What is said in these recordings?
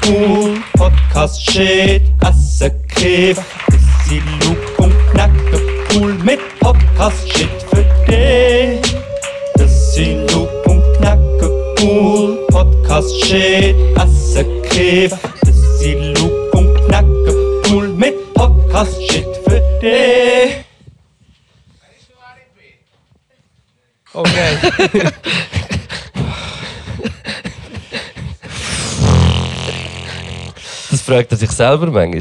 cool. Podcast shit, Asse Käfer. Bisschen Loop und Knacke cool mit Podcast shit für dich. Bisschen Loop und Knacke cool. Podcast shit, Asse Käfer. Bisschen Loop und Knacke cool mit Podcast shit für dich. Okay. Das fragt er sich selber manchmal.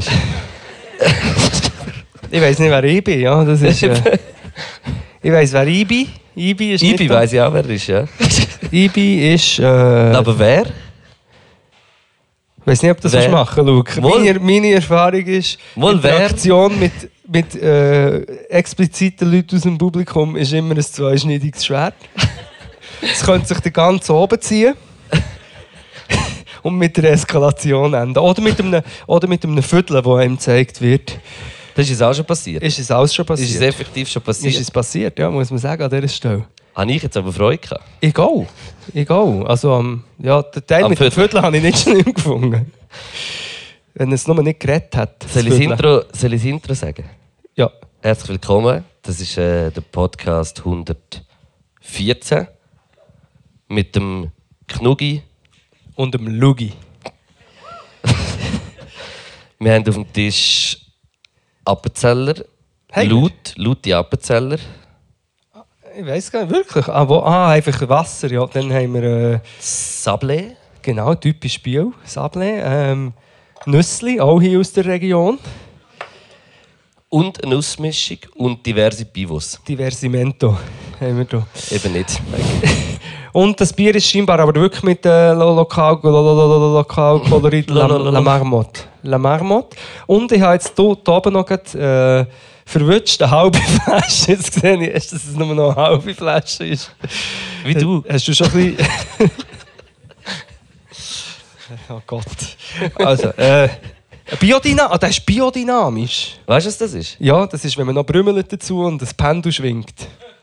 Ich weiss nicht, wer ich bin. Ja, das ist, ich weiss, wer ich bin. Ibi ist Ibi weiss ich auch, wer er ist, ja. Ibi ist... Aber wer? Ich weiss nicht, ob das machen, Luke. Meine Erfahrung ist, Interaktion mit expliziten Leuten aus dem Publikum ist immer ein zweischneidiges Schwert. Es könnte sich den ganzen oben ziehen und mit der Eskalation enden. Oder mit einem Viertel, das einem gezeigt wird. Das ist es auch schon passiert? Ist es alles schon passiert? Ist es effektiv schon passiert? Ist es passiert, ja, muss man sagen, an dieser Stelle. Habe ich jetzt aber Freude gehabt? Ich gehe. Also, ja, den Teil mit dem Viertel habe ich nicht schlimm gefunden. Wenn es nur nicht geredet hat. Soll ich das Intro sagen? Ja. Herzlich willkommen. Das ist der Podcast 114 mit dem Knugi und dem Lugi. Wir haben auf dem Tisch Appenzeller. Laute Appenzeller. Ich weiss gar nicht, wirklich. Einfach Wasser, ja. Dann haben wir... Sablé. Genau, typisch Biel. Sablé. Nüssli, auch hier aus der Region. Und eine Nussmischung und diverse Pivos. Diversimento haben wir hier. Eben nicht. Und das Bier ist scheinbar aber wirklich mit Lokalkolorit La Marmotte. La Marmotte. Und ich habe jetzt hier oben noch verwünscht, eine halbe Flasche. Jetzt sehe ich erst, dass es nur noch eine halbe Flasche ist. Wie du? Hast du schon ein bisschen... Oh Gott. Also, das ist biodynamisch. Weißt du, was das ist? Ja, das ist, wenn man noch brümmelt dazu und das Pendel schwingt.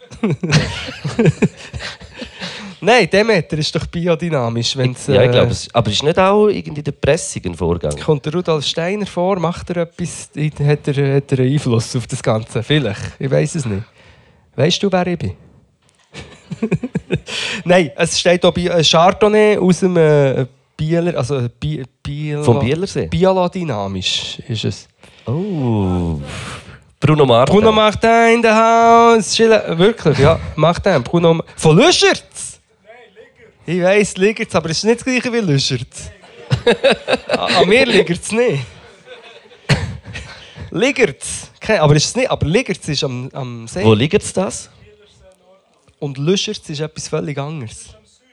Nein, Demeter ist doch biodynamisch. Ja, ich glaube es. Aber ist nicht auch irgendwie der Pressung ein Vorgang? Kommt der Rudolf Steiner vor, macht er etwas, hat er einen Einfluss auf das Ganze? Vielleicht, ich weiß es nicht. Weißt du, wer ich bin? Nein, es steht hier Chardonnay aus dem Bieler, also vom Bielersee? Biolodynamisch ist es. Oh. Bruno Martin. Bruno Martin in the house. Wirklich, ja. Martin. Bruno von Lüschertz. Nein, Ligertz. Ich weiss, Ligertz, aber es ist nicht das gleiche wie Lüschertz. An mir Ligertz nicht. Ligertz. Aber ist es nicht. Aber Ligertz ist am See. Wo liegt das? Und Lüschertz ist etwas völlig anderes.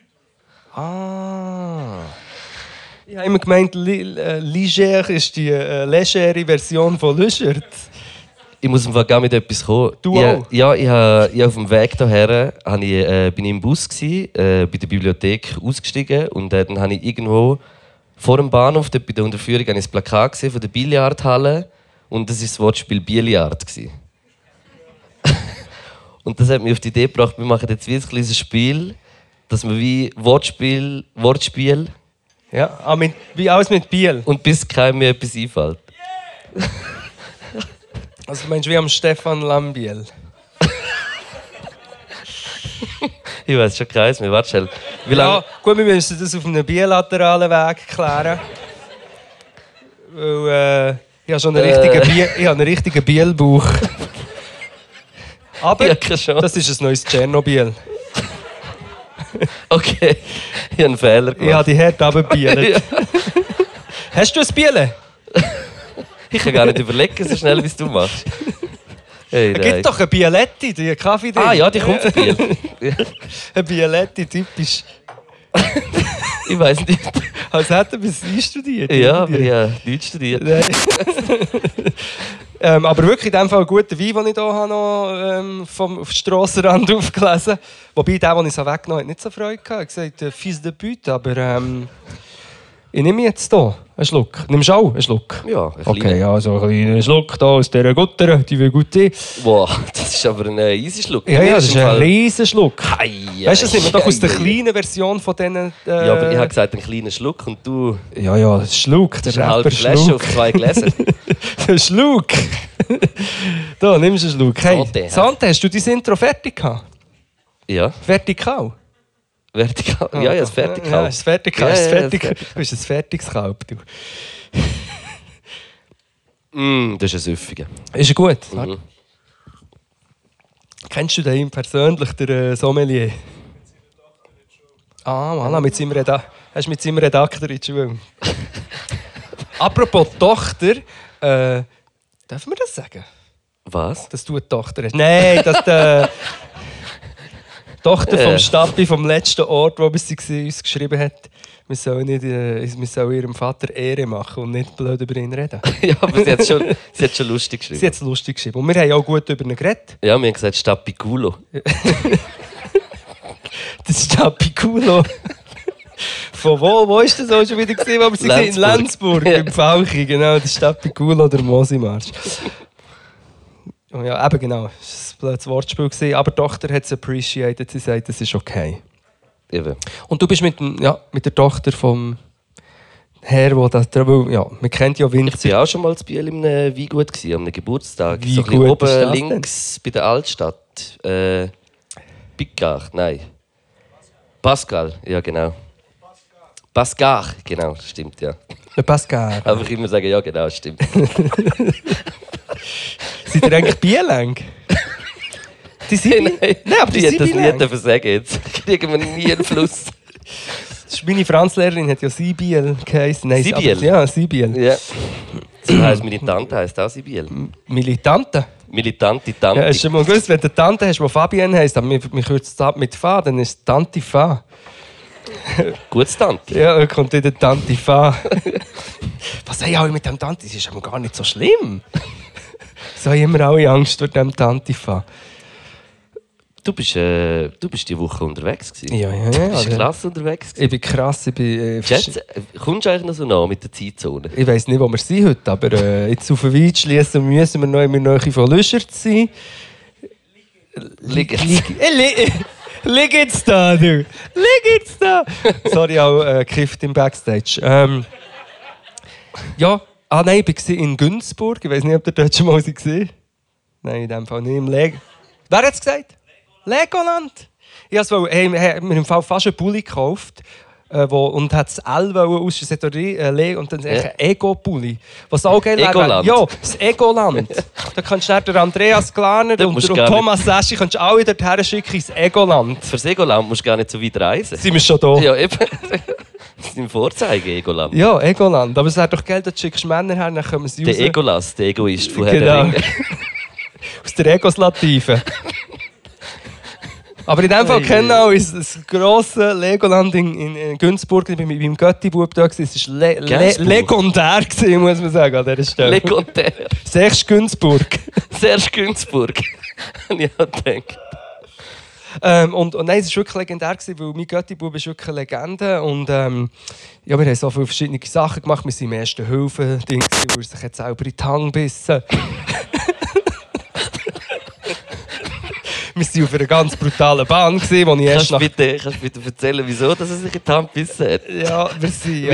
Ah. Ich habe immer gemeint, Liger ist die legere Version von Lüschertz. Ich muss gar mit etwas kommen. Du auch? Ja, ich auf dem Weg hierher bin ich im Bus bei der Bibliothek ausgestiegen und dann habe ich irgendwo vor dem Bahnhof, dort bei der Unterführung, ein Plakat gesehen von der Billardhalle und das war das Wortspiel Billard. Und das hat mich auf die Idee gebracht, wir machen jetzt wie ein kleines Spiel, dass wir wie Wortspiel ja, wie alles mit Biel. und bis keinem mehr etwas einfällt. Yeah. Also meinst du wie am Stefan Lambiel? Ich weiß schon keins mehr. Warte schnell. Wie lange? Ja, gut, wir müssen das auf einem bilateralen Weg klären. Weil ich habe schon einen richtigen Bielbauch. Aber Ja, keine Chance. das ist ein neues Tschernobyl. Okay, ich habe einen Fehler gemacht. Ich habe die Herd runtergebielt. Ja. Hast du ein Bielen? Ich kann gar nicht überlegen, so schnell wie es du machst. Hey, Es gibt doch eine Bialetti, die Kaffee drin. Ah ja, die kommt von Biel. Eine Bialetti, typisch. Ich weiß nicht. Als hätten wir es einstudiert. Ja, aber ich habe Deutsch studiert. Aber wirklich in dem Fall ein guter Wein, den ich hier habe, noch vom Strassenrand aufgelesen. Wobei der, den ich weggenommen habe, nicht so Freude hatte. Ich habe gesagt, Fils de Pute, aber ich nehme jetzt hier. Ein Schluck. Nimmst du auch einen Schluck? Ja, ein Okay, kleiner. ja, so ein kleiner Schluck da aus dieser Gutter, die will gut sein. Wow, das ist aber ein easy Schluck. Ja, das ist ein riesen Schluck. Ei, Weißt du, das nehmen wir doch aus der ei, ei. kleinen Version von diesen... Ja, aber ich habe gesagt, einen kleinen Schluck und du... Ja, das ist Schluck, Das ist der eine halbe Rapper Flasche Schluck. auf 2 Gläser. Der Schluck. Da, nimmst du einen Schluck. Hey, Santé. Santé, hast du dein Intro fertig gehabt? Ja, Vertikal? vertikal. Ja, ja, das vertikal. Ja, ist vertikal. Ja, Ist ja, fertig. das Du bist ein fertiges Kalb, du. Das ist ein Süffiger. Ist er gut? Mhm. Kennst du den persönlich, der Sommelier? Ah, voilà, mit seinem hast du mit seinem Redakteur in die Schule. Apropos Tochter, dürfen wir das sagen? Was? Dass du eine Tochter hast? Nein, dass die Tochter vom Stappi, vom letzten Ort, wo sie war, uns geschrieben hat, wir sollen ihrem Vater Ehre machen und nicht blöd über ihn reden. Ja, aber sie hat schon lustig geschrieben. Sie hat es lustig geschrieben. Und wir haben auch gut über ihn geredet. Ja, wir haben gesagt Stappiculo. Das Stappiculo. Von wo? Wo ist das auch schon wieder gesehen, wo wir waren? In Lenzburg, Ja. im Falchi, genau. Das Stappiculo, der Mosimarsch. Oh ja, eben genau. Das war ein blödes Wortspiel gewesen, aber die Tochter hat es appreciated. Sie sagt, das ist okay. Eben. Und du bist mit der Tochter vom Herr, man kennt ja Ich Winzer. war auch schon mal zu Biel in einem Weingut, an einem Geburtstag. Wie so ein bisschen gut ist das oben denn? links bei der Altstadt. Picard, nein. Pascal, ja genau. Pascal, genau, stimmt, ja. Der Pascal. Aber ich immer sagen, ja genau, stimmt. Seid ihr eigentlich Bielang? Die sind Nein, aber die ich sind hätte das nie Bielang. dürfen sagen jetzt. Kriegen wir nie einen Fluss. Meine Franzlehrerin hat ja Sibiel geheißen. Nein, Sibiel? aber- Ja, Sibiel. Ja. So heisst meine Tante, heisst auch Sibyl. Militante. Militante Ja, Tante. hast du schon mal gewusst, wenn du eine Tante hast, die Fabienne heisst, aber wir kürzen es ab mit Fa, dann ist es Tante Fa. Gutes Tante. Ja, dann kommt wieder Tante Fa. Was haben alle mit dem Tante? Das ist aber gar nicht so schlimm. So haben immer alle Angst vor dem Tante Fa. Du bist die Woche unterwegs gewesen. Ja. Du bist klasse unterwegs gewesen. Ich bin krass, ich bin... Schätze, kommst du eigentlich noch so nah mit der Zeitzone? Ich weiss nicht, wo wir sind heute, aber jetzt auf den Wein schließen müssen wir noch in der Nähe von Lüschert sein. Lieg jetzt da, du! Lieg jetzt da! Sorry, auch gekifft im Backstage. Ja, nein, ich war in Günzburg. Ich weiß nicht, ob ihr dort schon mal gesehen. Nein, in dem Fall nicht. Im Wer hat es gesagt? Legoland! Ich wollte mir im Fall fast einen Pulli gekauft. Und hat das L ausschließen und dann ein Ego-Pulli. Was auch geil wäre. Egoland. Ja, das Egoland. Da kannst du den Andreas Glarner Da und musst den du gar Thomas Seschi kannst du alle dorthin schicken ins Egoland. Fürs Egoland musst du gar nicht so weit reisen. Sind wir schon da? Ja, eben. Das ist im Vorzeige, Egoland. Ja, Egoland. Aber es wäre doch geil, da schickst du Männer her, dann kommen sie Der raus. Egolas, der Egoist von Herr der Genau. Ringe. Aus der Egoslative. Aber in dem Fall kennen auch das grosse Legoland in Günzburg. Ich war mit meinem Götti-Bub da. Es war Gainsbourg. legendär, muss man sagen, an dieser Stelle. Legendär. Sechs Günzburg. Serge Günzburg. Habe ich auch gedacht. Und nein, es war wirklich legendär, weil mein Götti-Bub ist wirklich eine Legende. Und ja, wir haben so viele verschiedene Sachen gemacht. Wir waren im ersten Hilfe-Ding, wo er sich jetzt selber in die Hand bissen. Wir waren auf einer ganz brutalen Bahn, wo ich erst Kannst du bitte erzählen, wieso dass er sich in die Hand gebissen hat? Ja, wir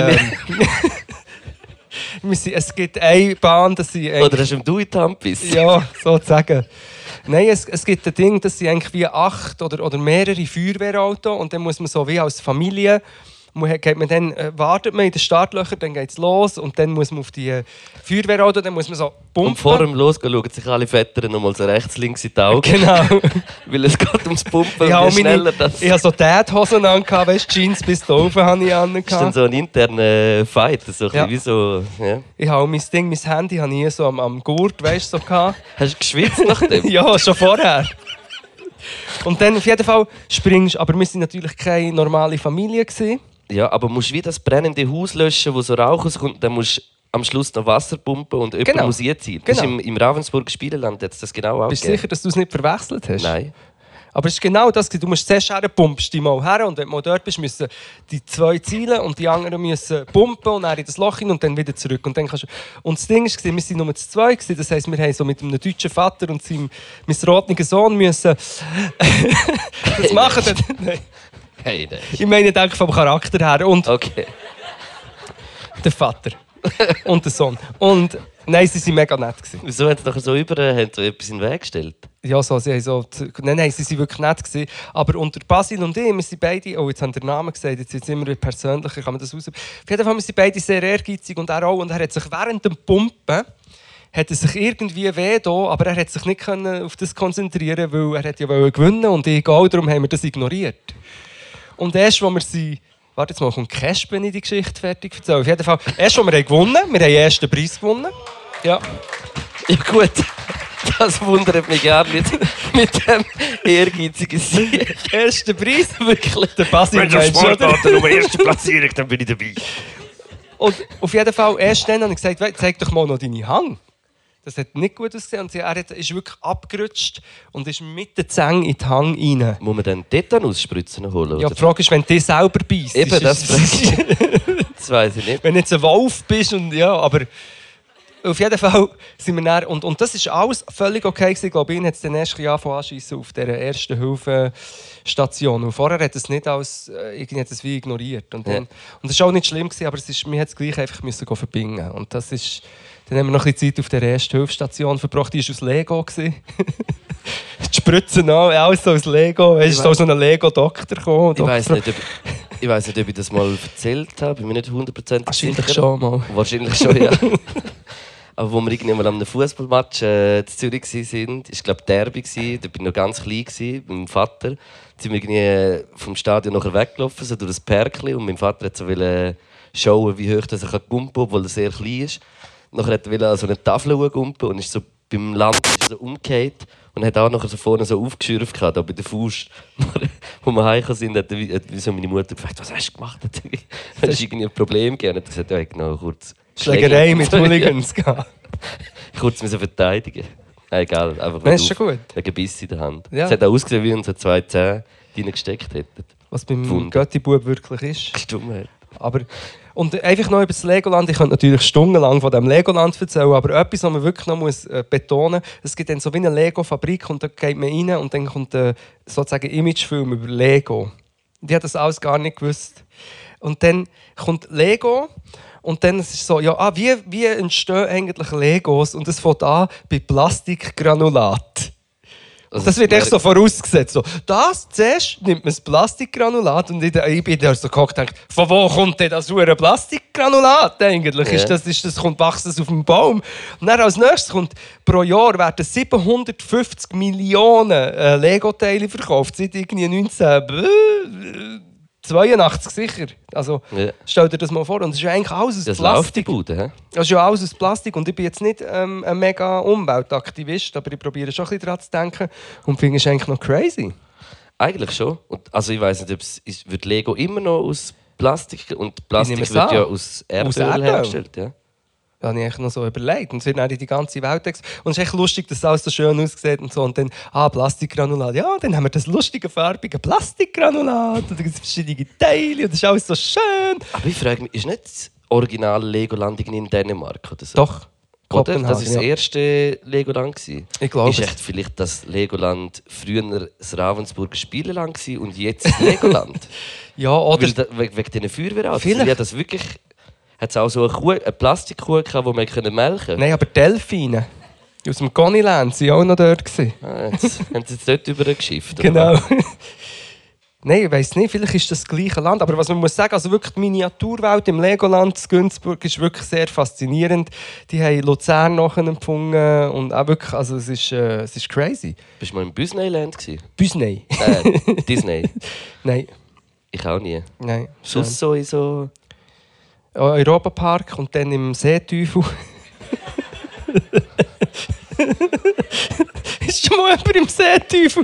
sind... es gibt eine Bahn, dass sie... Oder hast du ihm du in die Hand gebissen? Ja, sozusagen. Nein, es gibt ein Ding, dass sie eigentlich wie 8 oder mehrere Feuerwehrautos und dann muss man so wie als Familie wartet man in den Startlöchern, dann geht es los und dann muss man auf die Feuerwehrauto, dann muss man so pumpen. Und vor dem Losgehen schauen sich alle Väter nochmal so rechts, links in die Augen. Genau. Weil es geht ums Pumpen Ich und habe je schneller das... Ich habe so Dad-Hosen an, weißt, Jeans bis da oben habe ich an. Das ist dann so ein interner Fight, so ein Ja. bisschen wie so... Ja. Ich habe mein Handy habe ich hier so am Gurt, weißt du, so gehabt. Hast du geschwitzt nach dem? Ja, schon vorher. Und dann auf jeden Fall springst du, aber wir waren natürlich keine normale Familie gewesen. Ja, aber du musst wie das brennende Haus löschen, wo so Rauch rauskommt, dann musst du am Schluss noch Wasser pumpen und jemand Genau. muss einziehen. Das Genau. ist im Ravensburger Spieleland jetzt das genau auch Bist du gegeben. sicher, dass du es nicht verwechselt hast? Nein. Aber es ist genau das, du musst zuerst her, pumpst die mal her und wenn du mal dort bist, müssen die 2 zielen und die anderen müssen pumpen und dann in das Loch hin und dann wieder zurück. Und, dann kannst du... und das Ding war, wir waren nur zu 2, das heisst, wir haben so mit einem deutschen Vater und seinem missratenen Sohn müssen das machen. Nein. Hey, nein. Ich meine, denke vom Charakter her und okay. der Vater und der Sohn. Und nein, sie waren mega nett. Wieso haben sie doch so haben so etwas in den Weg gestellt? Ja, so, sie haben so... Nein, sie waren wirklich nett. Aber unter Basil und ich, wir sind beide... Oh, jetzt haben wir den Namen gesagt, jetzt wird es immer persönlicher, kann man das raus... Auf jeden Fall, wir sind beide sehr ehrgeizig und er auch. Und er hat sich während dem Pumpen... hat er sich irgendwie weh da, aber er hat sich nicht auf das konzentrieren, weil er ja gewinnen und ich auch, darum haben wir das ignoriert. Und erst, als wir sie... Warte, jetzt mal, kommt Cash, wenn ich die Geschichte fertig erzähle. Auf jeden Fall, erst, als wir gewonnen haben, wir haben den ersten Preis gewonnen. Ja. Ja gut, das wundert mich gar nicht mit dem ehrgeizigen Sieg. Erster Preis, wirklich. Der Basil wenn du Sportarten um erste Platzierung, dann bin ich dabei. Und auf jeden Fall, erst dann habe ich gesagt, zeig doch mal noch deine Hand. Das hat nicht gut ausgesehen. Und er ist wirklich abgerutscht und ist mit den Zähnen in die Hang rein. Muss man dann Tetanus-Spritzen holen? Ja, die Frage ist, wenn du selber beißt. Eben, das weiss ich nicht. Wenn du jetzt ein Wolf bist und ja, aber... Auf jeden Fall sind wir dann, und das ist alles völlig okay gewesen. Ich glaube, ihn hat es dann erst anschiessen auf dieser ersten Hilfestation. Und vorher hat es nicht als, irgendwie hat es wie ignoriert. Und das war auch nicht schlimm gewesen, aber wir hat es gleich einfach müssen verbinden. Und das ist, dann haben wir noch ein bisschen Zeit auf der ersten Hilfestation verbracht. Die war aus Lego. Die Spritzen an, alles so aus Lego. Es ist so ein Lego-Doktor gekommen. Ich weiss nicht, ob ich das mal erzählt habe. Bin mir nicht 100% sicher. Wahrscheinlich schon mal. Wahrscheinlich schon, ja. Aber wo wir irgendwann an einem Fußballmatch in Zürich waren, war glaube Derby, da war ich noch ganz klein mit meinem Vater. Da sind wir irgendwie vom Stadion nachher weggelaufen, so durch das Perkli. Und mein Vater wollte so schauen, wie hoch er gumpen kann, obwohl er sehr klein ist. Nachher wollte er so eine Tafel gumpen und ist so beim Land so umgekehrt. Und hat auch nachher so vorne so aufgeschürft da bei der Faust. Wo wir heimgekommen sind, hat so meine Mutter gefragt, was hast du gemacht? Hast du irgendwie ein Problem gegeben? Und er hat gesagt, ja, ich genau kurz Schlägerei mit Hooligans gehabt. Kurz verteidigen. Egal, einfach das ist schon gut. Wegen Biss in der Hand. Ja. Es hat auch ausgesehen, wie uns 2 Zähne reingesteckt hätten. Was beim Götti-Bub wirklich ist. Dummheit. Aber, und einfach noch über das Legoland. Ich könnte natürlich stundenlang von diesem Legoland erzählen, aber etwas, was man wirklich noch betonen muss, es gibt dann so wie eine Lego-Fabrik und da geht man rein und dann kommt sozusagen ein Imagefilm über Lego. Die hat das alles gar nicht gewusst. Und dann kommt Lego und dann ist es so, ja, wie entstehen eigentlich Legos? Und es fängt an bei Plastikgranulat. Also das wird echt so vorausgesetzt. So, zuerst nimmt man das Plastikgranulat und ich bin da so geguckt und dachte, von wo kommt denn das hure Plastikgranulat eigentlich? Yeah. Wächst das auf dem Baum? Und dann als nächstes kommt, pro Jahr werden 750 Millionen Lego-Teile verkauft, seit irgendwie 1982 sicher. Also, stell dir das mal vor. Und es ist ja eigentlich alles aus das Plastik. Läuft die Bude, he? Das ist ja alles aus Plastik. Und ich bin jetzt nicht ein mega Umweltaktivist, aber ich probiere schon ein bisschen daran zu denken. Und finde es eigentlich noch crazy. Eigentlich schon. Und, also ich weiss nicht, wird Lego immer noch aus Plastik? Und Plastik wird ja aus Erdöl hergestellt. Ja? Da habe ich eigentlich noch so überlegt. Und es wird dann in die ganze Welt. Und es ist echt lustig, dass es alles so schön aussieht und so. Und dann, Plastikgranulat. Ja, dann haben wir das lustige, farbige Plastikgranulat. Und dann gibt es verschiedene Teile. Und das ist alles so schön. Aber ich frage mich, ist nicht das originale Legoland in Dänemark oder so? Doch. Oder? Das war das erste Legoland. Ich glaube. Ist echt vielleicht das Legoland früher das Ravensburger Spieleland und jetzt das Legoland? Ja, oder? Wegen diesen Feuerwehrautos. Ja, das wirklich... Hat es auch so eine Plastikkuh gehabt, die man melken konnte? Nein, aber Delfine. Aus dem Goniland waren auch noch dort. Haben sie jetzt dort übergeschifft? Genau. Nein, ich weiss nicht, vielleicht ist das gleiche Land. Aber was man muss sagen, also wirklich die Miniaturwelt im Legoland in Günzburg ist wirklich sehr faszinierend. Die haben Luzern nachempfunden und auch wirklich, also es ist crazy. Bist du mal im Disneyland? Disney? Disney? Nein. Ich auch nie. Nein. Sonst so in so... Europapark und dann im Seeteufel. Ist schon mal jemand im Seeteufel?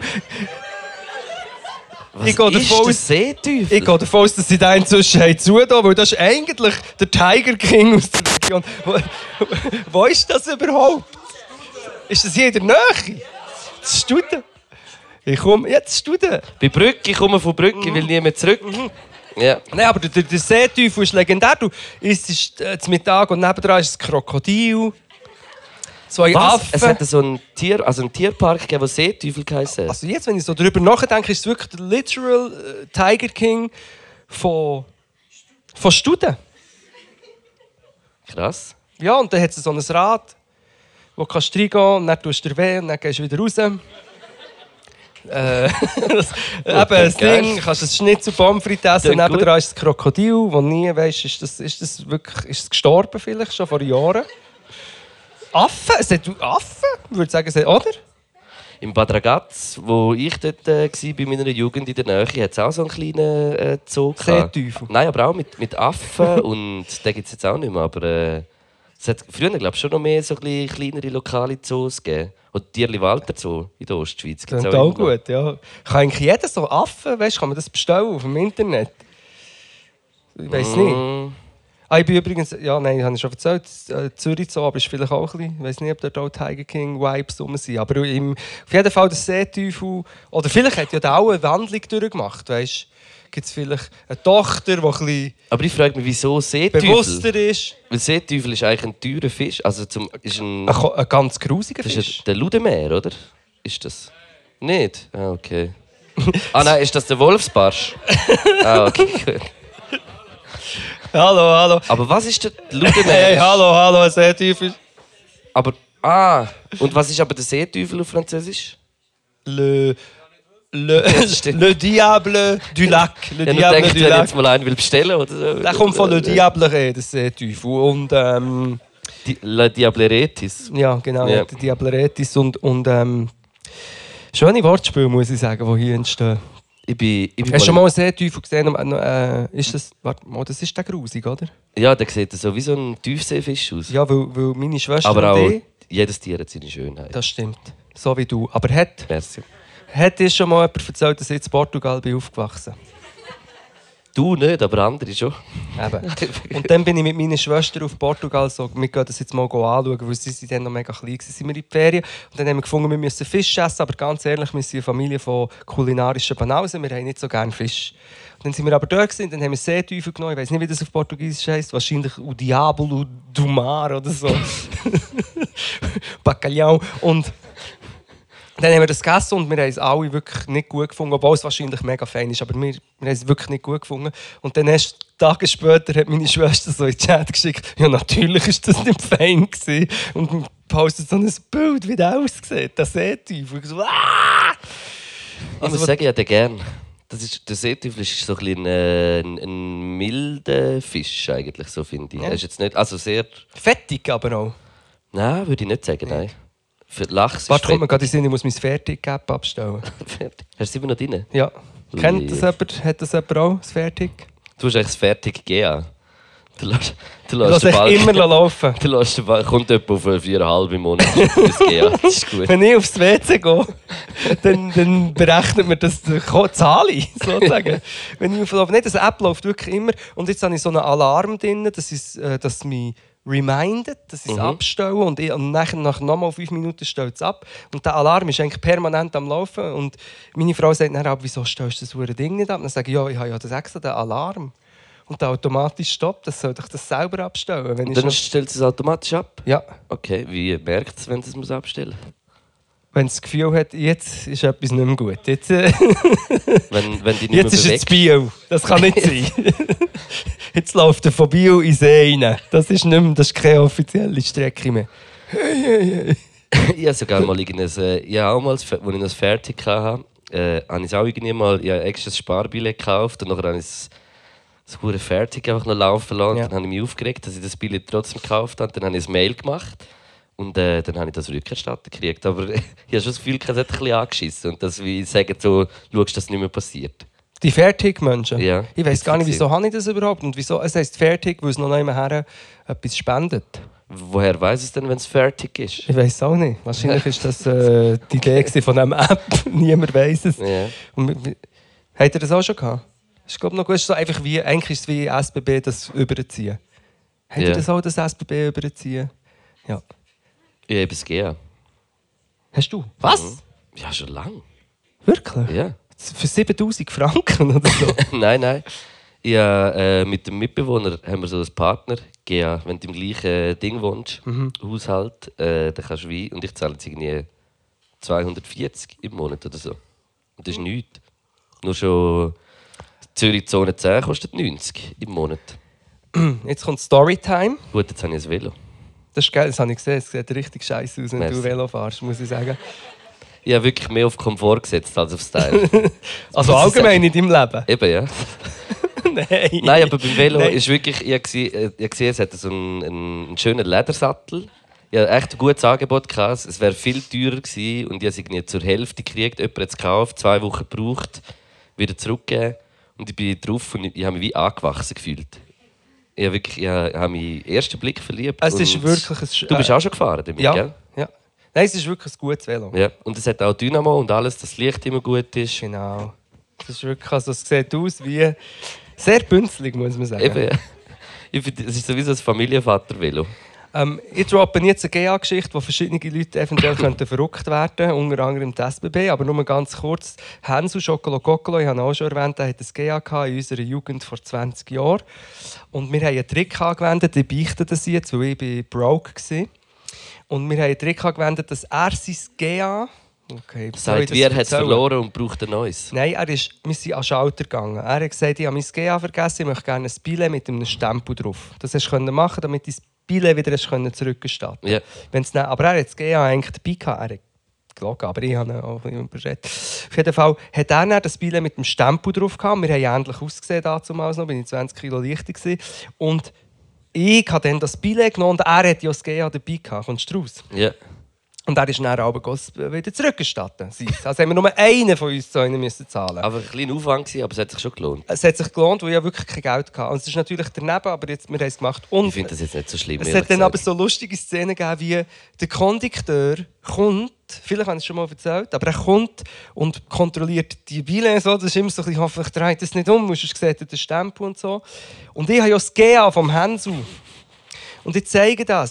Was ist der Seeteufel? Ich gehe davon aus, dass sie da inzwischen zutun, weil das ist eigentlich der Tiger King aus der Region. Wo ist das überhaupt? Ist das hier in der Nähe? Das ist Ich komme jetzt Studien. Bei Brücke, ich komme von Brücke, ich will nie mehr zurück. Ja. Nein, aber der Seeteufel ist legendär. Du isst zum Mittag und nebendran ist ein Krokodil. Zwei Affen. Es hat so einen Tierpark gegeben, der Seeteufel geheißen. Also jetzt, wenn ich so darüber nachdenke, ist es wirklich der literal Tiger King von Studien. Krass. Ja, und dann hat es so ein Rad, wo du reingehen kannst und dann tust du dir weh und dann gehst du wieder raus. Das Ding, kannst du ein Schnitzel Pommes frites essen, nebenan ist das Krokodil, wo nie weisst, ist es gestorben vielleicht schon vor Jahren. Affen? Es hat Affen? Ich würde sagen, oder? Im Bad Ragaz, wo ich dort war bei meiner Jugend in der Nähe, hat es auch so einen kleinen Zoo gehabt. Seeteufel? Nein, aber auch mit Affen und den gibt es jetzt auch nicht mehr. Aber es hat früher, glaube ich, schon noch mehr so kleinere lokale Zoos gegeben. Oder Tierli Walter Zoo in der Ostschweiz. Das ist auch gut, ja. Kann eigentlich jeder so Affen, weißt, kann man das bestellen auf dem Internet? Ich weiß nicht. Ich bin übrigens, ja, nein, habe ich schon erzählt, Zürich Zoo, aber ist vielleicht auch ein bisschen, ich weiß nicht, ob dort auch Tiger King Vibes rum sind. Aber auf jeden Fall der Seeteufel, oder vielleicht hat ja da auch eine Wandlung durchgemacht, weißt? Gibt es vielleicht eine Tochter, die ein bisschen aber ich frage mich, wieso Seeteufel? Bewusster ist. Weil Seeteufel ist eigentlich ein teurer Fisch. Also ist ein ganz grusiger Fisch. Das ist der Ludemeer, oder? Ist das? Nicht? Ah, okay. Nein, ist das der Wolfsbarsch? Ah, okay, gut. Hallo. Aber was ist der Ludemeer? Hey, hallo, ein Seeteufel. Aber, und was ist aber der Seeteufel auf Französisch? Le Diable du Lac. Le Diable du Lac. Wenn jetzt mal einen will bestellen oder so. Der kommt von Le Diable, der Seeteufel. Und La Diableretis. Ja, genau, ja. Die Diableretis und schöne Wortspiele, muss ich sagen, die hier entstehen. Hast du schon mal einen Seeteufel gesehen? Ist das, das ist der grusig, oder? Ja, der sieht so wie so ein Tiefseefisch aus. Ja, weil meine Schwester aber auch jedes Tier hat seine Schönheit. Das stimmt. So wie du. Aber Merci. Hat dir schon mal jemand erzählt, dass ich in Portugal bin aufgewachsen? Du nicht, aber andere schon. Eben. Und dann bin ich mit meiner Schwester auf Portugal, so, wir gehen das jetzt mal anschauen, weil sie dann noch mega klein waren, sind wir in die Ferien. Und dann haben wir gefunden, wir müssen Fisch essen, aber ganz ehrlich, wir sind eine Familie von kulinarischen Banausen, wir haben nicht so gerne Fisch. Und dann sind wir aber dort gewesen, dann haben wir Seeteufel genommen, ich weiß nicht, wie das auf Portugiesisch heisst, wahrscheinlich o Diabo do Mar oder so. Bacalhau. Und dann haben wir das gegessen und wir haben es alle wirklich nicht gut gefunden, obwohl es wahrscheinlich mega fein ist, aber wir haben es wirklich nicht gut gefunden. Und dann erst Tage später hat meine Schwester so in den Chat geschickt, ja natürlich ist das nicht fein gewesen. Und postet so ein Bild, wie der aussieht, der Seeteufel. So, ich muss sagen, ich hätte gern. Der Seeteufel ist so ein milder Fisch eigentlich, so finde ich. Ja. Er ist jetzt nicht, also sehr... Fettig aber auch. Nein, würde ich nicht sagen, nein. Für Lachs warte, kommt mir gerade in den Sinn, ich muss mein Fertig-Gap abstellen. Hast du immer noch drin? Ja. Kennt das jemand? Hat das jemand auch, das Fertig? Du hast eigentlich das Fertig GA. Du lässt den Ball immer laufen. Du lässt den Ball, kommt etwa auf 4,5 im Monat. Das GA, das ist gut. Wenn ich aufs WC gehe, dann berechnet mir das die Zahl sozusagen. Wenn ich auflaufe, nicht, das App läuft wirklich immer. Und jetzt habe ich so einen Alarm drin, dass mich remindet, dass ich es abstelle und nachher nach nochmal 5 Minuten stellt es ab. Und der Alarm ist eigentlich permanent am Laufen. Und meine Frau sagt dann ab, wieso stellst du das Ding nicht ab? Und dann sage ich, ja, ich habe ja das extra, den Alarm. Und der automatisch stoppt, das soll ich das selber abstellen. Wenn und dann stellt es automatisch ab? Ja. Okay, wie merkt es, wenn es abstellen muss? Wenn es das Gefühl hat, jetzt ist etwas nicht mehr gut. Jetzt, wenn die nicht jetzt ist es Bio. Das kann nicht sein. Jetzt läuft er von Bio in See rein. Das ist nicht mehr, das ist keine offizielle Strecke mehr. Ich habe sogar mal als ich noch das fertig hatte, habe ich auch irgendwie mal extra ein Sparbillett gekauft und nachher habe ich das fertig einfach noch laufen lassen. Ja. Dann habe ich mich aufgeregt, dass ich das Billett trotzdem gekauft habe. Dann habe ich ein Mail gemacht. Und dann habe ich das rückerstattet gekriegt. Aber ich habe schon das Gefühl, es hat ein bisschen angeschissen. Und dass wir sagen, so, schaust, dass es nicht mehr passiert. Die Fertigmenschen? Ja. Ich weiss gar nicht, wieso habe ich das überhaupt? Und wieso? Es heisst fertig, weil es noch nicht mehr etwas spendet. Woher weiss es denn, wenn es fertig ist? Ich weiss auch nicht. Wahrscheinlich ist das die Idee von dieser App. Niemand weiss es. Ja. Habt ihr das auch schon gehabt? Ich glaube noch gut, ist so einfach wie, eigentlich ist es wie SBB das Überziehen. Habt ihr das auch, das SBB Überziehen? Ja. Ich habe es gegeben. Hast du? Was? Ja, schon lange. Wirklich? Ja. Für 7000 Franken oder so? Nein. Ja, mit dem Mitbewohner haben wir so einen Partner. Ja, wenn du im gleichen Ding wohnst, Haushalt, dann kannst du wie. Und ich zahle jetzt irgendwie 240 im Monat oder so. Und das ist nichts. Nur schon Zürich Zone 10 kostet 90 im Monat. Jetzt kommt Storytime. Gut, jetzt habe ich ein Velo. Das ist geil, das habe ich gesehen. Es sieht richtig scheiße aus, wenn du Velo fährst, muss ich sagen. Ich habe wirklich mehr auf Komfort gesetzt als auf Style. Also allgemein in deinem Leben? Eben, ja. Nein, aber beim Velo ist wirklich... Ich habe gesehen, es hat so einen schönen Ledersattel. Ich hatte echt ein gutes Angebot gehabt. Es wäre viel teurer gewesen und ich habe es irgendwie zur Hälfte gekriegt. Jemand hat es gekauft, 2 Wochen gebraucht, wieder zurückgegeben. Und ich bin drauf und ich habe mich wie angewachsen gefühlt. Ich habe mich im ersten Blick verliebt. Es ist wirklich du bist auch schon gefahren damit, ja, gell? Ja. Nein, es ist wirklich ein gutes Velo. Ja. Und es hat auch Dynamo und alles, dass das Licht immer gut ist. Genau. Das ist wirklich, also es sieht aus wie sehr bünzlig, muss man sagen. Eben, ja. Ich finde, es ist sowieso ein Familienvater-Velo. Ich droppe jetzt eine GA-Geschichte, wo verschiedene Leute eventuell verrückt werden könnten, unter anderem die SBB, aber nur ganz kurz. Hansu Schokolo Kokolo, ich habe auch schon erwähnt, der hat ein GA in unserer Jugend vor 20 Jahren. Und wir haben einen Trick angewendet, ich beichte das jetzt, weil ich broke war. Und wir haben einen Trick angewendet, dass er sein GA... Okay, sagt, wie er hat es verloren und braucht ein neues. Nein, wir sind an den Schalter gegangen. Er hat gesagt, ich habe mein GA vergessen, ich möchte gerne ein Billett mit einem Stempel drauf. Das hast du machen, damit dein Billett wieder zurückgestatten. Ja. Aber er hat das GA eigentlich dabei gehabt. Er hat gelogen, aber ich habe ihn auch überschätzt. Auf jeden Fall hat er dann das Billett mit dem Stempel drauf gehabt. Wir haben ähnlich ausgesehen damals noch, bin ich 20 Kilo leichter gewesen. Und ich habe dann das Billett genommen und er hat ja das GA dabei gehabt. Kommst du raus? Ja. Und er ist dann aber wieder zurückgestatten. Also haben wir nur einen von uns zahlen müssen. Aber ein kleiner Aufwand, aber es hat sich schon gelohnt. Es hat sich gelohnt, weil ich wirklich kein Geld hatte. Und es ist natürlich daneben, aber jetzt, wir haben es gemacht. Und ich finde das jetzt nicht so schlimm. Es hat dann aber so lustige Szenen gegeben, wie der Kondukteur kommt, vielleicht habe ich es schon mal erzählt, aber er kommt und kontrolliert die Billets. So. Das ist immer so ein bisschen, hoffentlich dreht es nicht um, sonst sieht er den Stempel und so. Und ich habe ja das GA vom Hansu. Und ich zeige das,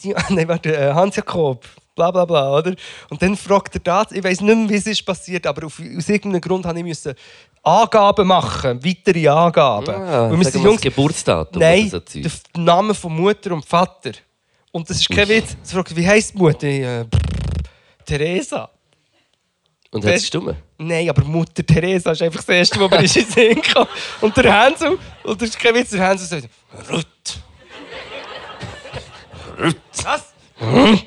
Hans Jakob. Bla bla bla, oder? Und dann fragt er das, ich weiß nicht mehr, wie es ist passiert, aber aus irgendeinem Grund musste ich Angaben machen, weitere Angaben. Weil wir Jungs, das Geburtsdatum nein, oder so. Der Name von Mutter und Vater. Und das ist kein Witz. Sie fragt, wie heisst die Mutter? Theresa. Und hat es gestimmt? Nein, aber Mutter Theresa ist einfach das Erste, was mir in den Sinn kam. Und der Hansel, und das ist kein Witz, der Hansel sagt, Ruth. Ruth. Was? Ruth.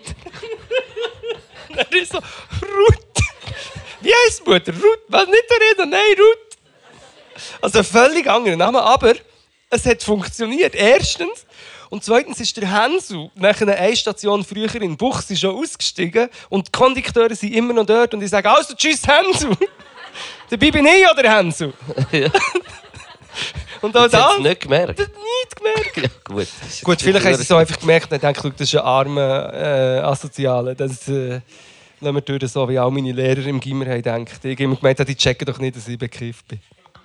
Er ist so, Ruth. Wie heisst die Mutter? Ruth. Was, nicht Theresa? Nein, Ruth. Also ein völlig anderer Name, aber es hat funktioniert. Erstens. Und zweitens ist der Hansu nach einer Station früher in Buchsi schon ausgestiegen und die Kondukteure sind immer noch dort und ich sage, also tschüss Hansu. Dabei bin ich ja der Hansu. Ja. Und auch das? Nicht gemerkt? Das nicht gemerkt. Ja, gut, vielleicht haben sie es so einfach gemerkt und denken, das ist ein armer Asozialer. Das lassen wir durch, so wie auch meine Lehrer im Gimmer haben gedacht. Ich habe immer gemeint, die checken doch nicht, dass ich bekifft bin.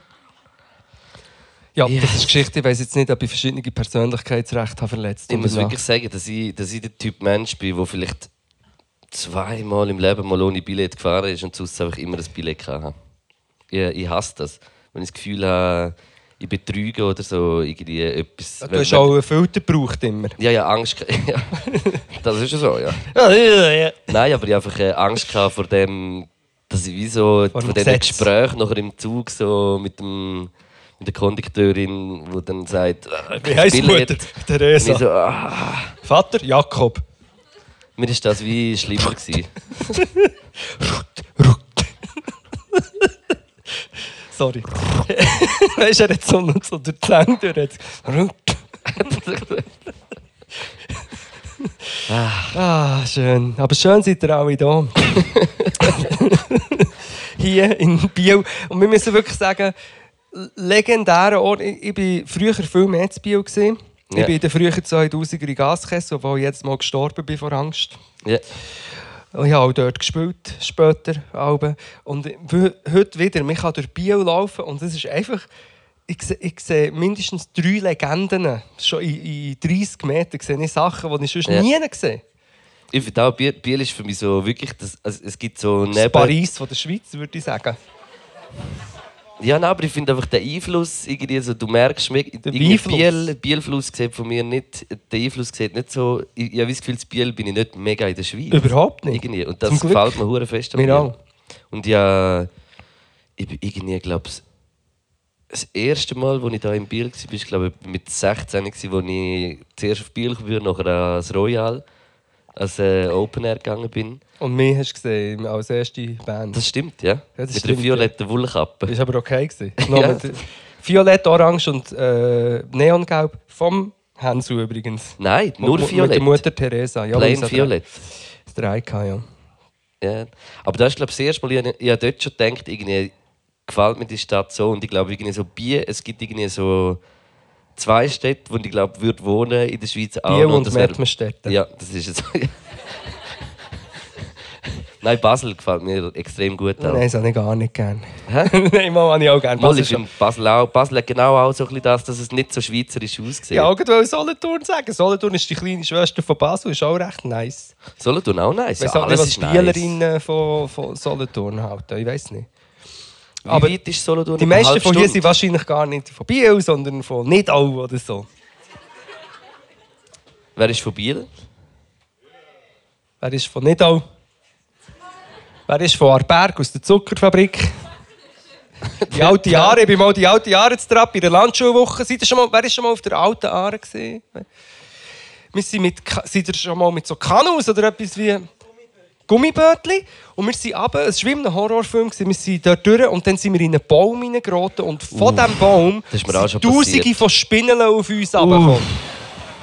Ja, das ist Geschichte. Ich weiss jetzt nicht, ob ich verschiedene Persönlichkeitsrechte habe verletzt habe. Ich muss wirklich sagen, dass ich der Typ Mensch bin, der vielleicht 2-mal im Leben mal ohne Billett gefahren ist und sonst einfach immer ein Billett hatte. Ich hasse das. Wenn ich das Gefühl habe, ich betrüge oder so irgendwie etwas. Du hast auch einen Filter gebraucht immer. Ja, Angst. Ja. Das ist ja so, ja. Nein, aber ich habe einfach Angst vor dem, dass ich wie so von diesem Gespräch nachher im Zug so mit der Kondukteurin, die dann sagt, wie heisst die Mutter? Theresa. So, Vater? Jakob. Mir war das wie schlimmer. Ruth. Sorry. Weißt du, er hat so durch die Länge durch. Schön. Aber schön seid ihr alle da. Hier in Biel. Und wir müssen wirklich sagen, legendärer Ort. Ich war früher viel mehr in Biel. Ja. Ich bin in den frühen 2000er in Gaskessel, obwohl ich jetzt mal gestorben bin vor Angst. Ja. Ich habe auch dort gespielt, später. Und heute wieder, man kann durch Biel laufen und es ist einfach... Ich sehe mindestens 3 Legenden. Schon in 30 Metern sehe ich Sachen, die ich sonst nie gesehen habe. Ich finde auch, Biel ist für mich so wirklich... Also es gibt so das Paris von der Schweiz, würde ich sagen. Ja, nein, aber ich finde einfach den Einfluss, irgendwie so, du merkst, Bielfluss sieht von mir nicht, der Einfluss sieht nicht so, ich habe das Gefühl, in Biel bin ich nicht mega in der Schweiz. Überhaupt nicht. Irgendwie. Und das gefällt mir hure fest an mir auch. Und ja, ich bin irgendwie, glaube ich, das erste Mal, als ich hier in Biel war, war glaube ich mit 16, als ich zuerst auf Biel kam, nachher ans Royal, als Open Air gegangen bin. Und mich hast du gesehen als erste Band. Das stimmt, ja. Das mit stimmt, einer violetten Wollkappe. Das war aber okay. Ja. Violett, Orange und Neongelb vom Hansu übrigens. Nein, nur Violett. Mit der Mutter Teresa. Ja, Plain Violett. Das 3K, ja. Ja. Aber das ist glaube ich das erste Mal, ich habe dort schon gedacht, irgendwie gefällt mir die Stadt so. Und ich glaube, irgendwie so Biel, es gibt irgendwie so 2 Städte, wo ich glaube, würde wohnen in der Schweiz auch. Biel und Mettmerstetten. Ja, das ist jetzt. Nein, Basel gefällt mir extrem gut. Auch. Nein, das habe ich gar nicht gerne. Hä? Nein, mal habe ich auch gerne. Ich finde Basel auch. Basel hat genau auch so ein bisschen das, dass es nicht so schweizerisch aussieht. Ja, ich wollte Solothurn sagen. Solothurn ist die kleine Schwester von Basel, ist auch recht nice. Solothurn auch nice. Ich weiß auch nicht, was die Spielerinnen von Solothurn halten. Ich weiß nicht. Wie aber weit ist Solothurn? Die meisten von hier sind wahrscheinlich gar nicht von Biel, sondern von Nidau oder so. Wer ist von Biel? Wer ist von Nidau? Wer ist von Arberg aus der Zuckerfabrik? Die alte Jahre, ich bin mal die alte Jahrestrappe in der Landschulwoche. Wer war schon mal auf der alten Aare? Wir sind ihr schon mal mit so Kanus oder etwas wie Gummibötli. Und wir sind runter, es war wie ein Horrorfilm, wir sind dort durch und dann sind wir in einen Baum hineingeraten und von diesem Baum sind Tausende von Spinnen auf uns runtergekommen.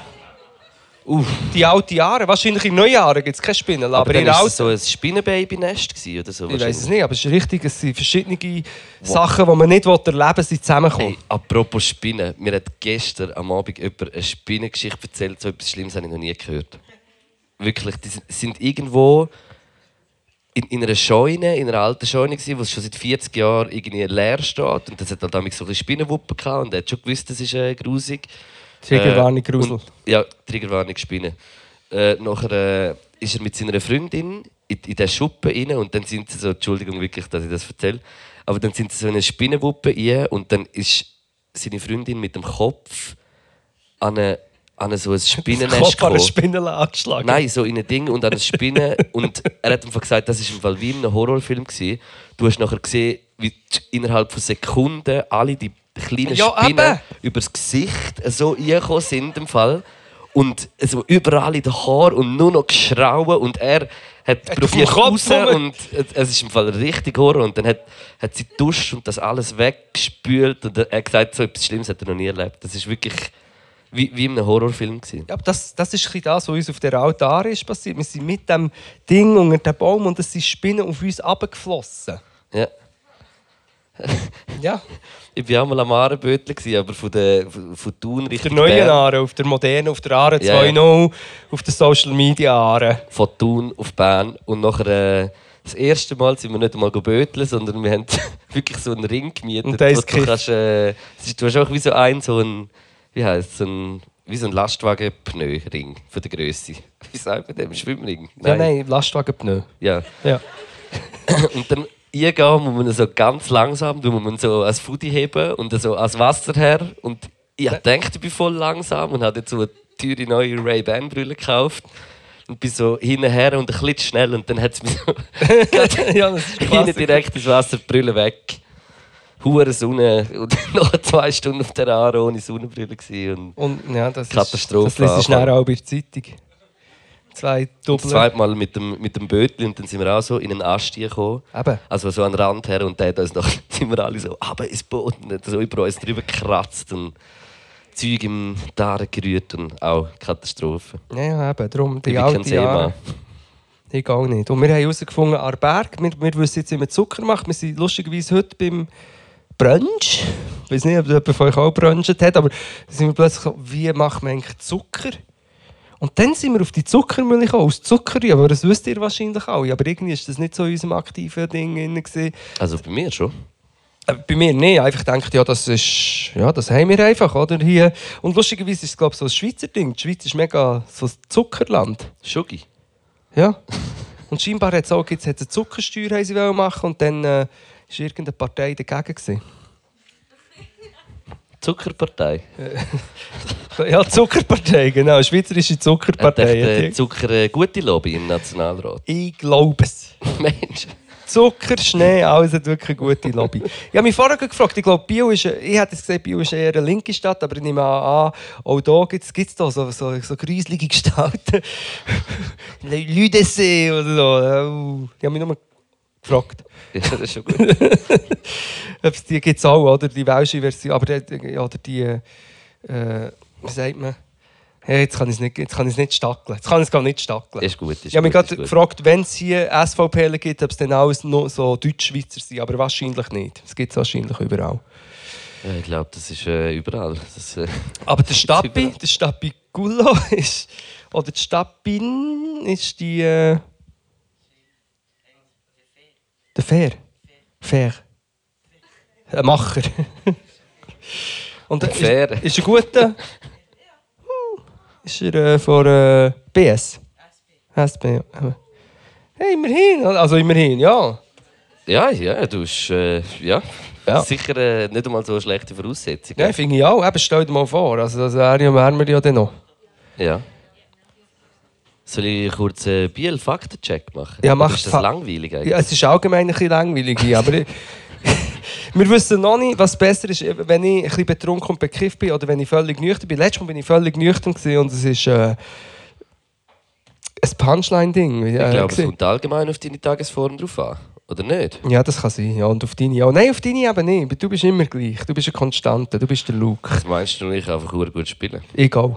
Die alten Jahre, wahrscheinlich in Neujahren gibt es keine Spinnen. Aber dann war es so ein Spinnenbaby-Nest oder so? Ich weiß es nicht, aber es ist richtig, es sind verschiedene Sachen, die man nicht erleben will, sind zusammengekommen. Hey, apropos Spinnen, mir hat gestern am Abend jemand eine Spinnengeschichte erzählt, so etwas Schlimmes habe ich noch nie gehört. Wirklich, die sind irgendwo in einer Scheune, in einer alten Scheune gewesen, wo es schon seit 40 Jahren irgendwie leer steht. Und das hat halt damals so ein Spinnenwuppen gehabt und er hat schon gewusst, das ist grusig. Triggerwarnung Grusel. Ja, Triggerwarnung Spinnen. Nachher ist er mit seiner Freundin in diesen Schuppen rein und dann sind sie so, Entschuldigung wirklich, dass ich das erzähle, aber dann sind sie so in eine Spinnenwuppe rein und dann ist seine Freundin mit dem Kopf an so ein Spinnennest gekommen. Kopf an eine Spinne angeschlagen. Nein, so in ein Ding und an eine Spinne. Und er hat einfach gesagt, das war im Fall wie in einem Horrorfilm gewesen. Du hast nachher gesehen, wie innerhalb von Sekunden alle die kleinen Spinnen übers Gesicht so reingekommen sind im Fall. Und so überall in den Haaren und nur noch geschrauen. Und er hat probiert raus und es ist im Fall richtig Horror. Und dann hat sie geduscht und das alles weggespült. Und er hat gesagt, so etwas Schlimmes hat er noch nie erlebt. Das ist wirklich wie in einem Horrorfilm gewesen. Ja, aber das ist das, was uns auf der alten Aare ist passiert. Wir sind mit dem Ding unter dem Baum und es sind Spinnen auf uns runtergeflossen. Ja. Ja. Ich war auch mal am Aarebötli, aber von Thun Richtung Bern. Auf der neuen Aare, auf der modernen, auf der Aare 2.0, auf der Social Media Aare. Von Thun auf Bern. Und nachher, das erste Mal sind wir nicht einmal böteln, sondern wir haben wirklich so einen Ring gemietet. Und du hast auch wie so ein wie heisst es, wie so ein Lastwagen-Pneu-Ring von der Grösse. Wie sagt man dem? Schwimmring? Nein, Lastwagen-Pneu. Ja. Und dann eingehen muss man so ganz langsam, muss man so als Fudi heben und so als Wasser her. Und ich dachte, ich bin voll langsam und habe jetzt so eine teure neue Ray-Ban-Brille gekauft. Und bin so hinterher und ein bisschen schnell und dann hat es mich so hinten direkt ins Wasser, die Brille weg. Hure Sonne und noch 2 Stunden auf der Aare ohne Sonnenbrille und ja, das Katastrophe. Das ist schnell auch bei der Zeitung. 2 Doppel. Zweimal mit dem Bötli und dann sind wir auch so in einen Ast gekommen. Also so an den Rand her und dann sind wir alle so aber ins Boden, so über uns drüber gekratzt und Zeug im Aare gerührt und auch Katastrophe. Ja, eben, darum die alte Jahre. Ich auch nicht. Und wir haben herausgefunden, Arberg, wir wissen jetzt, wie man Zucker macht. Wir sind lustigerweise heute beim Brunch. Ich weiß nicht, ob jemand von euch auch bruncht hat, aber da sind wir plötzlich so, wie macht man eigentlich Zucker? Und dann sind wir auf die Zuckermühle gekommen, aus Zuckerrüben, aber das wisst ihr wahrscheinlich auch. Aber irgendwie war das nicht so in unserem aktiven Ding. Also bei mir schon. Bei mir nicht. Einfach denkt, ja, das haben wir einfach, oder? Hier. Und lustigerweise ist es, glaube ich, so ein Schweizer Ding. Die Schweiz ist mega so ein Zuckerland. Schoki. Ja. Und scheinbar hat es auch eine Zuckersteuer haben sie machen und dann war irgendeine Partei dagegen gewesen. Zuckerpartei? Ja, Zuckerpartei, genau. Schweizerische Zuckerpartei. Hat Zucker eine gute Lobby im Nationalrat? Ich glaube es. Mensch. Zucker, Schnee, alles hat wirklich eine gute Lobby. Ich habe mich vorher gefragt, ich glaube, Biel ist, ich hätte gesagt, Biel ist eher eine linke Stadt, aber ich nehme an, auch da gibt es da so gruselige Gestalten. Lüdessee oder so. Ich habe mich nur gefragt. Ja, das ist schon gut. Die gibt es auch, oder? Die welsche Version, aber oder die, wie sagt man? Hey, jetzt kann ich es nicht stackeln. Jetzt kann ich es gar nicht stackeln. Ist gut, ich habe mich gerade gefragt, wenn es hier SVPler gibt, ob es dann alles noch so Deutschschweizer sind. Aber wahrscheinlich nicht. Es gibt es wahrscheinlich überall. Ja, ich glaube, das ist überall. Aber der Stabi Gullo ist... Oder die Stabin ist die... der Fair. Ein Macher. Und Fair. Ist er guter... Ist er von BS? SP. Hey, immerhin. Also immerhin, ja. Ja, du hast ja. Sicher nicht einmal so eine schlechte Voraussetzung. Ja, finde ich auch. Eben, stell dir mal vor. Also das wären wir ja dann noch. Ja. Soll ich kurz einen Biel-Faktencheck machen? Ja, mach. Ist das langweilig eigentlich? Ja, es ist allgemein ein bisschen langweilig. Aber wir wissen noch nicht, was besser ist, wenn ich ein bisschen betrunken und bekifft bin oder wenn ich völlig nüchtern bin. Letztes Mal bin ich völlig nüchtern und es ist ein Punchline-Ding. Ich glaube, es kommt allgemein auf deine Tagesform drauf an. Oder nicht? Ja, das kann sein. Ja, und auf deine auch. Nein, auf deine eben nicht. Du bist immer gleich. Du bist ein Konstante. Du bist der Luke. Was meinst du, ich einfach gut spielen? Ich auch.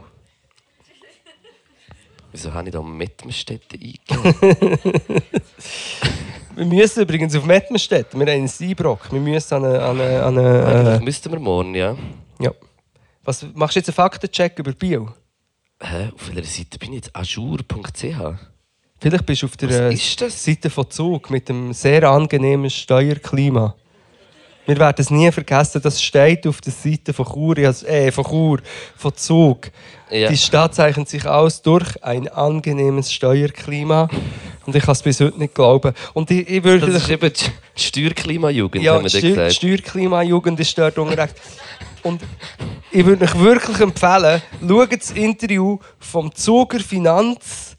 Wieso habe ich da Mettmerstetten eingegeben? Wir müssen übrigens auf Mettmerstedt. Wir haben einen Seibrock. Wir müssen an eine Eigentlich müssten wir morgen, ja. Ja. Was, machst du jetzt einen Faktencheck über Bio? Hä? Auf welcher Seite bin ich jetzt? Ajour.ch? Vielleicht bist du auf der Seite von Zug mit einem sehr angenehmen Steuerklima. Wir werden es nie vergessen, das steht auf der Seite von Chur, von Zug. Ja. Die Stadt zeichnet sich aus durch ein angenehmes Steuerklima. Und ich kann es bis heute nicht glauben. Und ich würde das ist eben die Steuerklimajugend, ja, haben wir gesagt. Die Steuerklimajugend ist dort unterwegs. Und ich würde euch wirklich empfehlen, schaut das Interview vom Zuger Finanzchef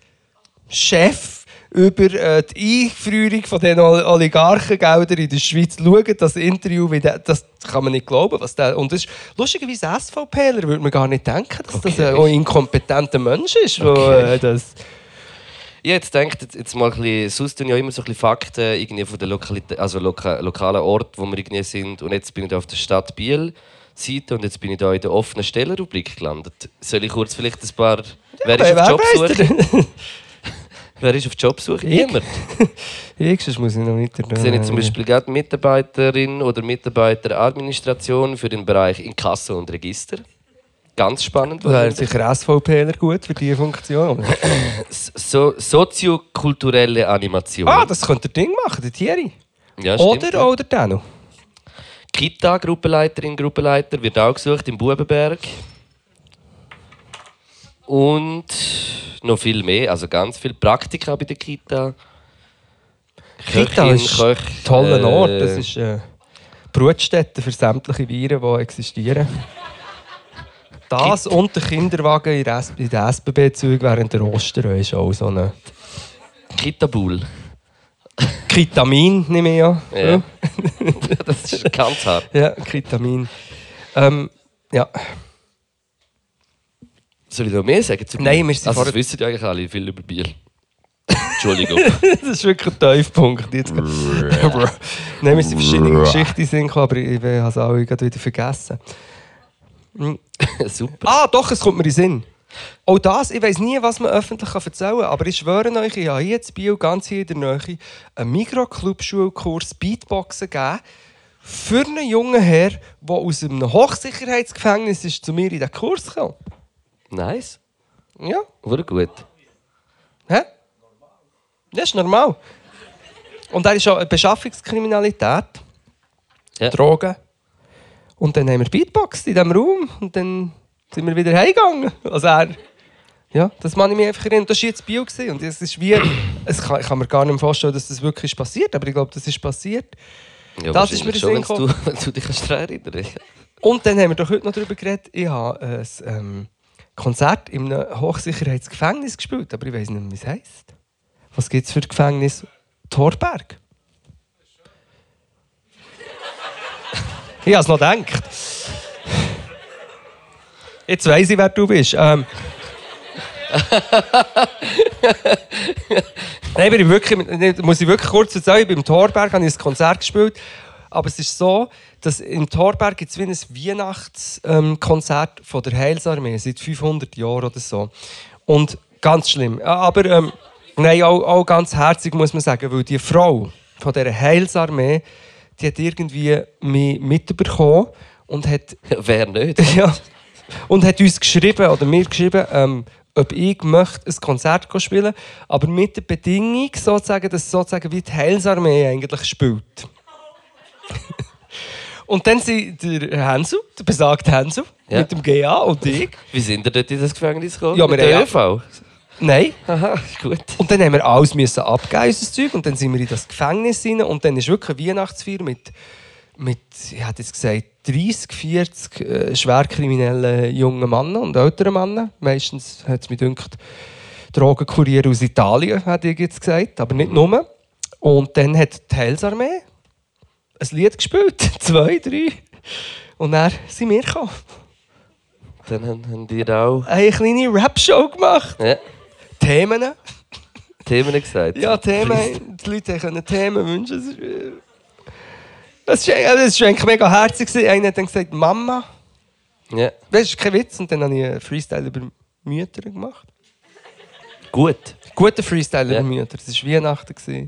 über die Einführung von den Oligarchengeldern in der Schweiz. Schaut das Interview, das kann man nicht glauben. Was der, und das ist lustigerweise SVPler, würde man gar nicht denken, dass das ein inkompetenter Mensch ist. Okay. Das ich jetzt denkt jetzt mal ein bisschen, sonst tun ja immer so ein bisschen Fakten irgendwie von der lokalen Ort, wo wir irgendwie sind. Und jetzt bin ich da auf der Stadt Biel Seite und jetzt bin ich da in der offenen Stellenrubrik gelandet. Soll ich kurz vielleicht ein paar... Wer ist auf Jobsuche? Wer ist auf Jobsuche? Niemand. Sonst muss ich noch weiter. Ich sehe zum Beispiel gerade Mitarbeiterin oder Mitarbeiter Administration für den Bereich Inkasso und Register. Ganz spannend. Das wäre sicher SVPler gut für diese Funktion. Soziokulturelle Animation. Ah, das könnte der Ding machen, der Thierry. Ja, stimmt, oder Dano. Kita-Gruppenleiterin, Gruppenleiter wird auch gesucht im Bubenberg. Und noch viel mehr, also ganz viel Praktika bei der Kita. Kita ist ein toller Ort. Das ist Brutstätte für sämtliche Viren, die existieren. Das und der Kinderwagen in den SBB-Zügen während der Ostern ist auch so eine... Kita-Bull. Kitamin, nehme ich an. Ja. Das ist ganz hart. Ja, Kitamin. Ja. Soll ich noch mehr sagen? Nein, wir sind das wissen ja eigentlich alle viel über Bier. Entschuldigung. Das ist wirklich ein Tiefpunkt. Nein, wir sind verschiedene Geschichten, aber ich habe es auch wieder vergessen. Super. Ah, doch, es kommt mir in den Sinn. Auch das, ich weiss nie, was man öffentlich erzählen kann, aber ich schwöre euch, ich habe hier in Biel, ganz hier in der Nähe, einen Mikroclub-Schulkurs Beatboxen gegeben für einen jungen Herr, der aus einem Hochsicherheitsgefängnis ist, zu mir in diesen Kurs gekommen. Nice. Ja. Wurde gut. Hä? Das ist normal. Und er ist auch Beschaffungskriminalität, ja. Drogen. Und dann haben wir Beatbox in diesem Raum und dann sind wir wieder heimgegangen. Also Ja, das kann ich mir einfach erinnern. Das war jetzt Bio und es ist wie... ich kann mir gar nicht vorstellen, dass das wirklich ist passiert, aber ich glaube, das ist passiert. Ja, das ist mir das schon, wenn du dich daran erinnern. Und dann haben wir doch heute noch darüber geredet, ich habe ein Konzert in einem Hochsicherheitsgefängnis gespielt, aber ich weiß nicht mehr, wie es heisst. Was gibt es für Gefängnis? Thorberg. Ich habe es noch gedacht. Jetzt weiss ich, wer du bist. Nein, muss ich wirklich kurz erzählen, beim Thorberg habe ich ein Konzert gespielt. Aber es ist so, dass im Thorberg gibt es wie ein Weihnachtskonzert von der Heilsarmee seit 500 Jahren oder so. Und ganz schlimm. Aber nein, auch ganz herzig muss man sagen, weil die Frau von dieser Heilsarmee, die hat irgendwie mich mitbekommen und hat... Wer nicht? Ja. Und hat uns geschrieben, oder mir geschrieben, ob ich möchte ein Konzert spielen, aber mit der Bedingung, sozusagen, dass sozusagen wie die Heilsarmee eigentlich spielt. Und dann sind der Hensel, der besagte Hensel, mit dem GA und ich. Wie sind ihr dort in das Gefängnis gekommen? Ja, mit der ÖV? Nein. Aha, gut. Und dann haben wir alles abgeben, unser Zeug, und dann sind wir in das Gefängnis rein und dann ist wirklich eine Weihnachtsfeier mit ich hätte jetzt gesagt, 30, 40 schwerkriminellen jungen Männern und älteren Männern. Meistens hat es mich gedacht, Drogenkurier aus Italien, hätte ich jetzt gesagt, aber nicht nur. Und dann hat die Heilsarmee ein Lied gespielt, 2, 3. Und dann sind wir gekommen. Dann haben die auch... Eine kleine Rap-Show gemacht. Ja. Themen. Themen gesagt? Ja, Themen. Die Leute können Themen wünschen. Das war eigentlich mega herzig. Einer hat dann gesagt, Mama. Ja. Das ist kein Witz. Und dann habe ich einen Freestyle über Mütter gemacht. Gut. Guter Freestyle über Mütter. Das war Weihnachten.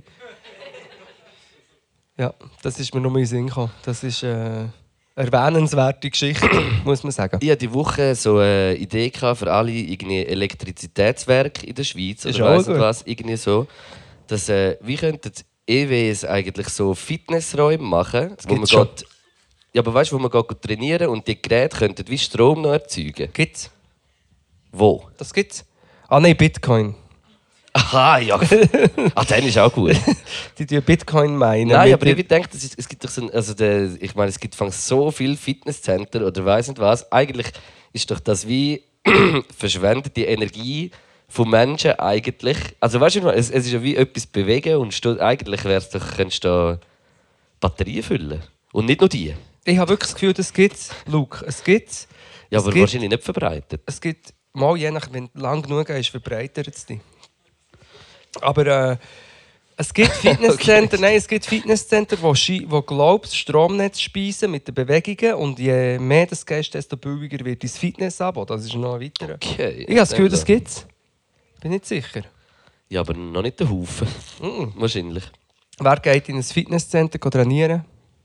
Ja, das ist mir noch mal in den Sinn gekommen. Das ist eine erwähnenswerte Geschichte, muss man sagen. Ich hatte diese Woche so eine Idee für alle Elektrizitätswerke in der Schweiz. Ist oder weiss gut. nicht was, irgendwie so. Dass wir könnten EWs eigentlich so Fitnessräume machen, wo man geht, ja, aber weißt, wo man geht trainieren und die Geräte könnten wie Strom noch erzeugen. Gibt's? Wo? Das gibt's. Ah nein, Bitcoin. Aha, ja. Dann ist auch gut. Die Bitcoin meinen. Nein, aber ich denke, es gibt doch so ich meine, es gibt so viele Fitnesscenter oder weiss nicht was. Eigentlich ist doch das wie verschwendete Energie von Menschen eigentlich. Also weißt du, es ist ja wie etwas bewegen und eigentlich wär's doch, könntest du da Batterien füllen. Und nicht nur die. Ich habe wirklich das Gefühl, das gibt's, Luke. Es gibt's. Ja, aber wahrscheinlich nicht verbreitet. Es gibt mal, je nach, wenn du lang genug ist, verbreitert es dich. Aber es gibt Fitnesscenter, Okay. Nein, es gibt Fitnesscenter, wo glaubst, Stromnetz speisen mit den Bewegungen und je mehr das gehst, desto billiger wird dein Fitness-Abo. Das ist noch ein weiterer. Okay. Ich habe das Gefühl, das gibt's. Bin nicht sicher. Ja, aber noch nicht der Haufen. Wahrscheinlich. Wer geht in ein Fitnesscenter trainieren?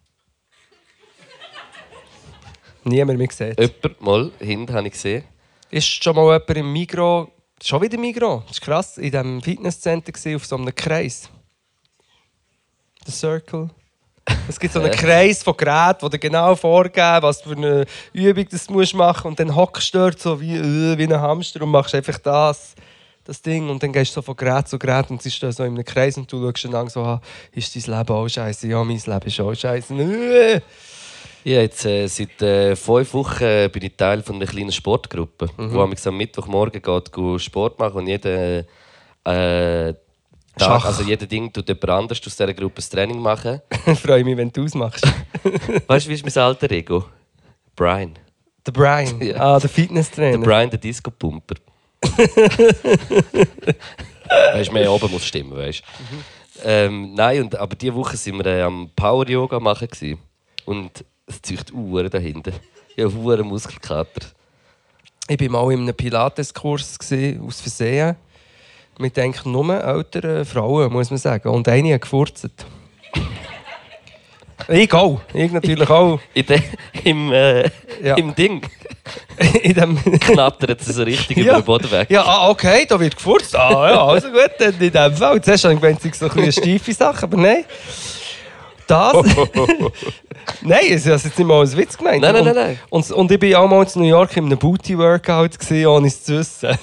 Niemand mehr gesehen. Jemand, mal, hinten habe ich gesehen. Ist schon mal jemand im Migros, schon wieder Migros, das ist krass, in diesem Fitnesscenter gesehen, auf so einem Kreis. Der Circle. Es gibt so einen Kreis von Geräten, die dir genau vorgeben, was für eine Übung du machen musst. Und dann hockst du dort so wie ein Hamster und machst einfach das Ding. Und dann gehst du so von Gerät zu Gerät und siehst da so in einem Kreis und du schaust dann so an, ist dein Leben auch scheiße? Ja, mein Leben ist auch scheiße. Ja, jetzt seit 5 Wochen bin ich Teil von einer kleinen Sportgruppe, wo am Mittwochmorgen geht Sport machen und jeden Tag, also jeden Ding tut jemand anders aus dieser Gruppe das Training machen. Ich freue mich, wenn du es machst. Weißt du, wie ist mein alter Ego? Brian. Der Brian, Ja. der Fitnesstrainer. Der Brian, der Disco-Pumper. Weißt du, mehr oben muss stimmen, weißt du. Nein, aber diese Woche waren wir am Power-Yoga machen gewesen. Und es zieht Uhren dahinter. Ja, Uhren Muskelkater. Ich war mal in einem Pilates-Kurs aus Versehen. Mit eigentlich nur älteren Frauen, muss man sagen. Und eine hat gefurzt. Ich auch. Ich natürlich auch. Im Ding In dem knattert es so richtig über den Boden weg. Ja, okay, da wird gefurzt. Ja, also gut, dann in dem Fall. Zuerst habe ich gemeint, es sei so eine steife Sache, aber nein. das... Nein, ich habe es jetzt nicht mal als Witz gemeint. Nein. Und ich war auch mal in New York in einem Booty-Workout, ohne es zu wissen.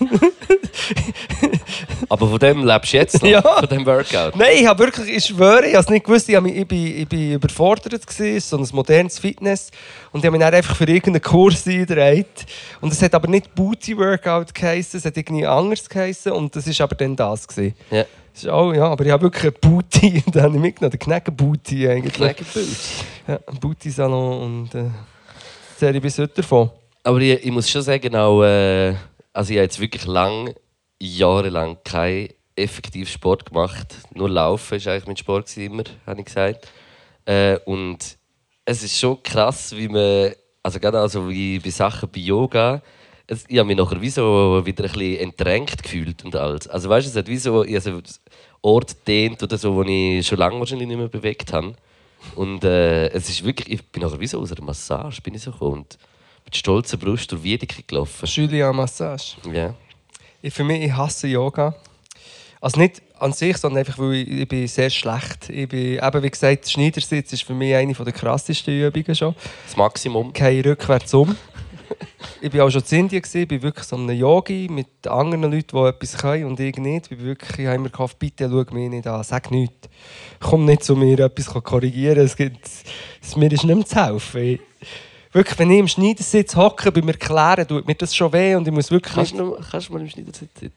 Aber von dem lebst du jetzt noch? Ja. Von dem Workout? Nein, ich schwöre, ich habe es nicht gewusst. Ich bin überfordert gewesen, so ein modernes Fitness. Und ich habe mich dann einfach für irgendeinen Kurs eingedreht. Und es hat aber nicht Booty-Workout geheissen, es hat irgendwie anders geheissen. Und das war aber dann das gewesen. Ja. Das ist auch, ja, aber ich habe wirklich einen Booty, den habe ich mitgenommen, den Knäcke-Booty eigentlich. Knäcke-Booty. Ja, ein Booty-Salon und das zähle ich bis heute davon. Aber ich muss schon sagen, auch, also ich habe jetzt wirklich jahrelang keinen effektiven Sport gemacht. Nur Laufen war eigentlich mein Sport immer, habe ich gesagt. Und es ist schon krass, wie man, also gerade also wie bei Sachen bei Yoga, ich habe mich nachher wie so wieder ein bisschen entränkt gefühlt und alles. Also weißt du, es hat wie so, ich habe so Ort dehnt oder so, wo ich schon lange wahrscheinlich nicht mehr bewegt habe. Und es ist wirklich, ich bin nachher wie so aus einer Massage bin ich so gekommen und mit stolzer Brust durch Wiedeke gelaufen. Julia Massage. Ja. Für mich, ich hasse Yoga. Also nicht an sich, sondern einfach, weil ich bin sehr schlecht. Ich bin, eben wie gesagt, der Schneidersitz ist für mich eine der krassesten Übungen schon. Das Maximum. Ich gehe rückwärts um. Ich war auch schon in Indien, ich bin wirklich so ein Yogi mit anderen Leuten, die etwas können und ich nicht. Ich habe immer gehofft, bitte schau mich nicht an, sag nichts. Komm nicht zu mir, etwas korrigieren, mir ist nicht mehr zu helfen. Wirklich, wenn ich im Schneidersitz hocke, bei mir erklären, tut mir das schon weh und ich muss wirklich... Kannst du mal im Schneidersitz sitzen?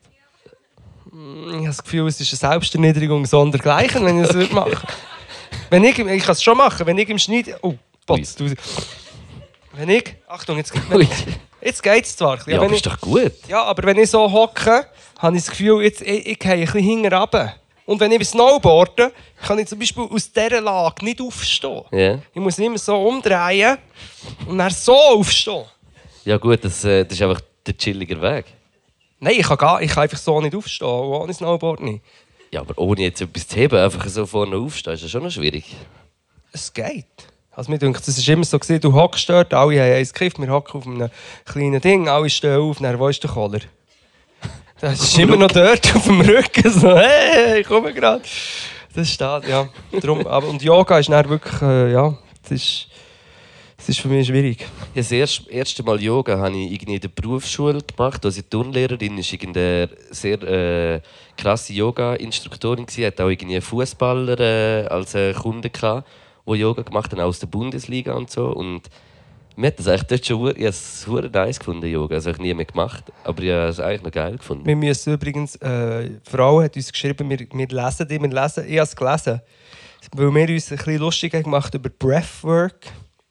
Ich habe das Gefühl, es ist eine Selbsterniedrigung sondergleichen, wenn ich das machen würde. Ich kann es schon machen, wenn ich im Schneider... Oh, Potz, du... Wenn ich... Achtung, jetzt geht es zwar. Ja, aber ist doch gut. Ja, aber wenn ich so hocke, habe ich das Gefühl, ich gehe ein bisschen hinten runter. Und wenn ich snowboarde, kann ich zum Beispiel aus dieser Lage nicht aufstehen. Yeah. Ich muss immer so umdrehen und dann so aufstehen. Ja gut, das ist einfach der chillige Weg. Nein, ich kann einfach so nicht aufstehen, ohne Snowboard nicht. Ja, aber ohne jetzt etwas zu heben, einfach so vorne aufstehen, ist ja schon noch schwierig. Es geht. Also mir denkt, es war immer so, du hockst dort, alle haben eins gekifft, wir hocken auf einem kleinen Ding, alle stehen auf, dann wo ist der Koller? Das ist immer noch dort auf dem Rücken, so, hey, ich komme gerade. Das steht, ja. Darum, und Yoga ist dann wirklich, ja, das ist für mich schwierig. Ja, das erste Mal Yoga habe ich irgendwie in der Berufsschule gemacht. Also die Turnlehrerin war irgendeine sehr krasse Yoga-Instruktorin. Sie hatte auch irgendwie einen Fußballer als Kunde gehabt, der Yoga gemacht hat, aus der Bundesliga und so. Und mir hat das eigentlich dort schon sehr nice gefunden, Yoga. Das habe ich nie mehr gemacht, aber ich habe es eigentlich noch geil gefunden. Wir müssen übrigens, die Frau hat uns geschrieben, wir lesen die, ich habe es gelesen, weil wir uns ein bisschen lustig haben gemacht über Breathwork.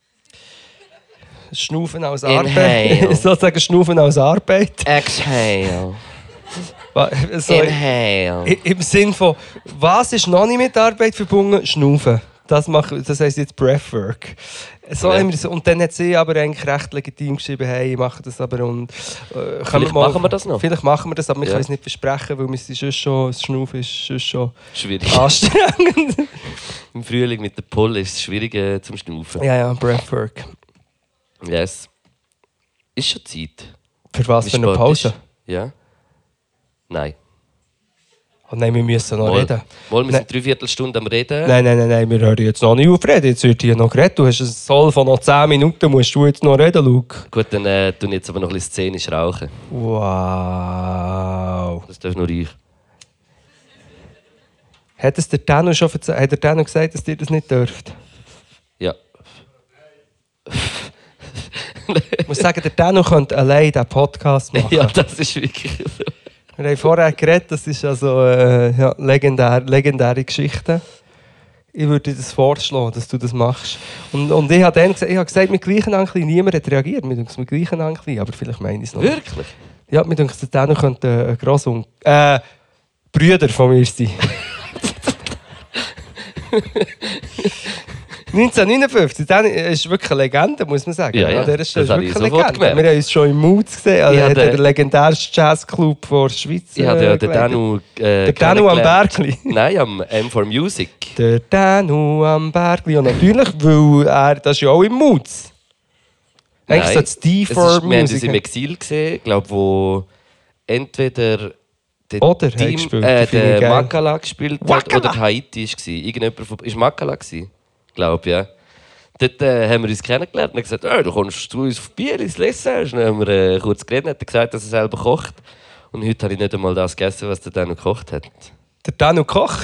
Schnaufen als Arbeit. Sozusagen Schnaufen als Arbeit. Exhale. So, Inhale. Im Sinn von, was ist noch nicht mit Arbeit verbunden? Schnaufen. Das heisst jetzt Breathwork. So ja. Und dann hat sie aber eigentlich recht legitim geschrieben, hey, ich mache das aber und... Vielleicht machen wir das noch. Vielleicht machen wir das, aber wir können es nicht versprechen, weil das Schnaufen ist sonst schon schwierig. Anstrengend. Im Frühling mit der Pulle ist es schwierig zum Schnaufen. Ja, Breathwork. Yes. Ist schon Zeit. Für was? Für eine Pause? Ist? Ja. Nein. Oh nein, wir müssen noch reden. Wir sind 3/4 Stunde am Reden. Nein, wir hören jetzt noch nicht auf reden. Jetzt wird hier noch geredet. Du hast einen Soll von noch 10 Minuten, musst du jetzt noch reden, Luke. Gut, dann tun ich jetzt aber noch ein bisschen szenisch rauchen. Wow. Das darf nur ich. Hat es der Tano schon gesagt, dass ihr das nicht dürft? Ja. Ich muss sagen, der Tano könnte allein diesen Podcast machen. Ja, das ist wirklich so. Wir haben vorher geredet, das ist also legendäre Geschichte. Ich würde dir das vorschlagen, dass du das machst. Und ich habe dann gesagt, mit gleichen Anklein, niemand hat reagiert. Mit gleichen Anklein, aber vielleicht meine ich es noch. Wirklich? Ja, mit uns der Tano könnte ein Grossonkel, Brüder von mir sein. 1959, das ist wirklich eine Legende, muss man sagen. Ja. Das ist wirklich eine Legende. Gemerkt. Wir haben uns schon im Moods gesehen. Also hat der legendärste Jazzclub der Schweiz. Ich habe den Danu der Danu am Bergli. Nein, am M4 Music. Der Danu am Bergli. Und natürlich, weil das ist ja auch im Moods. Eigentlich so das D4 Music. Wir haben uns im Exil gesehen, glaube wo entweder der Makala gespielt hat oder Haiti war. Irgendjemand von... Ist Makala gewesen? glaube ich. Ja. Dort haben wir uns kennengelernt und haben gesagt, du kommst zu uns auf Bier ins Lessage. Dann haben wir kurz geredet und hat gesagt, dass er selber kocht. Und heute habe ich nicht einmal das gegessen, was der Danu gekocht hat. Der Danu Koch?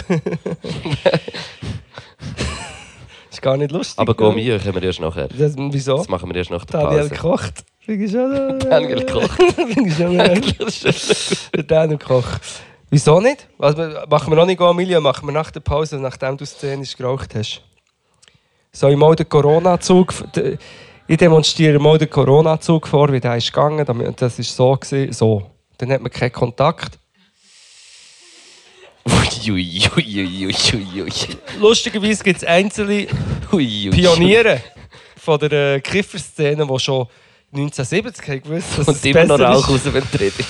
Ist gar nicht lustig. Aber Gourmet können wir erst nachher. Wieso? Das machen wir erst nach der Pause. Daniel kocht. Daniel kocht. Der Daniel Koch. Wieso nicht? Also, machen wir noch nicht Gourmet, machen wir nach der Pause, nachdem du szenisch geraucht hast. Soll ich mal den Corona-Zug... Ich demonstriere mal den Corona-Zug vor, wie der ist gegangen. Das war so. Dann hat man keinen Kontakt. Lustigerweise gibt es einzelne Pioniere von der Kifferszene, die schon 1970 haben gewusst, dass und es immer noch besser Rauch ist. raus, wenn du redest.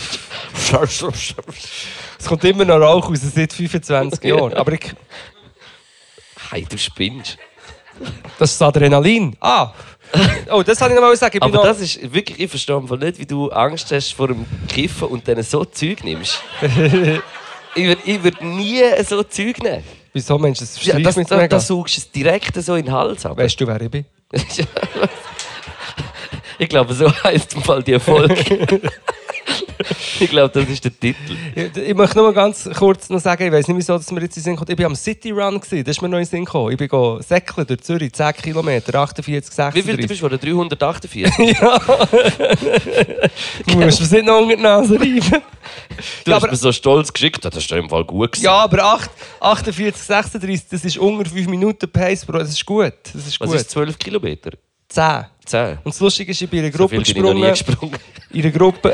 Es kommt immer noch Rauch raus, seit 25 Jahren. Aber Hey, du spinnst. das ist das Adrenalin. Oh, das wollte ich noch mal sagen. Aber das ist wirklich, ich verstehe nicht, wie du Angst hast vor dem Kiffen und dann so Zeug nimmst. Ich würd nie so Zeug nehmen. Wieso, Mensch? Das verstehst mich mega. Da saugst du es direkt so in den Hals ab. Weißt du, wer ich bin? Ich glaube, so heisst im Fall die Erfolg. Ich glaube, das ist der Titel. Ich möchte nur ganz kurz noch sagen, ich weiß nicht, wieso dass wir jetzt in den Sinn kommen. Ich war am City Run, das ist mir noch in den Sinn gekommen. Ich bin säckeln durch Zürich, 10 Kilometer, 48, 36. Wie viel du bist du? 348? Ja. Du musst mir nicht noch unter die Nase reiben. Du hast mir so stolz geschickt, das ist im Fall gut gewesen. Ja, aber 48, 36, das ist unter 5 Minuten Pace, Bro. Das ist gut. Was ist 12 Kilometer? 10. 10. Und das Lustige ist, ich bin in einer Gruppe So viel bin ich noch nie gesprungen. In einer Gruppe,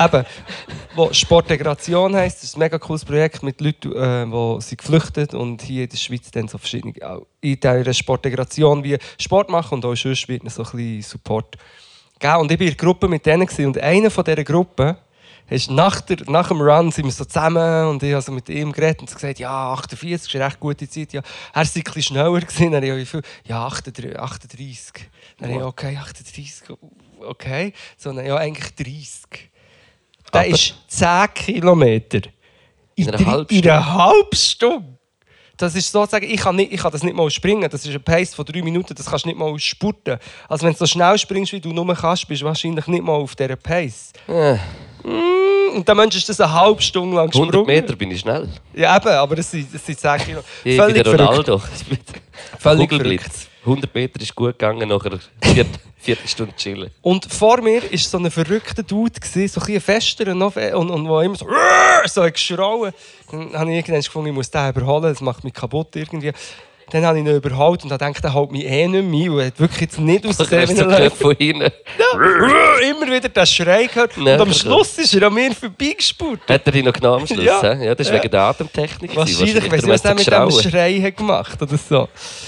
wo Sportegration heisst. Das ist ein mega cooles Projekt mit Leuten, die geflüchtet sind und hier in der Schweiz dann so verschiedene, auch in dieser Sportegration wie Sport machen und auch sonst wird so ein bisschen Support geben. Und ich war in einer Gruppe mit denen und einer von dieser Gruppe ist nach dem Run sind wir so zusammen und ich habe so mit ihm geredet und gesagt, ja, 48 ist eine recht gute Zeit. Ja, er war ein bisschen schneller gewesen. Dann habe ich viel, ja, 38. Dann habe ich, okay, 38, okay. So, dann, ja, eigentlich 30. Das ist 10 Kilometer. In einer halben Stunde. Das ist sozusagen, ich kann das nicht mal springen. Das ist ein Pace von 3 Minuten, das kannst du nicht mal spurten. Also wenn du so schnell springst, wie du nur kannst, bist du wahrscheinlich nicht mal auf dieser Pace. Und der Mensch ist das eine halbe Stunde lang gesprungen. 100 Meter bin ich schnell. Ja, eben, aber es sind 10 Kilo. Ich bin der Ronaldo. Völlig Kugelblitz. 100 Meter ist gut gegangen, nachher 4 Stunden chillen. Und vor mir war so ein verrückter Dude, so ein bisschen fester und wo immer so geschrauen. Dann habe ich irgendwann gefunden, ich muss den überholen, das macht mich kaputt irgendwie. Dann habe ich ihn überholt und dachte, der hält mich mich nicht ein. Er hat wirklich jetzt nicht ausgesehen, wie er von hinten. Ja, immer wieder den Schrei gehört. Und am Schluss ist er an mir vorbeigespurt. Hat er dich noch genommen am Schluss? Ja. Ja, das war wegen der Atemtechnik. Wahrscheinlich, weil er mit dem Schrei hat gemacht oder so.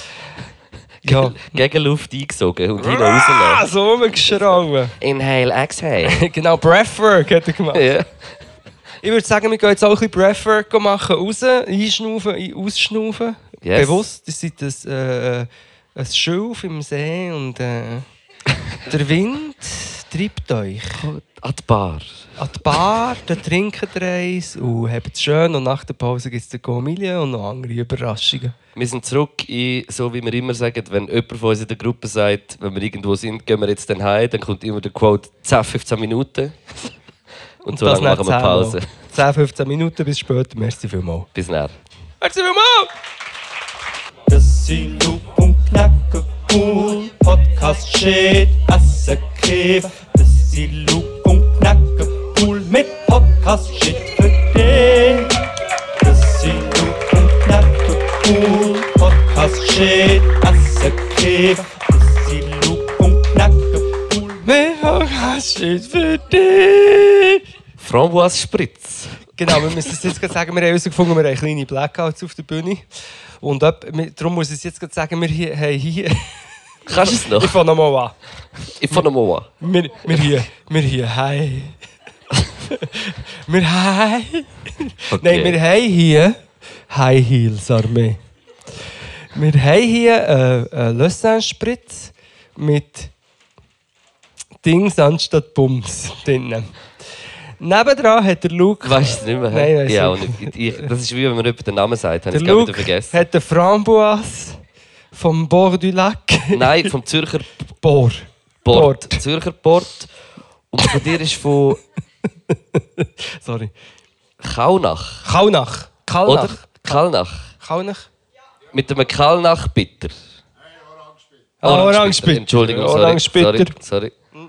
Ja. Gegen Luft eingesogen und hinten rausgelassen. So rumgeschrauen. Inhale, exhale. Genau, Breathwork hat er gemacht. Ja. Ich würde sagen, wir gehen jetzt auch ein bisschen Breathwork machen. Raus, einschnaufen, ausschnaufen. Yes. Bewusst, ihr seid ein Schilf im See und der Wind treibt euch. An die Bar. An die Bar, dann trinkt ihr eins und habt es schön. Und nach der Pause gibt es den Gourmet und noch andere Überraschungen. Wir sind zurück in, so wie wir immer sagen, wenn jemand von uns in der Gruppe sagt, wenn wir irgendwo sind, gehen wir jetzt dann heim, dann kommt immer der Quote 10-15 Minuten. Und so lange machen wir Pause. 10-15 Minuten, bis später. Merci vielmals. Bis näher. Merci vielmals! Das sind Loop und Knacke cool. Podcast shit, Asse Kiff. Das sind Loop und Knacke cool. Mit Podcast shit für dich. Das sind Loop und Knacke cool. Podcast shit, Asse Kiff. Das sind Loop und Knacke cool. Mit Podcast shit für dich. Framboise Spritz. Genau, wir müssen es jetzt gerade sagen, wir haben herausgefunden, wir haben kleine Blackouts auf der Bühne. Und darum muss ich es jetzt gerade sagen, wir haben hier... Kannst du es noch? Ich fange nochmal an. Ich fange nochmal an. Wir hier, hi. Wir hi. Okay. Nein, wir haben hier High Heels Armee. Wir haben hier einen Lausanne-Spritz mit Dings anstatt Bums drinnen. Nebendran hat der Luke... Weißt du es nicht mehr? Nein, weiss ich auch nicht. Das ist wie wenn man jemand den Namen sagt, habe ich es wieder vergessen. Hat eine Framboise vom Bord du Lac? Nein, vom Zürcher Bord. Zürcher Port. Und von dir ist von... Sorry. Kaunach. Kaunach. Oder? Kaulnach. Kaunach? Mit einem Kaulnach bitter. Orange-Bitter. Entschuldigung, sorry.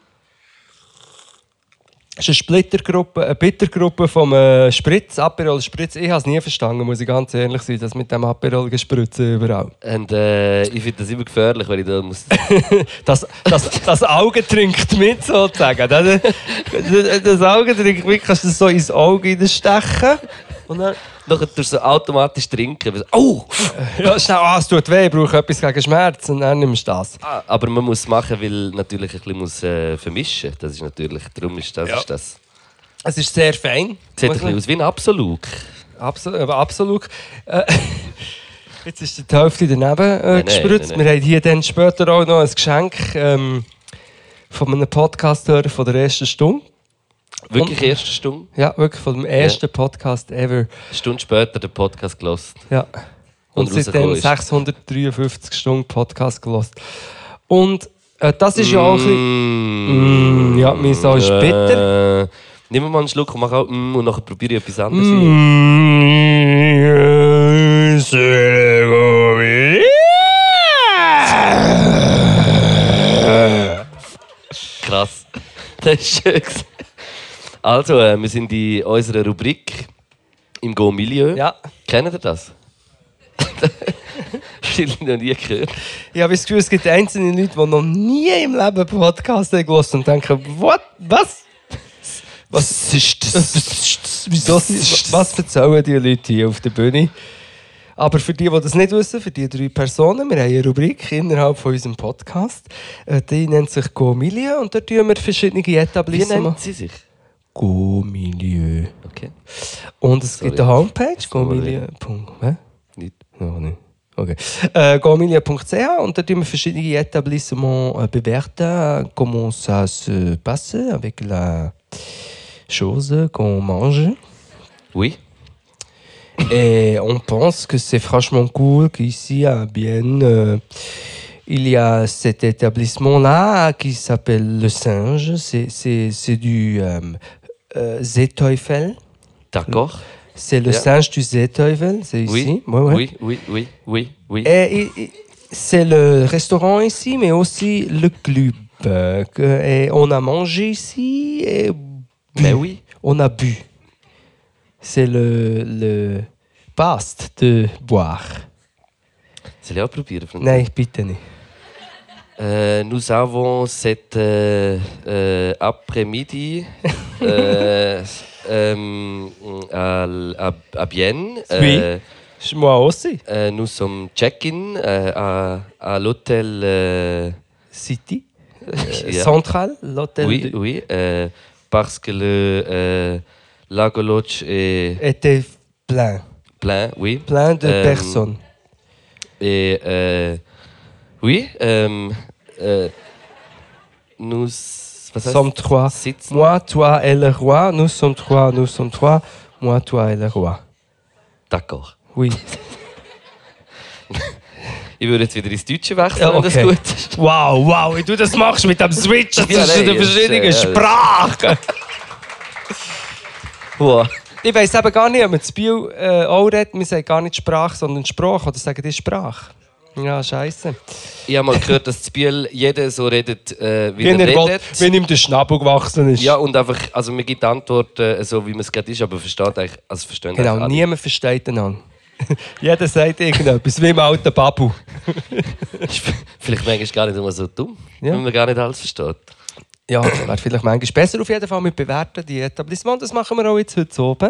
Das ist eine Splittergruppe, eine Bittergruppe vom Spritz, Aperol Spritz. Ich habe es nie verstanden, muss ich ganz ehrlich sein, dass mit dem Aperol gespritzen überall. Und ich finde das immer gefährlich, wenn ich da muss... das Auge trinkt mit, sozusagen. Das Auge trinkt mit, kannst du so ins Auge stechen. Und dann tust du so automatisch trinken. Oh! Ja, schnell, es tut weh, ich brauche etwas gegen Schmerz und dann nimmst du das. Aber man muss es machen, weil natürlich ein bisschen muss, vermischen. Das ist natürlich, darum ist das. Ja. Ist das. Es ist sehr fein. Sieht ein bisschen aus wie ein Absolut. Absolut. Jetzt ist die Hälfte daneben gespritzt. Nein. Wir haben hier dann später auch noch ein Geschenk von einem Podcast-Hörer von der ersten Stunde. Wirklich erste Stunde? Ja, wirklich von dem ersten Podcast ever. Eine Stunde später den Podcast gehört. Ja. Und seitdem 653 Stunden Podcast gehört. Und das ist ja auch ein bisschen... ja, mein Sohn ist bitter. Nehmen wir mal einen Schluck und mach auch und nachher probiere ich etwas anderes. Krass. Das ist schön. Also, wir sind in unserer Rubrik im Go-Milieu. Ja. Kennt ihr das? Wahrscheinlich noch nie gehört. Ich habe das Gefühl, es gibt einzelne Leute, die noch nie im Leben Podcast haben gehört und denken, was? Was ist das? Wieso? Was erzählen die Leute hier auf der Bühne? Aber für die das nicht wissen, für die 3 Personen, wir haben eine Rubrik innerhalb von unserem Podcast. Die nennt sich Go-Milieu und dort tun wir verschiedene Etablissements. Wie nennt sie sich? Go-Milieu. Okay. Und es gibt eine Homepage, go-milieu. Nicht. No, nicht. Okay. Go-milieu.ch und da tun wir verschiedene Etablissements bewerten, comment ça se passe avec la chose qu'on mange. Oui. Et on pense que c'est franchement cool qu'ici à Bienne, il y a cet établissement-là qui s'appelle Le Singe. C'est du Seeteufel. D'accord. C'est le singe du Seeteufel, c'est ici. Oui. Et c'est le restaurant ici, mais aussi le club. Et on a mangé ici et mais oui. On a bu. C'est le paste de boire. Soll ich auch probieren? Nein, bitte nicht. Nous avons cet après-midi à Bienne. Oui, moi aussi. Nous sommes check-in à l'hôtel City. Yeah. Central, l'hôtel. Oui. Parce que le Lago Lodge était plein. Oui. Plein de personnes. Et oui, nous sommes 3. Sitzen. Moi, toi et le roi. Nous sommes 3. Moi, toi et le roi. D'accord. Oui. Ich würde jetzt wieder ins Deutsche wechseln, ja, okay. wenn das gut ist. Wow, wie du das machst mit dem Switch zwischen den verschiedenen Sprachen. Wow. Ich weiss eben gar nicht, ob man das Bio auch redet. Wir sagen gar nicht Sprache, sondern Sprache. Oder sagen die Sprache? Ja, scheiße. Ich habe mal gehört, dass in Biel jeder so redet, wie er redet. Wenn ihm der Schnabel gewachsen ist. Ja, und einfach, also man gibt Antworten so, wie man es gerade ist, aber versteht eigentlich, also verstehen genau, alle. Niemand versteht einander. Jeder sagt irgendetwas, wie im alten Babu. Vielleicht manchmal gar nicht immer so dumm, ja. wenn man gar nicht alles versteht. Ja, das wäre vielleicht manchmal besser. Auf jeden Fall mit bewerten, die Etablissement. Das machen wir auch jetzt heute oben.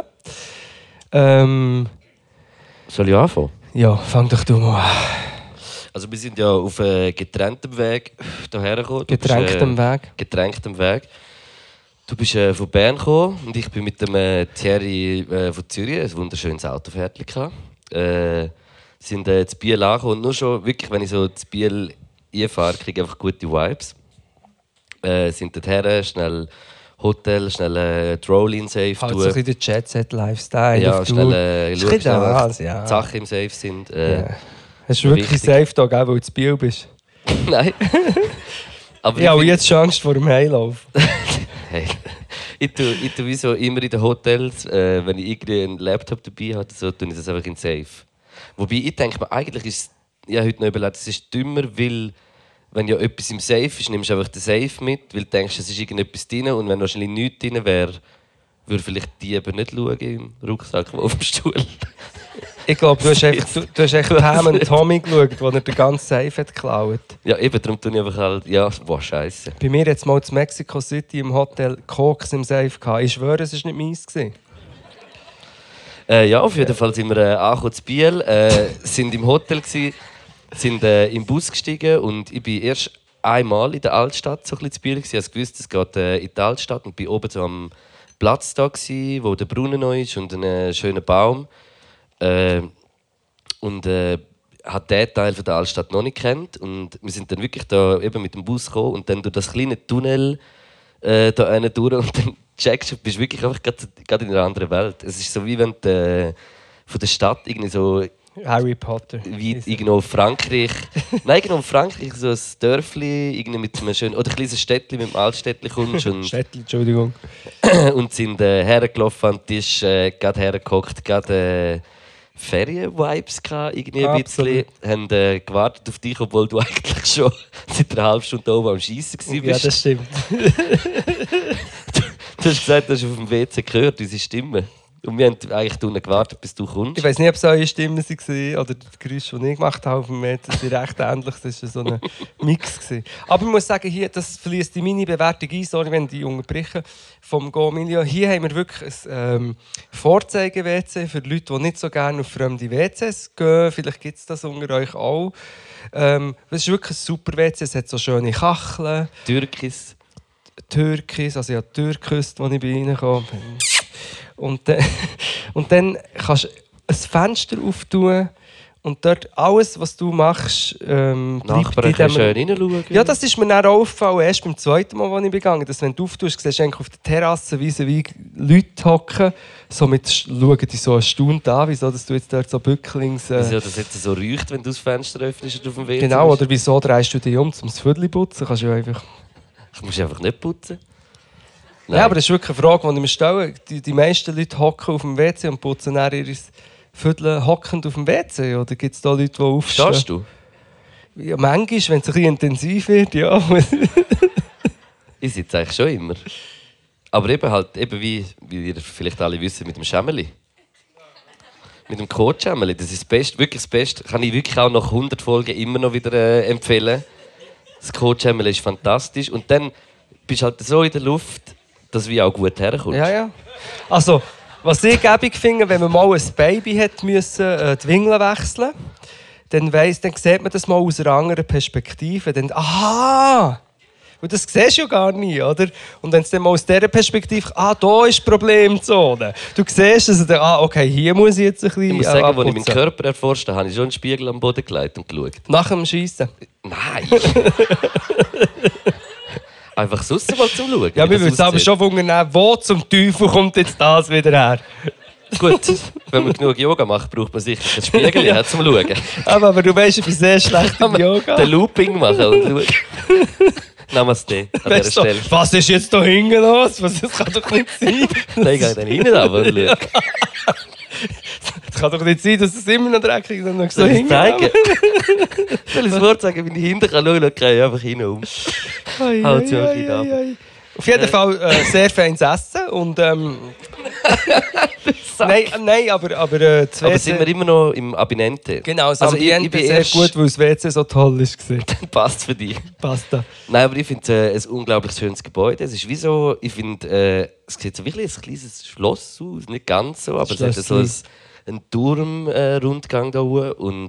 Soll ich anfangen? Ja, fang doch du mal an. Also wir sind ja auf getrenntem Weg hierher gekommen. Getränktem Weg. Du bist von Bern gekommen und ich bin mit dem Thierry von Zürich, ein wunderschönes Auto fertig gehabt. Sind in Biel angekommen und nur schon, wirklich, wenn ich so in Biel einfahre, kriege ich einfach gute Vibes. Sind dorthin, schnell Hotel, schnell Roll-in safe tun. Also ein bisschen der Jet-Set-Lifestyle. Ja, schnell schauen, dass die Sachen im Safe sind. Yeah. Hast du wirklich Safe da gegeben, weil du zu Biel bist? Nein. Aber ich habe jetzt schon Angst vor dem Heilauf. Hey. Ich tue wie so immer in den Hotels, wenn ich irgendwie einen Laptop dabei habe, so tue ich das einfach in Safe. Wobei ich denke mir, eigentlich ist ich habe heute noch überlegt, es ist dümmer, weil wenn ja etwas im Safe ist, nimmst du einfach den Safe mit, weil du denkst, es ist irgendetwas drin und wenn wahrscheinlich nichts drin wäre, würde vielleicht die eben nicht schauen im Rucksack, der auf dem Stuhl. Ich glaube, du hast echt Pam und Tommy geschaut, wo er den ganzen Safe hat geklaut. Ja, eben, darum tue ich einfach halt, ja, boah, scheisse. Bei mir jetzt mal in Mexico City im Hotel Koks im Safe gehabt. Ich schwöre, es war nicht meins. Ja, auf jeden Fall sind wir angekommen zu Biel, sind im Hotel gewesen, sind im Bus gestiegen und ich bin erst einmal in der Altstadt so ein bisschen zu Biel gewesen. Ich wusste, es geht in die Altstadt und bin oben so am Platz da gewesen, wo der Brunnen noch ist und ein schöner Baum. Und hat den Teil von der Altstadt noch nicht kennt und wir sind dann wirklich da eben mit dem Bus gekommen und dann durch das kleine Tunnel da durch und dann checkst du, bist wirklich einfach gerade in einer anderen Welt. Es ist so wie wenn du von der Stadt irgendwie so Harry Potter. Wie irgendwo Frankreich. Nein, genau Frankreich, so ein Dörfli irgendwie mit einem schönen oder ein kleines Städtli mit einem Altstädtli kommst und Städtli, Entschuldigung. und sind hergelaufen an den Tisch, gerade hergehockt, gerade Ferien-Vibes gehabt, irgendwie ein bisschen. Haben gewartet auf dich, obwohl du eigentlich schon seit einer halben Stunde oben am Schiessen warst. Ja, das stimmt. Du hast gesagt, du hast auf dem WC gehört, unsere Stimme. Und wir haben eigentlich unten gewartet, bis du kommst. Ich weiß nicht, ob es eure Stimmen waren oder die Geräusche, die ich gemacht habe auf dem WC. Das ist recht ähnlich. Das war so ein Mix. Aber ich muss sagen, hier, das fließt in meine Bewertung ein. Sorry, wenn ich unterbreche. Vom Go Milio. Hier haben wir wirklich ein Vorzeige-WC für Leute, die nicht so gerne auf fremde WCs gehen. Vielleicht gibt es das unter euch auch. Das ist wirklich ein super WC. Es hat so schöne Kacheln. Türkis, also ich habe die Tür geküsst, als ich bei ihnen kam. Und dann kannst du ein Fenster auftun und dort alles, was du machst, Nachbarn können schön reinschauen. Ja, das ist mir dann auch aufgefallen, erst beim zweiten Mal, als ich begangen, dass wenn du auftust, siehst du eigentlich auf der Terrasse wie Leute hocken, somit schauen die so erstaunt an, wieso dass du jetzt dort so bücklings... Wieso das jetzt so riecht, wenn du das Fenster öffnest und auf dem WC Genau, bist? oder wieso drehst du dich um, zum Viertel putzen? Kannst du einfach... Ich muss einfach nicht putzen. Nein. Ja, aber das ist wirklich eine Frage, die ich mir stelle. Die meisten Leute hocken auf dem WC und putzen dann ihr Viertel hockend auf dem WC. Oder gibt es da Leute, die aufstehen? Stehst du? Ja, manchmal, wenn es ein bisschen intensiv wird, ja. Ich sitze eigentlich schon immer. Aber eben wie ihr vielleicht alle wissen, mit dem Schemmeli. Mit dem Code-Schemmeli. Das ist das Beste, wirklich das Beste. Kann ich wirklich auch nach 100 Folgen immer noch wieder empfehlen. Das Code-Schemmeli ist fantastisch. Und dann bist du halt so in der Luft, dass du auch gut herkommst. Ja. Also, was ich gäbig finde, wenn man mal ein Baby hat müssen, die Windeln wechseln, dann sieht man das mal aus einer anderen Perspektive. Dann, aha! Und das siehst du ja gar nie, oder? Und wenn es dann mal aus dieser Perspektive, da ist die Problemzone. Du siehst, dass okay, hier muss ich jetzt ein bisschen Ich muss sagen, als ich meinen Körper erforscht habe, habe ich schon einen Spiegel am Boden gelegt und geschaut. Nach dem Schiessen? Nein! Einfach sonst mal zum Schauen. Ja, wir würden es aber schon wundern, wo zum Teufel kommt jetzt das wieder her? Gut, wenn man genug Yoga macht, braucht man sicher einen Spiegel ja. Zum Schauen. Aber du weißt, ich bin sehr schlecht im Yoga. Den Looping machen und schauen. Namaste an dieser Stelle. Was ist jetzt da hinten los? Das kann doch nicht sein. Nein, geh dann hinten runter und schau. Es kann doch nicht sein, dass es immer noch dreckig ist und noch so hinten. Soll ich das Wort sagen, wenn ich hinten schauen kann, gehe ich einfach hinten um. Halt so ein bisschen ab. Auf jeden Fall sehr feines Essen und nein, aber das WC... Aber sind wir immer noch im Abinente? Genau, das Ambiente ist sehr gut, weil das WC so toll ist. Dann passt für dich. Passt da. Nein, aber ich finde es ein unglaublich schönes Gebäude. Es ist wie so, ich finde, es sieht so wirklich ein kleines Schloss aus, nicht ganz so, aber es hat so einen Turmrundgang da oben und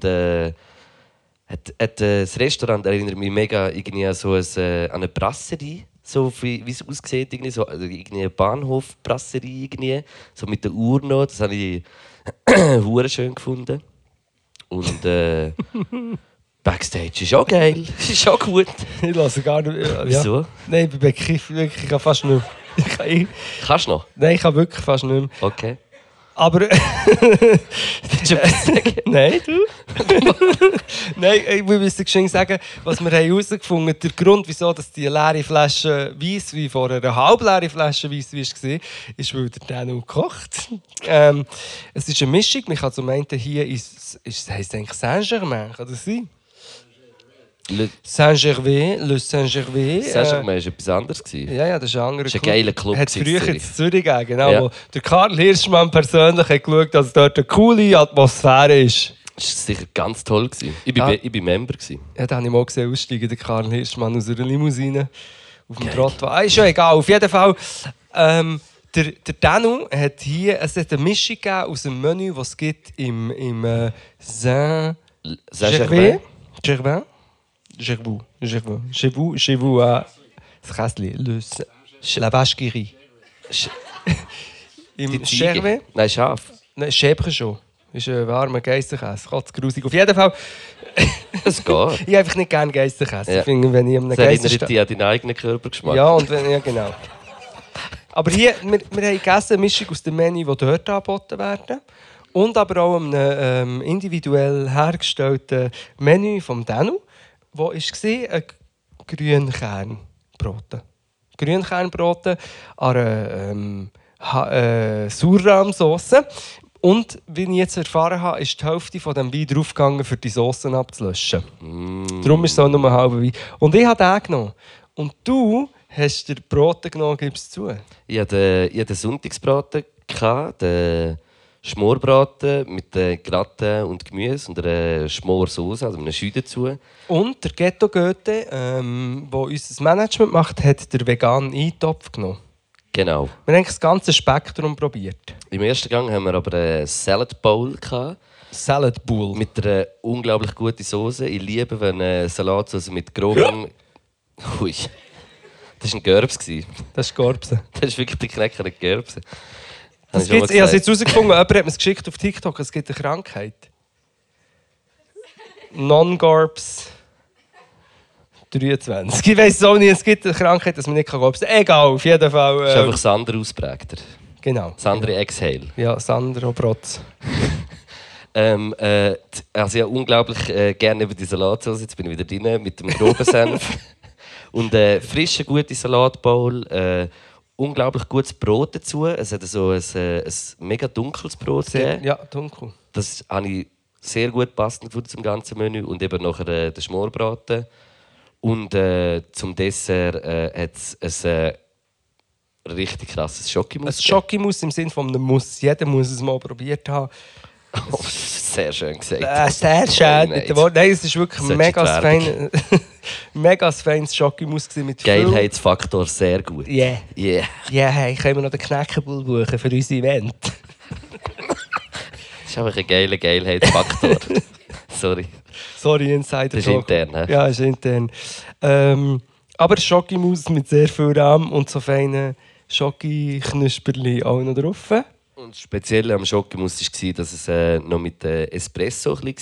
das Restaurant erinnert mich mega irgendwie an so an eine Brasserie. So wie es aussieht, irgendwie, so, irgendwie eine Bahnhofbrasserie, irgendwie, so mit der Uhr noch. Das habe ich hure schön gefunden. Und Backstage ist auch geil, ist auch gut. Ich lasse gar nicht. Ja. Wieso? Nein, ich bin wirklich, ich kann fast nicht mehr. Kannst du noch? Nein, ich kann wirklich fast nicht mehr. Okay. Aber... Nein, du? Nein, ich muss dir sagen, was wir herausgefunden haben, der Grund, wieso dass die leere Flasche Weisswein vor einer halbleeren Flasche Weisswein war, ist, weil der Danu kocht. Es ist eine Mischung. Man kann zum einen hier heisst eigentlich Saint-Germain, kann das sein? Saint-Gervais, Le Saint-Gervais. Saint-Germain war etwas anderes. Ja, das ist ein anderer Club. Das ist ein geiler Club. Hat früher in Zürich gegeben, genau. Ja. Wo der Karl Hirschmann persönlich hat geschaut, dass dort eine coole Atmosphäre ist. Das war sicher ganz toll. Ich war Member. Ja, da habe ich mal gesehen, aussteigen, der Karl Hirschmann aus einer Limousine auf dem Trottoir. Ist schon egal, auf jeden Fall. Der Danu hat hier eine Mischung gegeben aus dem Menü, das es gibt im Saint-Gervais. Chez vous, das Kästchen, la vache qui rit. Im Gervais? Nein, Schaf. Nein, Schäbchen schon. Das ist ein warmer Geisterkäse. Kotzgrusig. Auf jeden Fall. Das geht. Ich einfach nicht gerne Geisterkäse. Ja. Ich finde, wenn ich das erinnert dich an deinen eigenen Körpergeschmack. Ja, ja, genau. Aber hier, wir haben gegessen, eine Mischung aus dem Menü, das dort angeboten werden. Und aber auch einem individuell hergestellten Menü vom Danu. Wo war ein Grünkernbrote. Grünkernbrote an einer Surrahmsauce. Und wie ich jetzt erfahren habe, ist die Hälfte von dem Wein draufgegangen, für die Soßen abzulöschen. Darum ist es auch nur ein halber Wein. Und ich habe den genommen. Und du hast den Brote genommen, gibst zu? Ich hatte den Sonntagsbraten, den Schmorbraten mit Gratin und Gemüse und einer Schmorsauce, also einer Schü dazu. Und der Ghetto Goethe, der unser Management macht, hat den veganen Eintopf genommen. Genau. Wir haben das ganze Spektrum probiert. Im ersten Gang haben wir aber einen Salad Bowl gehabt. Salad Bowl. Mit einer unglaublich guten Soße. Ich liebe, wenn eine Salatsauce mit grobem... Hui. Das war ein Gerbs. Das ist Gerbse. Das ist wirklich der Knecker, ein Gerbse. Ich habe es jetzt herausgefunden, jemand hat mir es geschickt auf TikTok, es gibt eine Krankheit. Non-Gorbs 23. Ich weiss es auch nicht, es gibt eine Krankheit, dass man nicht Gorbs kann. Egal, auf jeden Fall. Das ist einfach Sandra ausprägter. Genau. Sandra Exhale. Ja, Sandra Brotz. Also ja, unglaublich gerne über die Salatsauce. Jetzt bin ich wieder drin mit dem groben Senf. Und frische, gute Salatbowl. Unglaublich gutes Brot dazu. Es hat so ein mega dunkles Brot gegeben. Ja, dunkel. Das habe ich sehr gut passend gefunden zum ganzen Menü. Und eben nachher den Schmorbraten. Und zum Dessert hat es ein richtig krasses Schokimus. Ein Schokimus im Sinne von einem Muss. Jeder muss es mal probiert haben. Oh, sehr schön gesagt. Sehr schön. Nein, es ist wirklich ein mega feines Schokimus mit Geilheitsfaktor sehr gut. Yeah. Yeah. Ja, hey, können wir noch den Knäckebull buchen für unser Event? Das ist einfach ein geiler Geilheitsfaktor. Sorry, Insider. Das ist intern. He? Ja, ist intern. Aber Schokimus mit sehr viel Rahm und so feinen Schoki-Knusperli auch noch drauf. Und speziell am Schokimus war, dass es noch mit Espresso war.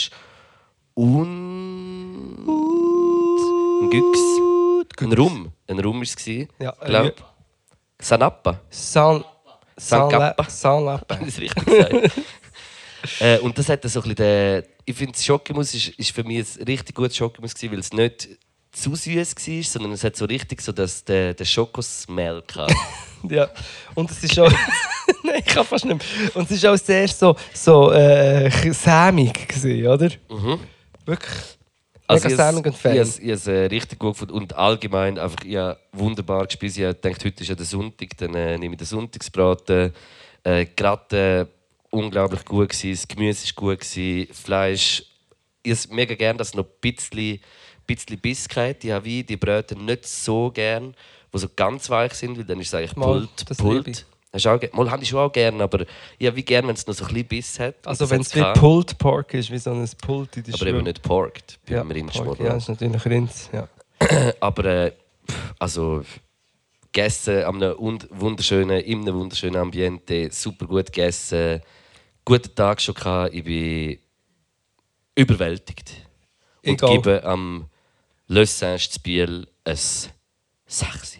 Und ein Güchs. Ein Rum war es. Ja, glaube Sanappa. Sanlappa. Das ist richtig gesagt. Und das hat so ein bisschen ich finde, das Schokimus ist für mich ein richtig gutes Schokimus, weil es nicht zu süß war, sondern es hat so richtig so den Schokosmell gehabt. Ja, und es ist auch... Nein, ich kann fast nicht mehr. Und es war auch sehr so sämig gewesen, oder? Mhm. Wirklich. Also mega sämig und fein. Ich habe es richtig gut gefunden und allgemein einfach wunderbar gespielt. Ich dachte, heute ist ja der Sonntag, dann nehme ich den Sonntagsbraten. Gerade unglaublich gut gewesen, das Gemüse war gut gewesen, Fleisch. Ich habe mega gerne, dass es noch ein bisschen Biss hat. Ich habe die Brötchen nicht so gern, die so ganz weich sind, weil dann ist es eigentlich Pult. Mal habe ich schon auch gerne, aber ich habe gerne, wenn es noch so ein bisschen Biss hat. Also wenn es wie Pulled Pork ist, wie so ein Pult in der Aber eben nicht Porked, beim Rindschmorbraten. Ja, das ist natürlich Rind, ja. Aber also gegessen in einem wunderschönen Ambiente, super gut gegessen, guten Tag schon gehabt, ich bin überwältigt. Und gebe am Le Singe zu Biel ein 6.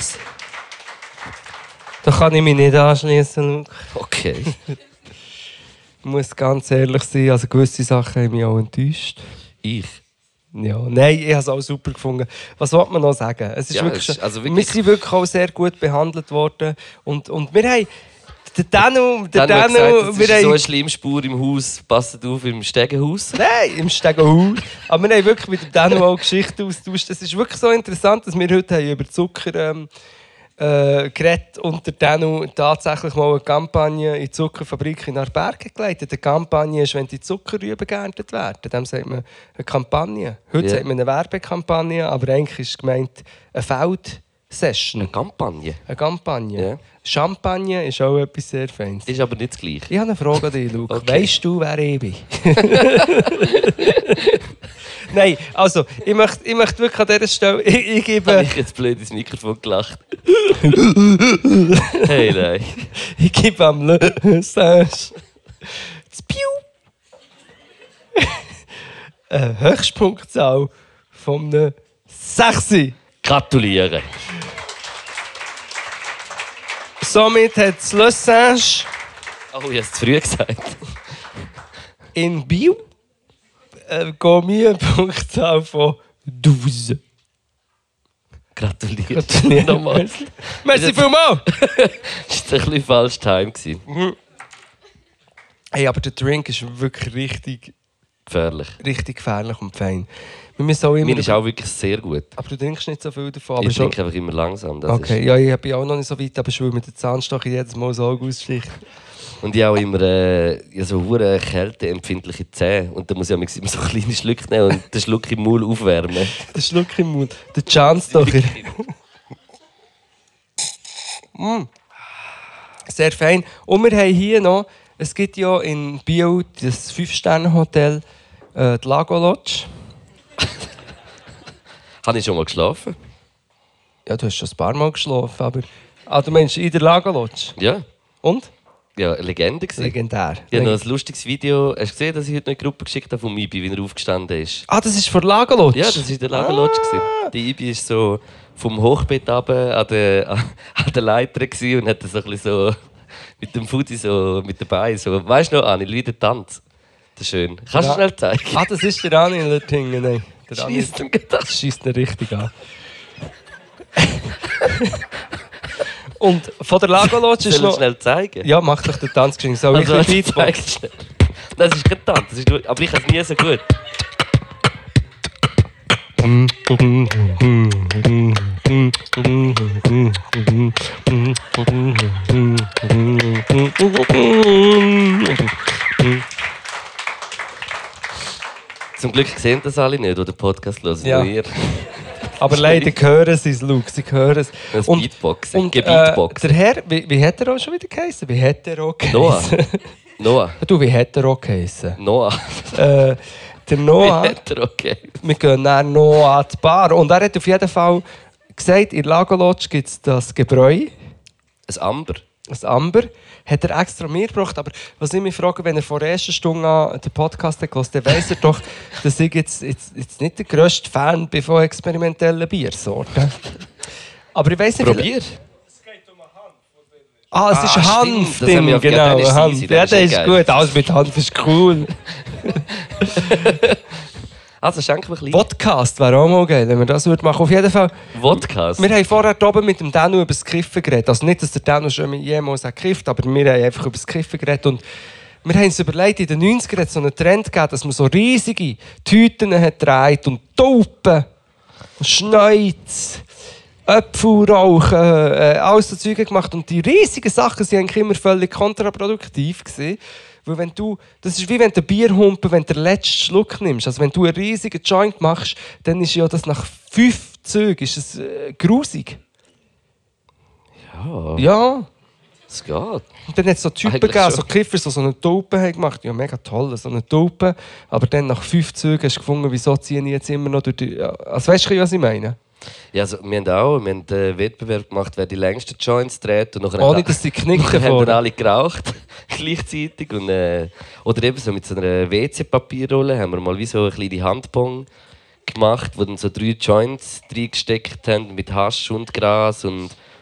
Was? Da kann ich mich nicht anschließen, Luke. Okay. Ich muss ganz ehrlich sein, also gewisse Sachen haben mich auch enttäuscht. Ich? Ja, nein, ich habe es auch super gefunden. Was wollte man noch sagen? Es ist Ja, wirklich, es ist also wir sind wirklich auch sehr gut behandelt worden. Und wir haben... Der Danu, es ist wir so haben... eine Schlimmspur im Haus. Passt auf, im Stegenhaus. Nein, im Stegenhaus. Aber wir haben wirklich mit dem Danu auch Geschichten austauscht. Es ist wirklich so interessant, dass wir heute haben über Zucker geredet und der Danu tatsächlich mal eine Kampagne in die Zuckerfabrik in Aarbergen geleitet. Eine Kampagne ist, wenn die Zuckerrüben geerntet werden. Dem sagt man eine Kampagne. Heute sagt man eine Werbekampagne, aber eigentlich ist gemeint eine Feldsession. Eine Kampagne? Eine Kampagne. Ja. Champagne ist auch etwas sehr Feines. Ist aber nicht das Gleiche. Ich habe eine Frage an dich, Luke. Okay. Weißt du, wer ich bin? Nein, also, ich möchte wirklich an dieser Stelle... Ich gebe... Habe ich jetzt blöd ins Mikrofon gelacht? Hey, nein. Ich gebe am Le Sage das Piu eine Höchstpunktzahl von einem 6. Gratuliere. Somit hat das Le Sage Oh, ich habe es zu früh gesagt. in Bio eine Gourmet-Punktzahl von 12. Gratuliere. Gratuliere. Nochmal. Merci vielmals! Das war ein bisschen falsch Time. Hey, aber der Drink ist wirklich richtig gefährlich und fein. Wir müssen auch immer... Mir ist auch wirklich sehr gut. Aber du trinkst nicht so viel davon. Aber Ich trinke einfach immer langsam. Das okay, ist... ja, ich bin auch noch nicht so weit, aber ich will mit der Zahnstocher jedes Mal so aussticht. Und ich habe auch immer so hure kälteempfindliche Zähne. Und da muss ich immer so kleine Schlücke nehmen und den Schluck im Maul aufwärmen. Der Schluck im Mund. Der Zahnstocher. Sehr fein. Und wir haben hier noch, es gibt ja in Bio das 5-Sterne-Hotel, die Lago Lodge. Habe ich schon mal geschlafen? Ja, du hast schon ein paar Mal geschlafen, aber... Ah, du meinst in der Lago Lodge? Ja. Und? Ja, eine Legende gewesen. Legendär. Ich habe noch ein lustiges Video. Hast du gesehen, dass ich heute noch eine Gruppe geschickt habe von Ibi, wie er aufgestanden ist? Ah, das ist von der Lago Lodge? Ja, das war der Lago Lodge. Der Ibi ist so vom Hochbett runter an der Leiter und hat so ein bisschen so mit dem Fudi so mit dabei. So, weißt du noch, Anil, wie der Tanz? Das ist schön. Kannst du schnell zeigen? Ah, das ist der Anil dort hinten. Nein. Der Schießt ihm gedacht. Schießt ihn richtig an. Und von der Lago Lodge ist Soll ich noch... schnell zeigen? Ja, mach doch den Tanz geschenkt. Soll ich ein Also, bisschen Beatbox? schnell. Das ist kein Tanz, das ist nur, aber ich kann es nie so gut. Zum Glück sehen das alle nicht, die den Podcast hören. Ja. Nur ihr. Aber leider hören sie es, Luke, sie hören es. Das Beatboxen. Und Gebeatboxen. der Herr, wie hat er auch schon wieder geheißen? Wie hat er auch Noah. geheißen? Noah. Du, wie hat er auch geheißen? Noah. Der Noah, Okay. wir gehen dann Noah an die Bar. Und er hat auf jeden Fall gesagt, in Lago Lodge gibt es das Gebräu, Ein Amber. das Amber. Hat er extra mir gebracht. Aber was ich mich frage, wenn er vor der ersten Stunde an den Podcast hat gehört, dann weiss er doch, dass ich jetzt nicht der grösste Fan bin von experimentellen Biersorten. Aber ich weiss nicht... Probier. Ah, es ist ein stimmt. Das Hanfding, haben wir genau. dann ist Hanf. easy, Ja, das der ist ist geil. gut. Alles mit Hanf ist cool. Also schenk mir ein bisschen. Podcast wäre auch mal geil, wenn wir das machen würden. Auf jeden Fall... Vodkas. Wir haben vorher oben mit dem Danu über das Kiffen geredet. Also nicht, dass der Danu schon jemals gekifft hat, aber wir haben einfach über das Kiffen geredet. Und wir haben uns überlegt, in den 90ern hat es so einen Trend gegeben, dass man so riesige Tüten hat gedreht und Taupen, Schneuz, Äpfel rauchen, alles so Zeug gemacht. Und die riesigen Sachen waren eigentlich immer völlig kontraproduktiv gewesen. Weil das ist wie wenn du Bierhumpen, wenn du den letzten Schluck nimmst. Also wenn du einen riesigen Joint machst, dann ist ja das nach 5 Zügen ist es, grusig. Ja, Ja. es geht. Und dann hat es so Typen Eigentlich gegeben, schon. so Kiffer, die so eine Taupe haben gemacht. Ja, mega toll, so eine Taupe. Aber dann nach 5 Zügen hast du gefunden, wieso ziehen die jetzt immer noch durch die... Ja, also weißt du, was ich meine? Ja, also, wir haben einen Wettbewerb gemacht, wer die längsten Joints dreht. Und nachher Ohne, dass sie knicken haben dann vorne. alle geraucht, gleichzeitig. Und, oder eben so mit so einer WC-Papierrolle haben wir mal wie so eine kleine Handbong gemacht, wo dann so 3 Joints reingesteckt haben mit Hasch und Gras und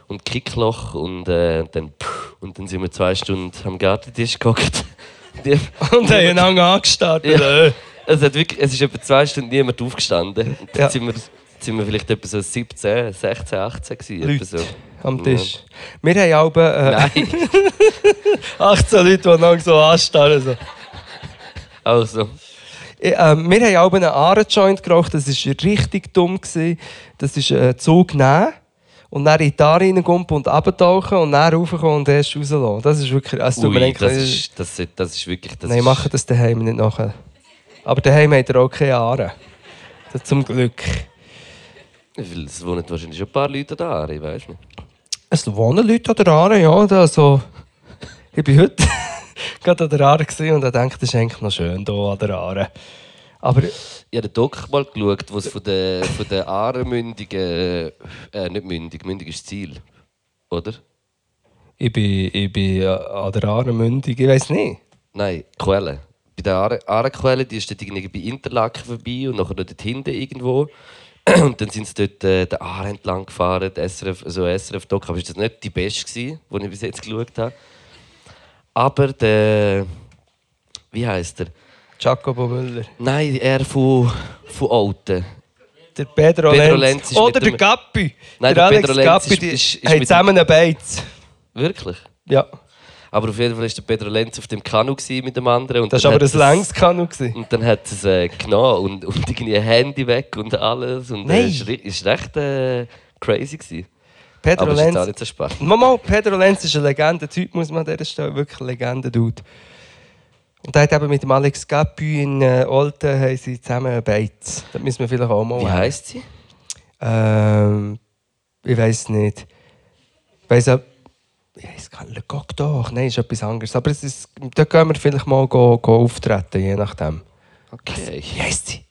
und Kickloch und dann sind wir 2 Stunden am Gartentisch gehockt. Und haben einander angestarrt. Ja. Es ist etwa 2 Stunden niemand aufgestanden. Und dann sind wir vielleicht etwa so 17, 16, 18 gewesen. Leute so. am Tisch. Ja. Wir haben Nein. 18 Leute, die einander so anstarren. So. Also. Wir haben auch einen Aare-Joint geraucht, das war richtig dumm. Das ist ein Zug nehmen und dann in die Aare reingehen und runtertauchen und dann raufkommen und erst rauslassen. Das ist wirklich... Also das ist wirklich... Nein, machen das daheim nicht nachher. Aber daheim hat er auch keine Aare. Das zum Glück. Es wohnen wahrscheinlich schon ein paar Leute da, ich weiß nicht. Es wohnen Leute an der Aare, ja. Also, ich war heute gerade an der Aare und dachte, das ist eigentlich noch schön hier an der Aare. Aber ich habe den Doc mal geschaut, wo es von den Aare-Mündungen... Mündung ist das Ziel, oder? Ich bin an der Aare-Mündung, ich weiß nicht. Nein, Quelle. Bei der Aare-Quelle, die ist dort irgendwie bei Interlaken vorbei und nachher dort hinten irgendwo. Und dann sind sie dort den Aare entlang gefahren, der SRF-Doc. Aber das war nicht die beste, die ich bis jetzt geschaut habe. Aber der... Wie heisst der? Jacobo Müller. Nein, er von Alten. Der Pedro Lenz. Oder der Gappi. Nein, der Alex Gappi haben zusammen einen Beiz. Wirklich? Ja. Aber auf jeden Fall war der Pedro Lenz auf dem Kanu mit dem anderen. Und das war aber ein längs Kanu. Und dann hat es genommen und irgendwie ein Handy weg und alles. Und es war recht crazy gewesen. Pedro aber Lenz. Ist auch nicht so spannend. Mama, Pedro Lenz ist ein Legende-Typ, muss man an dieser Stelle wirklich ein Legende-Dude. Und er hat eben mit dem Alex Gappi in Olten haben sie zusammen einen Beiz. Das müssen wir vielleicht auch mal. Wie heisst sie? Ich weiß nicht. Ich weiss gar nicht. Doch. Nein, ist etwas anderes. Aber da können wir vielleicht mal auftreten, je nachdem. Okay. Wie heisst sie?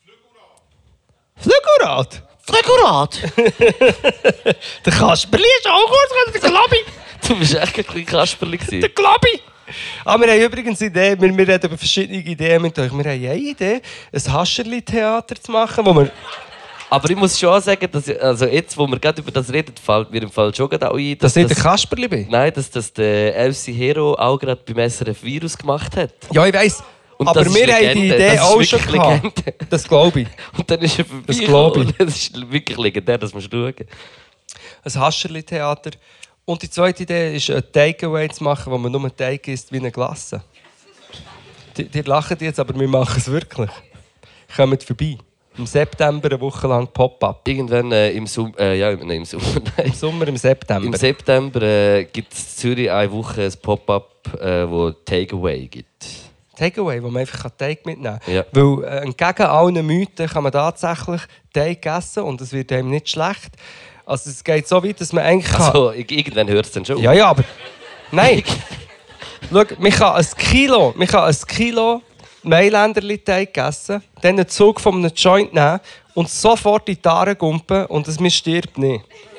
Flügelrad! Flügelrad! Der Kasperli ist auch kurz, der Glabi! Du bist echt ein bisschen Kasperli gewesen. Der Glabi! Aber wir haben übrigens eine Idee, wir reden über verschiedene Ideen mit euch. Wir haben eine Idee, ein Hascherli-Theater zu machen, wo wir... Aber ich muss schon sagen, dass jetzt, wo wir gerade über das reden, fällt mir im Fall schon auch ein, dass ich der Kasperli bin? Nein, dass der LC Hero auch gerade beim SRF Virus gemacht hat. Ja, ich weiss. Und aber wir haben die Idee auch schon gehabt. Das glaube ich. Und dann ist er vorbei. Das glaube ich. Das ist wirklich legendär, das musst du schauen. Ein Hascherli-Theater. Und die zweite Idee ist, ein Takeaway zu machen, wo man nur Teig isst wie eine Glasse. Die lachen jetzt, aber wir machen es wirklich. Kommt vorbei. Im September eine Woche lang Pop-up. Irgendwann im Sommer. Im Sommer. Im Sommer, im September. Im September gibt es in Zürich eine Woche ein Pop-up, wo Takeaway gibt. Takeaway, wo man einfach Teig mitnehmen kann. Ja. Weil entgegen allen Mythen kann man tatsächlich Teig essen und es wird einem nicht schlecht. Also es geht so weit, dass man eigentlich also, irgendwann hört es dann schon. Ja, aber... Nein! Schau, man kann ein Kilo Mailänderli-Teig essen, dann einen Zug von einem Joint nehmen und sofort in die Aare gumpen und man stirbt nicht.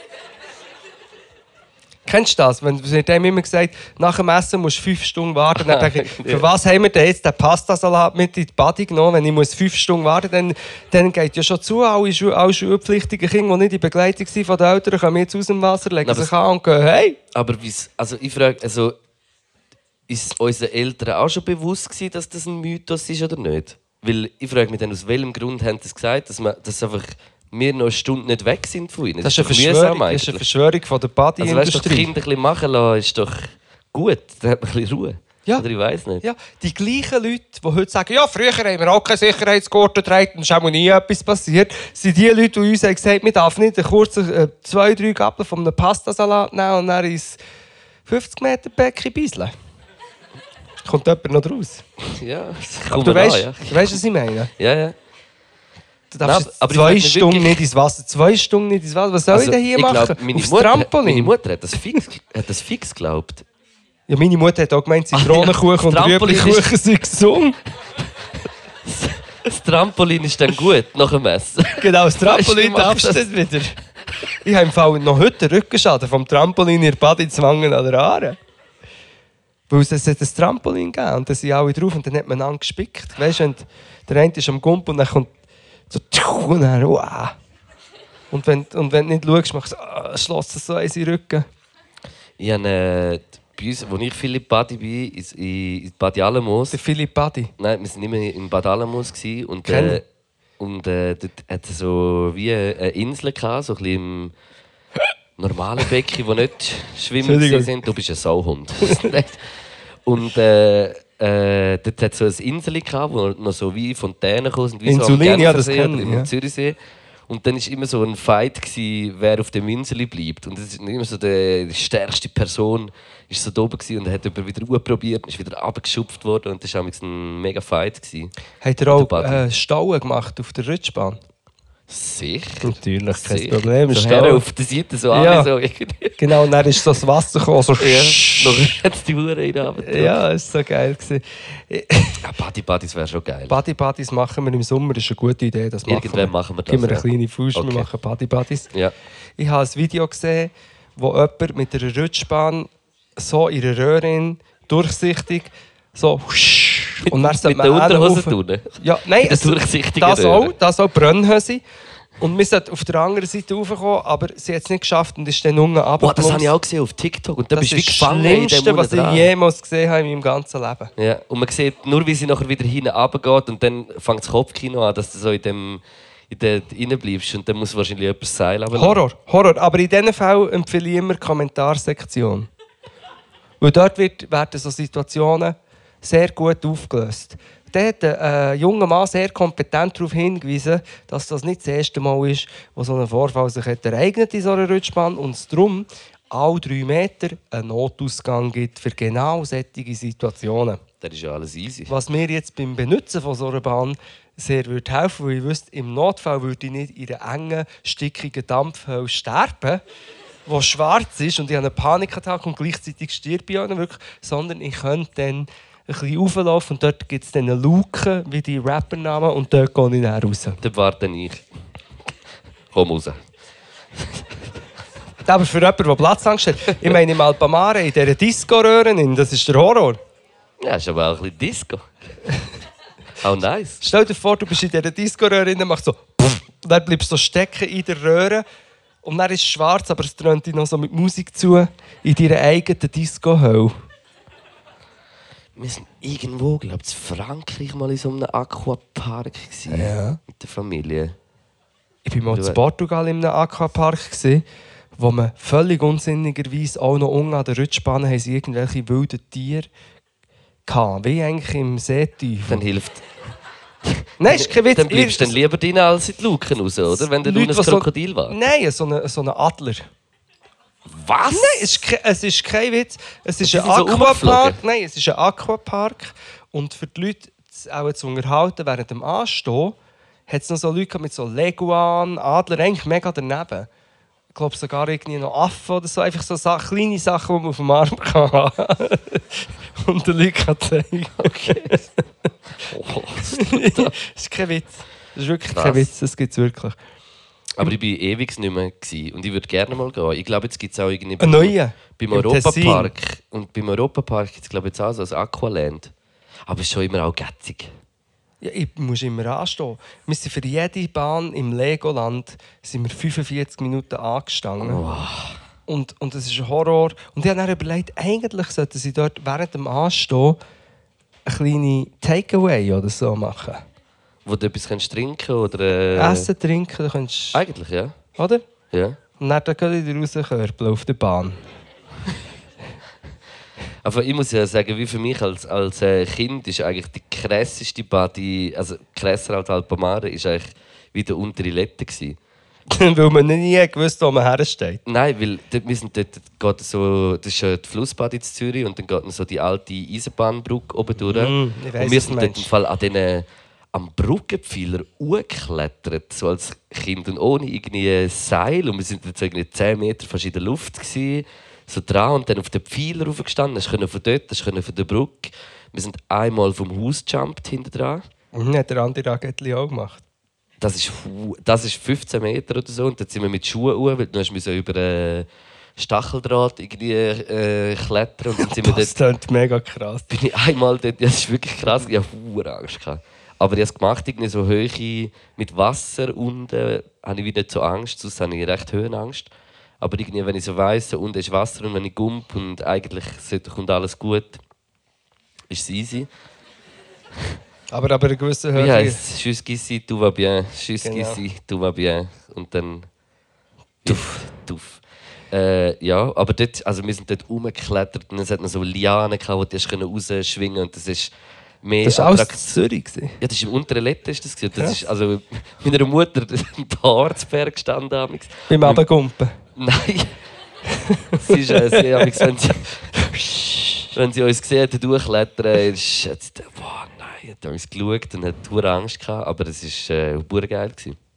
Kennst du das? Wenn dem immer gesagt, nach dem Essen musst du 5 Stunden warten. Dann denke ich, für was haben wir denn jetzt den Pastasalat mit in die Body genommen? Wenn ich 5 Stunden warten muss, dann geht ja schon zu. Alle schulpflichtigen Kinder, die nicht in Begleitung waren von den Eltern, kommen jetzt aus dem Wasser, legen sich an und gehen, hey! Aber ich frage, ist unseren Eltern auch schon bewusst gewesen, dass das ein Mythos ist oder nicht? Weil ich frage mich dann, aus welchem Grund haben sie gesagt, dass einfach wir noch eine Stunde nicht weg sind von ihnen. Das ist eine Verschwörung von der Bodyindustrie. Also weißt du, die Kinder ein bisschen machen lassen, ist doch gut. Da hat man ein bisschen Ruhe. Ja. Oder ich weiss nicht. Ja, die gleichen Leute, die heute sagen, ja, früher haben wir auch keine Sicherheitsgurte getragen und es ist auch nie etwas passiert, sind die Leute, die uns haben gesagt, man darf nicht einen kurzen 2-3 Gabeln von einem Pastasalat nehmen und dann ins 50 Meter Becken beiseln. Kommt jemand noch draus? Ja, aber du weißt, was ich meine? Ja. Du darfst aber 2 Stunden nicht ins Wasser. 2 Stunden nicht ins Wasser. Was soll ich denn hier machen? Aufs Trampolin? Meine Mutter hat das fix geglaubt. Ja, meine Mutter hat auch gemeint, Zitronenkuchen und Rüeblikuchen sind gesund. Das Trampolin ist dann gut nach dem Essen. Genau, das Trampolin darfst du das wieder. Ich habe im Fall noch heute den Rückenschaden vom Trampolin in der Badezwangen an der Aare. Weil es hat ein Trampolin gegeben und dann sind alle drauf und dann hat man einander gespickt. Weißt du, der eine ist am Gump und dann kommt so und dann, wow. Und wenn du nicht schaust, machst du schloss es so in den Rücken. Ich habe bei uns, wo ich Philipp Badi bin, in Bad Alamos. Der Philipp Badi? Nein, wir waren nicht mehr in Bad Alamos. Und dort hatte es so wie eine Insel gehabt, so ein bisschen im normalen Becken, wo nicht schwimmen sind. Du bist ein Sauhund. Und dort hat es so eine Insel gehabt, wo noch so wie Fontänen kamen. Wie Insulin, so ja, das kenne ich. Im Zürichsee. Und dann war immer so ein Fight, wer auf dem Insel bleibt. Und es ist immer so die stärkste Person ist so da oben und hat wieder probiert und ist wieder abgeschupft worden. Und das war ein mega Fight. Hat er auch Stauen gemacht auf der Rutschbahn? Sicher. Natürlich, kein Problem. So auf der Seite so alle so. Genau, und dann ist das Wasser gekommen, so noch hat es die Uhr rein. Ja, das war so geil. Buddies wäre schon geil. Buddies machen wir im Sommer, das ist eine gute Idee. Irgendwann machen wir das. Gib mir eine kleine Faust, wir machen Buddies. Ja. Ich habe ein Video gesehen, wo jemand mit einer Rutschbahn so in einer Röhre durchsichtig so und dann mit der Unterhose tun? Ja, nein, das auch Brennhose. Und wir sollten auf der anderen Seite raufkommen, aber sie hat es nicht geschafft und ist dann unten runtergekommen. Das habe ich auch gesehen auf TikTok. Und dann das bist ist das Schlimmste, was ich jemals gesehen habe in meinem ganzen Leben. Ja, und man sieht nur, wie sie nachher wieder hinten runtergeht und dann fängt das Kopfkino an, dass du so in der rein bleibst und dann muss wahrscheinlich jemand das Seil runterlassen. Horror. Aber in diesen Fällen empfehle ich immer die Kommentarsektion. Weil dort werden so Situationen sehr gut aufgelöst. Da hat ein junger Mann sehr kompetent darauf hingewiesen, dass das nicht das erste Mal ist, wo so ein Vorfall sich ereignet in so einer Rutschbahn und es darum alle 3 Meter einen Notausgang gibt für genau solche Situationen. Das ist ja alles easy. Was mir jetzt beim Benutzen von so einer Bahn sehr würde helfen, weil ich wüsste, im Notfall würde ich nicht in einer engen, stickigen Dampfhöhle sterben, die schwarz ist und ich habe eine Panikattacke und gleichzeitig stirbe ich auch nicht wirklich, sondern ich könnte dann ein bisschen rauflaufen und dort gibt es dann eine Luke, wie die Rappernamen, und dort gehe ich dann raus. Dort warte ich. Komm raus. Aber für jemanden, der Platzangst hat, ich meine im Alpamare, in dieser Disco-Röhre, das ist der Horror. Ja, ist aber auch ein bisschen Disco. How nice. Stell dir vor, du bist in dieser Disco-Röhre, machst so pff, und dann bleibst du so stecken in der Röhre und dann ist es schwarz, aber es dröhnt dich noch so mit Musik zu in deiner eigenen Disco-Hölle. Wir waren irgendwo, glaube ich, in Frankreich mal in so einem Aquapark mit der Familie. Ich war mal in Portugal in einem Aquapark, wo man völlig unsinnigerweise auch noch unten an der Rutschbahn haben sie irgendwelche wilden Tiere gehabt, wie eigentlich im Seetief. Dann hilft... Nein, ist kein Witz. Dann bleibst du dann lieber drin als in die Luken raus, oder? Wenn du ein Krokodil warst. Nein, so ein Adler. Was? Nein, es ist kein Witz. Es ist ein Aquapark. Nein, es ist ein Aquapark. Und für die Leute auch zu unterhalten während dem Anstehen, hat es noch so Leute mit so Leguan, Adler, eigentlich mega daneben. Ich glaube sogar irgendwie noch Affen oder so. Einfach so kleine Sachen, die man auf dem Arm kann haben. Und den Leuten kann zeigen. Okay. Das ist kein Witz. Das ist wirklich kein Witz. Das gibt es wirklich. Aber ich war ewig nicht mehr gewesen. Und ich würde gerne mal gehen. Ich glaube, jetzt gibt es auch irgendwie beim Europapark. Und beim Europapark gibt es, glaube ich, jetzt auch so ein Aqualand. Aber es ist schon immer auch gätzig. Ja, ich muss immer anstehen. Wir sind für jede Bahn im Legoland sind wir 45 Minuten angestanden. Oh. Und das ist ein Horror. Und ich habe dann überlegt, eigentlich sollten sie dort während dem Anstehen eine kleine Takeaway oder so machen. Wo du etwas trinken oder... Essen, trinken, kannst... Eigentlich, ja. Oder? Ja. Und dann gehen wir rauskörpeln auf der Bahn. Aber ich muss ja sagen, wie für mich als Kind ist eigentlich die krasseste Badi, also krasser als Alpamare, ist eigentlich wie der untere Lette gewesen. Weil man nie gewusst, wo man hersteht. Nein, weil dort geht so, das ist die Flussbad in Zürich und dann geht so die alte Eisenbahnbrücke oben durch. Und wir sind dort im Fall an am Brückenpfeiler hochgeklettert, so als Kind und ohne irgendwie Seil. Und wir sind jetzt irgendwie 10 Meter fast in der Luft gewesen, so dran und dann auf den Pfeiler raufgestanden. Das können von dort, das können von der Brücke. Wir sind einmal vom Haus gejumpt hinten dran. Und hat der Andi Ragetli auch gemacht. Das ist 15 Meter oder so und dann sind wir mit Schuhen hoch, weil du musst über einen Stacheldraht irgendwie klettern. Und dann sind wir das klingt mega krass. Bin ich einmal dort, das ist wirklich krass, ich hatte Angst. Aber ich habe es gemacht, irgendwie so Höhe mit Wasser unten, habe ich wieder so Angst, sonst habe ich recht Höhenangst. Aber irgendwie, wenn ich so weiss, so unten ist Wasser und wenn ich gump und eigentlich kommt alles gut, ist es easy. Aber eine gewisse Höhe. Ja, «Tschüss Gissi, tout va bien», «Tschüss Gissi, tout va bien» und dann «Tuff». Ja, aber dort, also wir sind dort rumgeklettert und es hat noch so Lianen gehabt, die du rausschwingen konntest. Und das ist mehr. Das war alles in Zürich? Ja, das ist im unteren Letten. Das ist also meiner Mutter ein Haarzberg gestanden. Beim Abgumpen? Nein. Sie ist wenn sie uns gesehen hat, durchklettern, hat sie gedacht, boah, nein, hat uns geschaut und hat hohe Angst gehabt. Aber es war geil.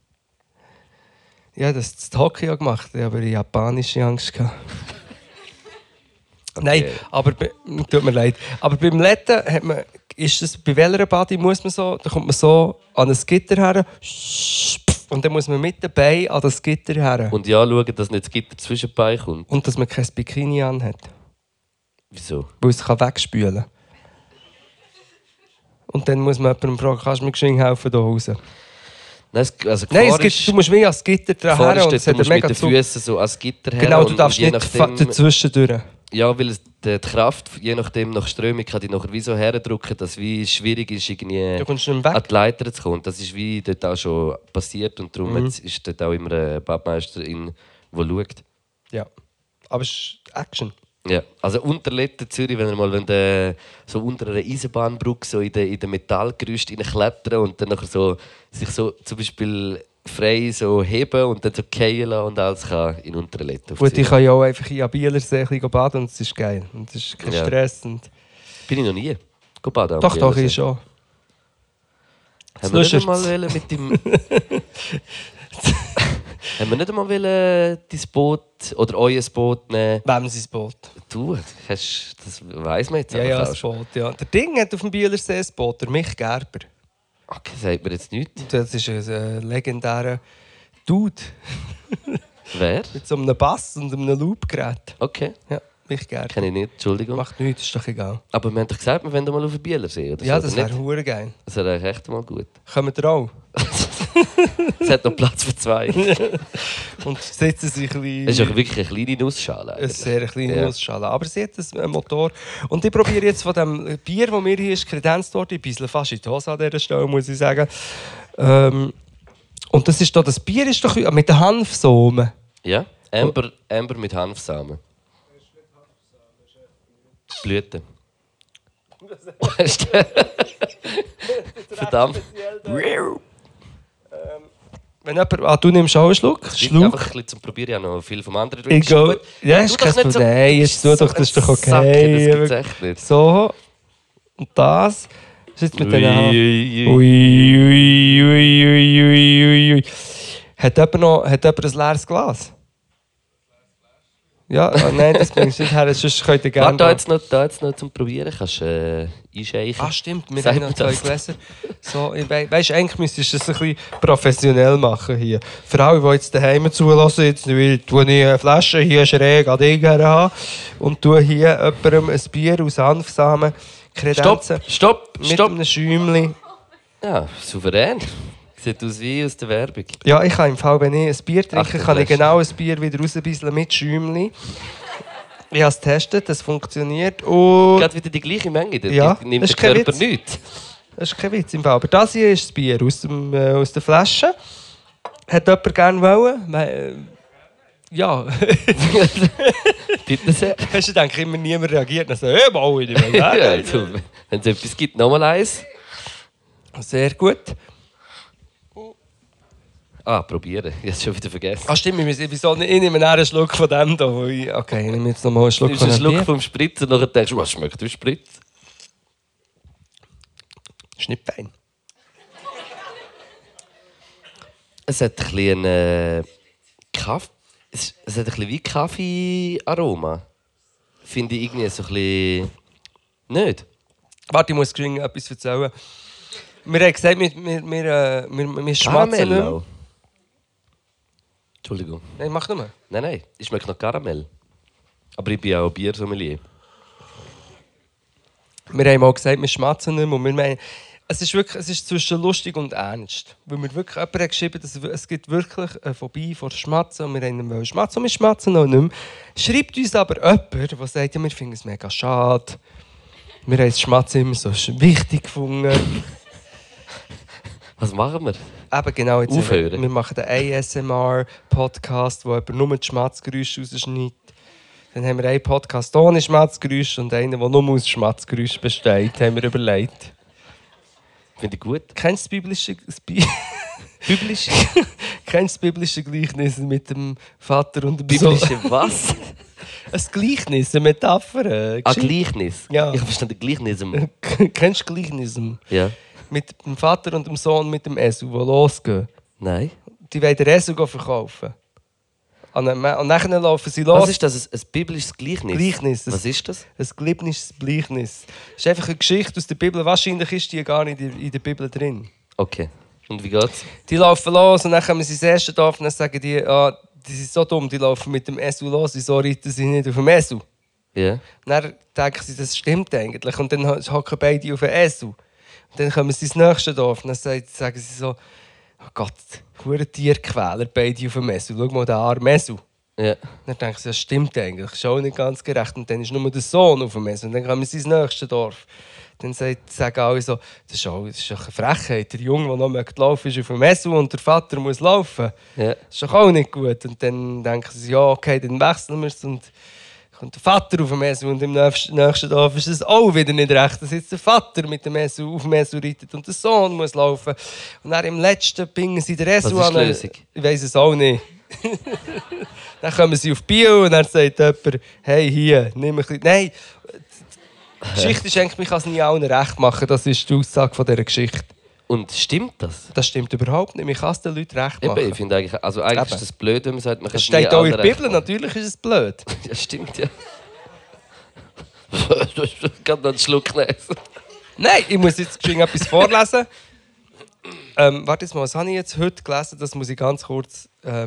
Ja, das Hockey ja gemacht, ich habe eine japanische Angst gehabt. Okay. Nein, aber tut mir leid. Aber beim Letten hat man, ist das, bei welcher Body muss man so, da kommt man so an ein Gitter her und dann muss man mit den Beinen an das Gitter her. Und ja, schauen, dass nicht das Gitter zwischen den Beinen kommt. Und dass man kein Bikini anhat. Wieso? Weil es wegspülen kann. Und dann muss man jemandem fragen, kannst du mir geschwind helfen, hier raus? Nein, also du musst wie ans Gitter dran her und es hat mega mit den Füßen so ans Gitter her. Genau, du darfst nicht dazwischen durch. Ja, weil die Kraft, je nachdem nach Strömung, kann die nachher wie so herdrücken, dass es schwierig ist, irgendwie an die Leiter zu kommen. Das ist wie dort auch schon passiert und darum ist dort auch immer eine Badmeisterin, die schaut. Ja, aber es ist Action. Ja, also unter Letten Zürich, wenn so unter einer Eisenbahnbrücke so in den Metallgerüst klettern und dann nachher so, sich so zum Beispiel frei so heben und dann so fallen lassen und alles kann in unteren Letten. Gut, ich kann ja auch einfach in Bielersee baden und es ist geil. Und es ist kein Stress. Und bin ich noch nie baden. Doch, ich schon. Haben wir nicht mal mit dem... Haben wir nicht einmal dein Boot oder euer Boot nehmen? Wem sein Boot? Du, das weiss man jetzt. Ja, das Boot, ja. Der Ding hat auf dem Bielersee ein Boot, der Mich Gerber. Okay, sagt mir jetzt nichts. Das ist ein legendärer Dude. Wer? Mit so einem Bass und einem Loopgerät. Okay. Ja, Mich Gerber. Kenne ich nicht, Entschuldigung. Macht nichts, ist doch egal. Aber wir haben doch gesagt, wir wollen mal auf den Bielersee, oder? Ja, das wäre hure geil. Das wäre echt mal gut. Kommen wir auch? Es hat noch Platz für 2. Und setzen sich ein bisschen... Es ist auch wirklich eine kleine Nussschale. Eine sehr kleine Nussschale. Aber sie hat einen Motor. Und ich probiere jetzt von dem Bier, das mir hier ist, Kredenz dort, ein bisschen fast in die Hose an dieser Stelle, muss ich sagen. Und das ist da, das Bier ist doch mit den Hanfsamen. Ja, Amber mit Hanfsamen. Blüten. Verdammt. Wenn jemand, du nimmst auch einen Schluck. Einfach ein bisschen zum Probieren, ja noch viel vom anderen drin. Ja, ist kein Problem. Nein, jetzt tu doch, das ist doch okay. Das gibt's echt nicht. So. Und das. Was ist jetzt mit den Haaren? Ui. Hat jemand ein leeres Glas? Ja, nein, das bringst du nicht her, sonst könnt ihr gerne... Warte, da jetzt noch zum Probieren, kannst du einschenken. Ah, stimmt, wir haben noch 2 Gläser. So, weißt du, eigentlich müsstest du das ein bisschen professionell machen hier. Für alle, die jetzt daheim zulassen, jetzt tue ich eine Flasche hier schräg an dich haben und tue hier jemandem ein Bier aus Hanfsamen kredenzen. Stopp! Mit einem Schäumchen. Ja, souverän. Sieht aus wie aus der Werbung. Ja, ich kann im Fall, wenn ich ein Bier trinke, kann ich genau ein Bier wieder rausbisseln mit Schäumchen. Ich habe es getestet, das funktioniert. Und gerade wieder die gleiche Menge, ja, nimmt der Körper nichts. Das ist kein Witz im Fall. Aber das hier ist das Bier aus der Flasche. Hat jemand gerne wollen? Ja. Bitte sehr. Hast du gedacht, immer niemand reagiert? Dann so, hey, Bau, ich will ja, also, wenn es etwas gibt, nochmal eins. Sehr gut. Probieren. Ich habe es schon wieder vergessen. Stimmt, ich nehme einen Schluck von dem hier. Okay, ich nehme jetzt nochmal einen Schluck von dem. Du nimmst einen Schluck vom Spritz und dann denkst du, was schmeckt wie Spritz? Ist nicht fein. Es hat ein bisschen es hat ein bisschen wie Kaffee-Aroma. Finde ich irgendwie so ein bisschen... Nicht? Warte, ich muss etwas erzählen. Wir haben gesagt, wir schmatzen nicht mehr. Entschuldigung. Nein, mach nur. Nein, ich schmecke noch Karamell. Aber ich bin auch Biersommelier. Wir haben mal gesagt, wir schmatzen nicht mehr. Und wir meinen, Es ist zwischen lustig und ernst. Weil mir wirklich jemand hat geschrieben, dass es gibt wirklich eine Phobie vor Schmatzen und wir wollen schmatzen und wir schmatzen noch nicht mehr. Schreibt uns aber jemand, der sagt, ja, wir finden es mega schade. Wir haben das Schmatzen immer so wichtig gefunden. Was machen wir? Eben genau, jetzt Aufhören. Wir machen einen ASMR-Podcast, wo jemand nur die Schmatzgeräusche rausschneidet. Dann haben wir einen Podcast ohne Schmatzgeräusche und einen, der nur aus Schmatzgeräuschen besteht, haben wir überlegt. Finde ich gut. Kennst du das biblische Gleichnis mit dem Vater und dem Biblische was? Ein Gleichnis, eine Metapher. Gleichnis? Ja. Ich verstehe Gleichnis. Kennst du Gleichnis? Ja. Mit dem Vater und dem Sohn mit dem Esel, die losgehen. Nein. Die wollen den Esel verkaufen. Und dann laufen sie los. Was ist das? Ein biblisches Gleichnis? Was ist das? Ein biblisches Gleichnis. Das ist einfach eine Geschichte aus der Bibel. Wahrscheinlich ist die gar nicht in der Bibel drin. Okay. Und wie geht's? Die laufen los und dann kommen sie ins erste Dorf und dann sagen die, die sind so dumm, die laufen mit dem Esel los, wieso reiten sie nicht auf dem Esel? Ja. Yeah. Dann denken sie, das stimmt eigentlich. Und dann hocken beide auf den Esel. Und dann kommen sie ins nächste Dorf und dann sagen sie so, oh Gott, hure Tierquäler, beide auf dem Esel. Schau mal, den armen Esel. Ja. Dann denken sie, das stimmt eigentlich, das ist auch nicht ganz gerecht. Und dann ist nur der Sohn auf dem Esel. Und dann kommen sie ins nächste Dorf. Dann sagen alle so, das ist doch eine Frechheit. Der Junge, der noch laufen möchte, ist auf dem Esel und der Vater muss laufen. Ja. Das ist doch auch nicht gut. Und dann denken sie, ja, okay, dann wechseln wir es. Und kommt der Vater auf dem Esel und im nächsten Dorf ist es auch wieder nicht recht, dass jetzt der Vater mit dem Esel auf dem Esel reitet und der Sohn muss laufen. Und dann im letzten bingen sie den Esel an. Was ist die Lösung? Ich weiss es auch nicht. Dann kommen sie auf Bio und dann sagt jemand, hey, hier, nimm ein bisschen... Nein, die Geschichte ist eigentlich, man kann es nie allen recht machen, das ist die Aussage von dieser Geschichte. Und stimmt das? Das stimmt überhaupt nicht, man kann es den Leuten recht machen. Eben, ich finde eigentlich ist das blöd, wenn man sagt, man kann das es nie steht auch in der recht Bibel, machen. natürlich ist es blöd. Ja, stimmt, ja. Ich kann noch einen Schluck nehmen. Nein, ich muss jetzt etwas vorlesen. Warte mal, was habe ich jetzt heute gelesen? Das muss ich ganz kurz...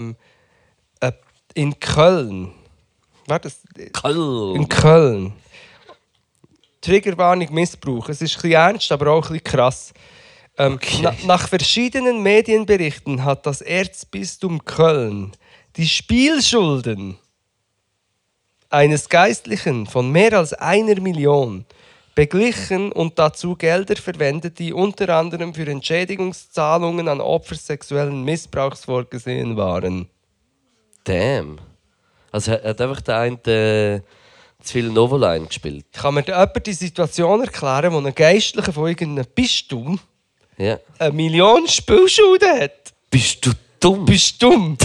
in Köln. Warte, in Köln. Triggerwarnung Missbrauch. Es ist ein bisschen ernst, aber auch ein bisschen krass. Okay. Nach verschiedenen Medienberichten hat das Erzbistum Köln die Spielschulden eines Geistlichen von mehr als 1 Million beglichen und dazu Gelder verwendet, die unter anderem für Entschädigungszahlungen an Opfer sexuellen Missbrauchs vorgesehen waren. Damn. Also hat einfach der eine zu viel Novoline gespielt. Kann mir jemand die Situation erklären, wo ein Geistlicher von irgendeinem Bistum 1 Million Spielschulden hat? Bist du dumm? Bist du dumm?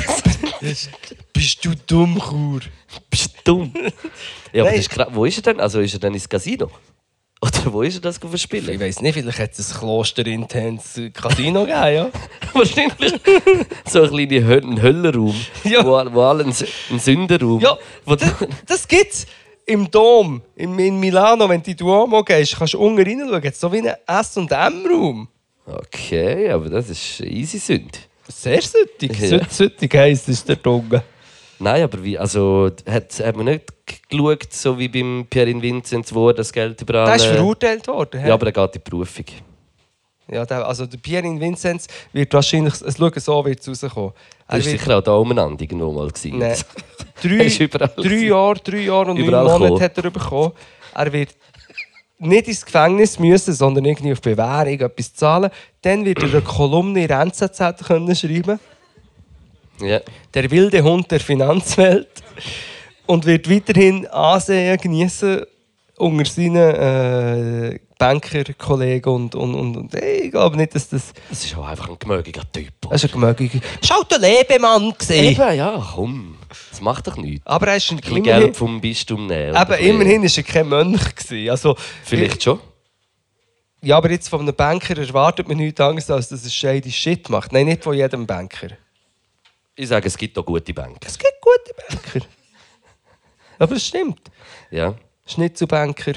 Bist du dumm, Chur? Bist du dumm? Ja, aber das ist wo ist er denn? Also ist er dann ins Casino? Oder wo ist er das verspielen? Ich weiss nicht, vielleicht hat es ein klosterinternes Casino gegeben, ja? Wahrscheinlich. So ein kleiner Höllenraum, Ja. wo alle ein Sündenraum. Ja, das gibt's. Im Dom, in Milano, wenn du in Duomo gehst, kannst du unten reinschauen. Es ist so wie ein S&M-Raum. Okay, aber das ist easy Sünde. Sehr süttig. Ja. Süttig heisst ist der Dunge. Nein, aber wie? Also hat man nicht geschaut, so wie beim Pierin Vinzenz, wo er das Geld überall... Der ist verurteilt worden. Ja, aber er geht in die Berufung. Ja, der Pierin Vinzenz wird wahrscheinlich... Schauen, so wird es rauskommen. Er war sicher auch da umeinander irgendwo mal gewesen. Nein. Er ist überall 3 Jahre und 9 Überall Monate gekommen. hat er bekommen. Er wird nicht ins Gefängnis müssen, sondern irgendwie auf Bewährung etwas zahlen. Dann wird er eine Kolumne in der NZZ können schreiben. Ja. Der wilde Hund der Finanzwelt. Und wird weiterhin Ansehen genießen unter seinen Bankerkollegen und ich glaube nicht, dass das... Das ist auch einfach ein gemögiger Typ. Das ist ein gemögiger... Schaut der Lebemann gesehen. Eben, ja, komm. Das macht doch nichts. Aber er ist Ein bisschen Geld vom Bistum nehmen. eben, immerhin war er kein Mönch gewesen. Also, Vielleicht schon. Ja, aber jetzt von einem Banker erwartet man nichts anderes, als dass er shady Shit macht. Nein, nicht von jedem Banker. Ich sage, es gibt auch gute Banker. Es gibt gute Banker. Aber es stimmt. Ja. Schnitzelbanker.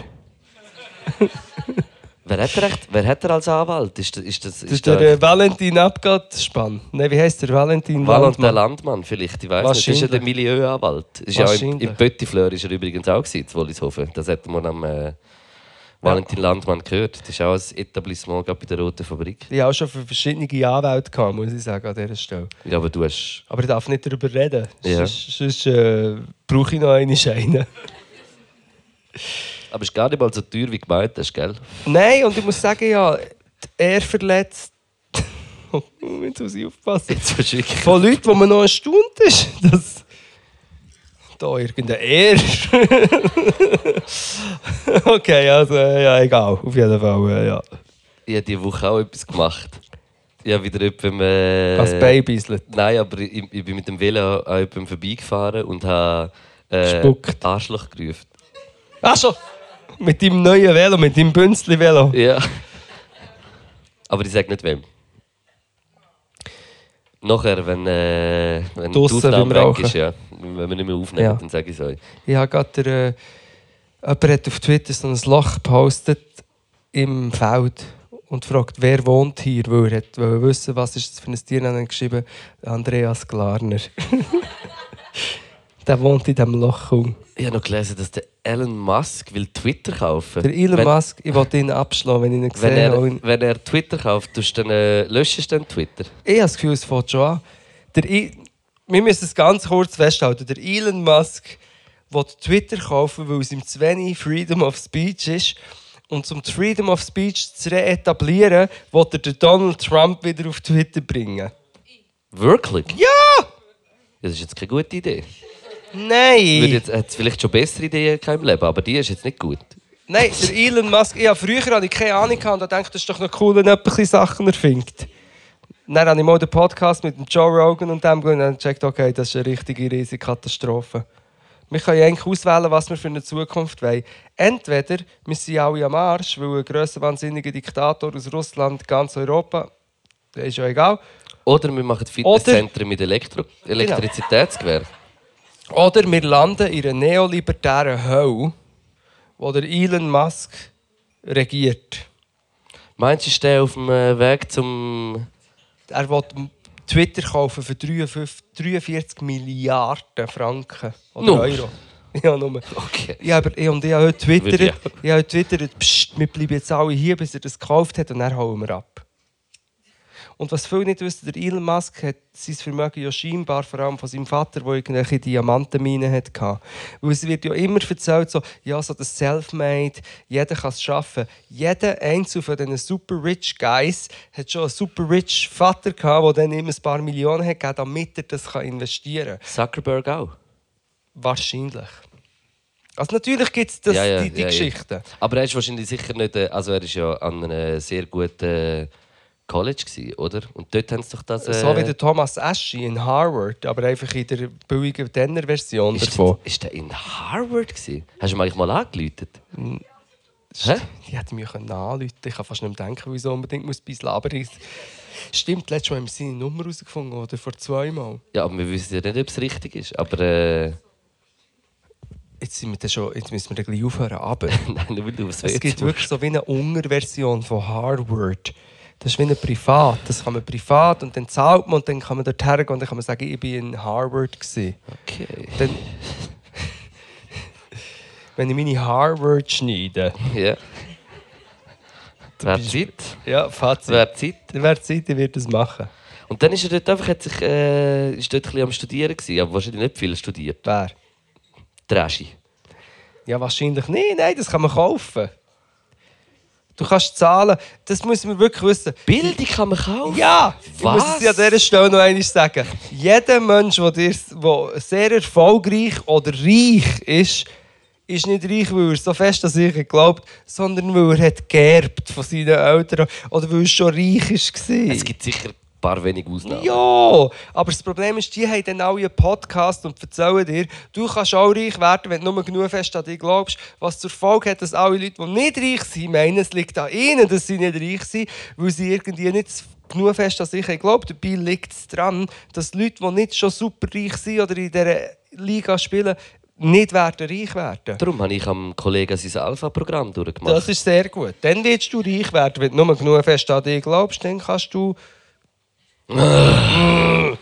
Wer hat er als Anwalt? Ist Das ist der Valentin Abgatspann. Nein, wie heisst der? Valentin Valentin Landmann vielleicht, ich weiß nicht. Das ist ja der Wahrscheinlich. Milieuanwalt. Ist ja Wahrscheinlich. im Petit Fleur ist er übrigens auch gewesen, in Wollishofen. Das hat man Valentin Landmann gehört. Das ist auch ein Etablissement bei der Roten Fabrik. Ich habe auch schon für verschiedene Anwälte gehabt, muss ich sagen, an dieser Stelle. Ja, aber du hast... Aber ich darf nicht darüber reden. Ja. Sonst brauche ich noch einen Schein. Aber es ist gar nicht mal so teuer, wie gemeint hast, gell? Nein, und ich muss sagen, ja, er verletzt... Jetzt muss ich aufpassen. Von Leuten, wo man noch erstaunt ist, dass... Da irgendein Er. Okay, also ja, egal. Auf jeden Fall, ja. Ich habe diese Woche auch etwas gemacht. Ich habe wieder jemandem... Als Babyslet. Nein, aber ich bin mit dem Velo an jemandem vorbeigefahren und habe Gespuckt. Arschloch gerufen. Ach schon! Mit deinem neuen Velo, mit deinem Bünzli-Velo. Ja. Aber ich sage nicht wem. Nachher, wenn die Aufnahme weg ist, ja. Wenn wir nicht mehr aufnehmen, Ja. dann sage ich es euch. Ich habe gerade jemand hat auf Twitter so ein Loch gepostet im Feld und fragt, wer wohnt hier, weil er wollte wissen, was ist das für ein Tier. Dann hat er geschrieben, Andreas Glarner. Der wohnt in diesem Loch. Ich habe noch gelesen, dass der Elon Musk will Twitter kaufen. Der Elon Musk, ich wollte ihn abschlagen, wenn ich ihn gesehen habe. Wenn er Twitter kauft, löschst du dann Twitter? Ich habe das Gefühl, es fängt schon an. Wir müssen es ganz kurz festhalten. Der Elon Musk will Twitter kaufen, weil es ihm zu wenig Freedom of Speech ist. Und um die Freedom of Speech zu reetablieren, will er den Donald Trump wieder auf Twitter bringen. Wirklich? Ja! Das ist jetzt keine gute Idee. Nein! Hat es vielleicht schon bessere Ideen im Leben, aber die ist jetzt nicht gut. Nein, der Elon Musk, früher hatte ich keine Ahnung und dachte, das ist doch noch cool, wenn jemand ein bisschen Sachen erfindet. Dann habe ich mal den Podcast mit dem Joe Rogan und dem gehört und dann gecheckt, okay, das ist eine richtige riesige Katastrophe. Wir können eigentlich auswählen, was wir für eine Zukunft wollen. Entweder wir sind alle am Arsch, weil ein grössenwahnsinniger Diktator aus Russland ganz Europa, das ist ja egal. Oder wir machen Fitnesszentren mit Elektrizitätsgewerbe. Oder wir landen in einer neolibertären Hölle, wo der Elon Musk regiert. Meinst du, ist der auf dem Weg zum... Er will Twitter kaufen für 43 Milliarden Franken oder Euro. Ja, nur. Okay. Ich habe heute twittert, pst, wir bleiben jetzt alle hier, bis er das gekauft hat und dann hauen wir ab. Und was viele nicht wissen, der Elon Musk hat sein Vermögen ja scheinbar vor allem von seinem Vater, der irgendwelche Diamantenminen hatte. Weil es wird ja immer erzählt, so das Selfmade, jeder kann es schaffen. Jeder einzelne von diesen super rich Guys hat schon einen super rich Vater gehabt, der dann ihm ein paar Millionen hat gegeben, damit er das investieren kann. Zuckerberg auch? Wahrscheinlich. Also natürlich gibt es die Geschichten. Ja. Aber er ist wahrscheinlich sicher nicht... Also er ist ja an einem sehr guten... College gsi, oder? Und dort haben sie doch das... So wie der Thomas Aschi in Harvard, aber einfach in der billigen Denner-Version davon. Ist der in Harvard gsi? Hast du ihn eigentlich mal angeläutet? Hä? Die hätte mich anrufen. Ich kann fast nicht mehr denken, wieso unbedingt muss bei Laber ist. Stimmt, letztes Mal haben wir seine Nummer herausgefunden, oder vor 2 Mal. Ja, aber wir wissen ja nicht, ob es richtig ist. Aber... Jetzt müssen wir dann gleich aufhören. Aber nein, nur du was es gibt wirklich so wie eine Unterversion von Harvard. Das ist wie ein Privat. Das kann man privat und dann zahlt man und dann kann man dort hergehen und dann kann man sagen, ich war in Harvard. Okay. Dann, wenn ich meine Harvard schneide. Ja. Wäre Zeit. Ja, Fazit. Wäre Zeit. Wäre Zeit, ich werde das machen. Und dann ist er dort einfach, ist dort ein bisschen am Studieren gewesen, aber wahrscheinlich nicht viel studiert. Wer? Dreschi. Ja, wahrscheinlich nicht. Nein, das kann man kaufen. Du kannst zahlen, das muss man wirklich wissen. Bildung kann man kaufen? Ja! Ich Was? muss es an dieser Stelle noch einmal sagen. Jeder Mensch, der sehr erfolgreich oder reich ist nicht reich, weil er so fest an sich glaubt, sondern weil er hat geerbt von seinen Eltern oder weil er schon reich war. Es gibt sicher ein paar wenige Ausnahmen. Ja, aber das Problem ist, die haben dann alle einen Podcast und erzählen dir, du kannst auch reich werden, wenn du nur genug fest an dich glaubst. Was zur Folge hat, dass alle Leute, die nicht reich sind, meinen, es liegt an ihnen, dass sie nicht reich sind, weil sie irgendwie nicht genug fest an sich glauben. Dabei liegt es daran, dass Leute, die nicht schon super reich sind oder in dieser Liga spielen, nicht reich werden. Darum habe ich am Kollegen sein Alpha-Programm durchgemacht. Das ist sehr gut. Dann wirst du reich werden, wenn du nur genug fest an dich glaubst, dann kannst du... Wow,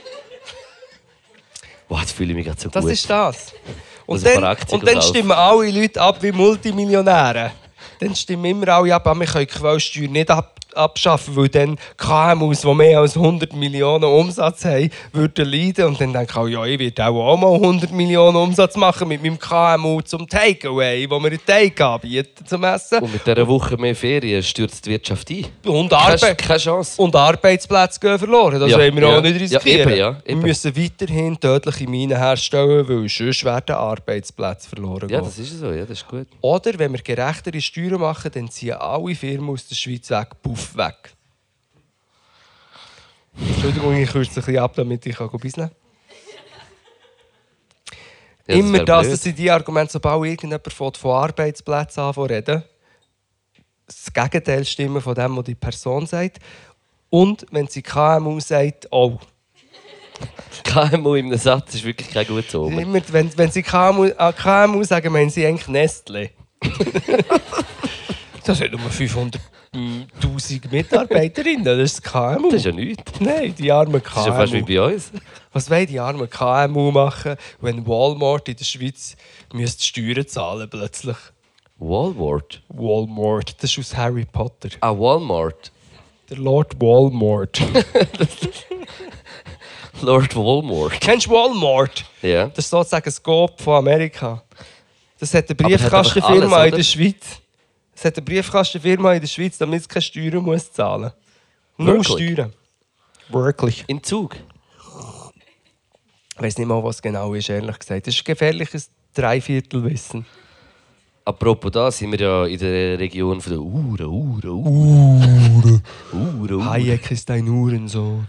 jetzt fühle ich mich gerade so das gut. Das ist das. Und Also dann stimmen alle Leute ab wie Multimillionäre. dann stimmen immer alle ab, wir können die Quellensteuer nicht abschaffen, weil dann KMUs, die mehr als 100 Millionen Umsatz haben, würden leiden. Und dann denken alle, ja, ich werde auch mal 100 Millionen Umsatz machen mit meinem KMU zum Takeaway, wo wir einen Take anbieten zum Essen. Und mit dieser Woche mehr Ferien stürzt die Wirtschaft ein. Und keine Chance. Und Arbeitsplätze gehen verloren. Das wollen wir auch nicht riskieren. Eben. Wir müssen weiterhin tödliche Minen herstellen, weil sonst werden Arbeitsplätze verloren gehen. Ja, das ist so. Ja, das ist gut. Oder wenn wir gerechtere Steuern machen, dann ziehen alle Firmen aus der Schweiz weg. Weg. Entschuldigung, ich kürze ein bisschen ab, damit ich bisseln kann. Ja, immer das sind die Argumente, sobald irgendjemand von Arbeitsplätzen anreden, das Gegenteil stimmen von dem, was die Person sagt. Und wenn sie KMU sagt, auch. KMU in einem Satz ist wirklich kein gutes Omen. Immer, wenn sie KMU sagen, meinen sie eigentlich Nestle. Das sind nur 500'000 Mitarbeiterinnen, das ist das KMU. Das ist ja nichts. Nein, die armen KMU. Das ist ja fast wie bei uns. Was wollen die armen KMU machen, wenn Walmart in der Schweiz Steuern zahlen plötzlich? Walmart? Walmart, das ist aus Harry Potter. Ah, Walmart. Der Lord Walmart. Lord Walmart. Kennst du Walmart? Ja. Das ist sozusagen das Coop von Amerika. Das hat eine Briefkastenfirma in der Schweiz. Es hat eine Briefkastenfirma in der Schweiz, damit es keine Steuern muss zahlen muss. Nur Steuern. Wirklich. In Zug? Ich weiß nicht mal, was es genau ist, ehrlich gesagt. Das ist ein gefährliches Dreiviertelwissen. Apropos da sind wir ja in der Region von der Uhren. Hayek ist ein Uhrensohn.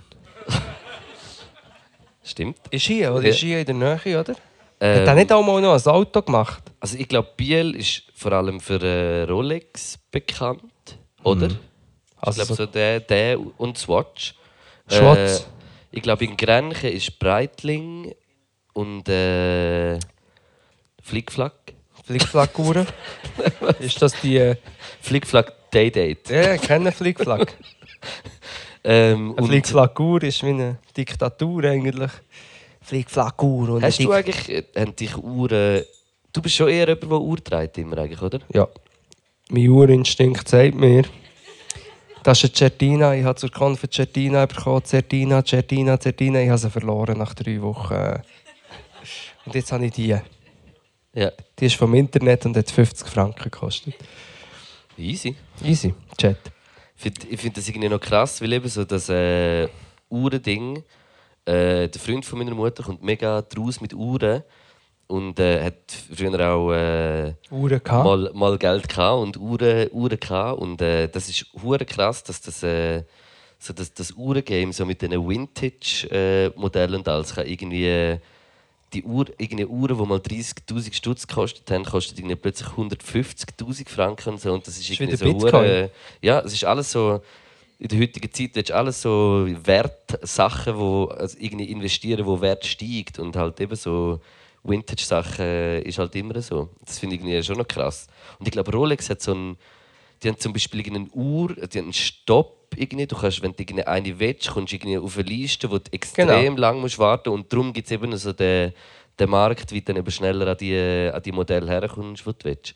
Stimmt. Ist hier, oder? Ja. Ist hier in der Nähe, oder? Hat er nicht auch mal noch ein Auto gemacht? Also ich glaube, Biel ist vor allem für Rolex bekannt, oder? Also ich glaube, so der und Swatch. Schwarz. Ich glaube, in Grenchen ist Breitling und Flickflack. Flickflack-Uhren? Ist das die... Flickflack Day-Date. Ja, ich kenne Flickflack. Eine Flickflack-Uhr ist wie eine Diktatur eigentlich. Flickflack-Uhr. Hast du eigentlich... dich Uhren... Du bist schon eher jemand, der Uhr trägt, immer eigentlich, oder? Ja. Mein Uhrinstinkt sagt mir... Das ist eine Certina. Ich habe zur Konf eine Certina bekommen. Certina. Ich habe sie verloren nach 3 Wochen. Und jetzt habe ich die. Ja. Die ist vom Internet und hat 50 Franken gekostet. Easy. Easy. Chat. Ich finde das irgendwie noch krass, weil eben so das Uhrending, der Freund von meiner Mutter kommt mega draus mit Uhren und hat früher auch Uhren gehabt. mal Geld gehabt und Uhren gehabt. Und das ist hure krass, dass das Uhrengame so mit diesen Vintage-Modellen und alles kann irgendwie die Uhren, die mal 30'000 Stutz gekostet haben, kostet irgendwie plötzlich 150'000 Franken und so. Und das ist irgendwie so ja, es ist alles so. In der heutigen Zeit ist alles so Wertsachen, wo also irgendwie investieren, wo Wert steigt und halt eben so Vintage-Sachen ist halt immer so. Das finde ich irgendwie schon noch krass. Und ich glaube, Rolex hat so einen, die haben zum Beispiel eine Uhr, die haben einen Stopp. Irgendwie. Du kannst, wenn du eine willst, kommst du irgendwie auf eine Liste, wo du extrem lang musst warten musst. Und darum gibt es eben so den Markt, wie du dann eben schneller an die Modelle herkommst, die du willst.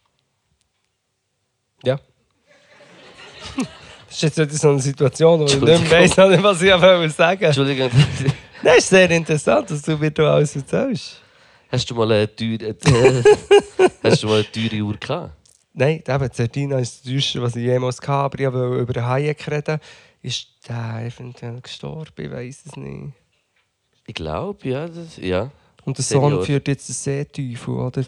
Ja. Das ist jetzt so eine Situation, wo ich nicht mehr weiss, was ich sagen wollte. Entschuldigung. Das ist sehr interessant, dass du mir da alles erzählst. Hast du mal eine teure Uhr gehabt? Nein, eben, Certina ist das teuerste, was ich jemals hatte. Aber ich wollte über den Hayek reden. Ist der eventuell gestorben? Ich weiß es nicht. Ich glaube, ja. Ja. Und der Sohn führt jetzt den Seeteufel, oder?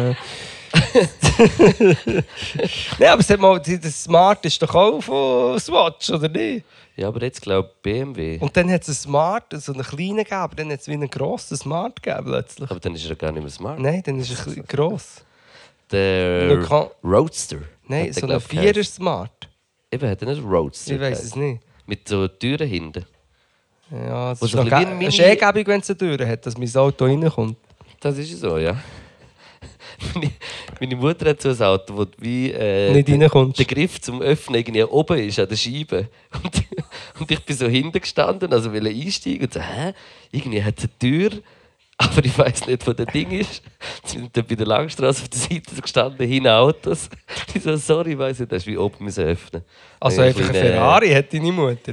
Nein, aber sag mal, das Smart ist doch auch von Swatch, oder nicht? Ja, aber jetzt glaube ich BMW. Und dann hat es einen Smart, so einen kleinen gegeben, aber dann hat es wie einen grossen Smart gegeben plötzlich. Aber dann ist er gar nicht mehr Smart. Nein, dann ist er gross. Der Roadster. Nein, so ein 4er Smart. Eben, hat er nicht Roadster? Ich weiß es nicht. Mit so Türen hinten. Ja, es ist gäbig, wenn es eine Tür hat, dass mein Auto reinkommt. Das ist so, ja. Meine Mutter hat so ein Auto, wo wie nicht reinkommst. Der Griff zum Öffnen irgendwie oben ist, an der Scheibe. Und ich bin so hinten gestanden, also will einsteigen und so, irgendwie hat es eine Tür, aber ich weiss nicht, wo das Ding ist. Sie sind dann bei der Langstrasse auf der Seite gestanden, hinten Autos. Wieso? Sorry, weiss ich, das ist wie oben müssen öffnen. Also einfach eine Ferrari hat deine Mutter.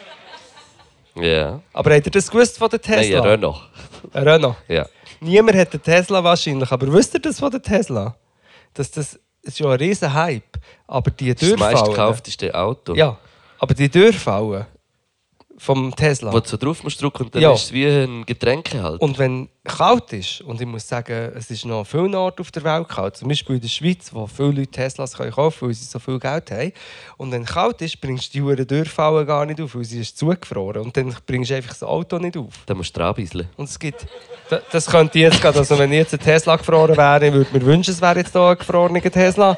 Ja. Aber habt ihr das gewusst von der Tesla? Nein, ein Renault. Ein Renault? Ja. Niemand hat den Tesla wahrscheinlich, aber wisst ihr das von der Tesla? Das ist ja ein riesen Hype, aber die Das Türfallen... meist gekaufteste Auto. Ja, aber die Türfallen vom Tesla... Wo du so drauf musst drücken und dann Ja. ist es wie ein Getränkehalter. Und wenn kalt ist, und ich muss sagen, es ist noch viele Orte auf der Welt kalt, zum Beispiel in der Schweiz, wo viele Leute Teslas kaufen können, weil sie so viel Geld haben. Und wenn kalt ist, bringst du die Huren Türfallen gar nicht auf, weil sie ist zugefroren. Und dann bringst du einfach das Auto nicht auf. Dann musst du dranbeiseln. Und es gibt... Das könnte ich jetzt gerade, also wenn ich jetzt ein Tesla gefroren wäre, ich würde mir wünschen, es wäre jetzt hier ein gefrorener Tesla.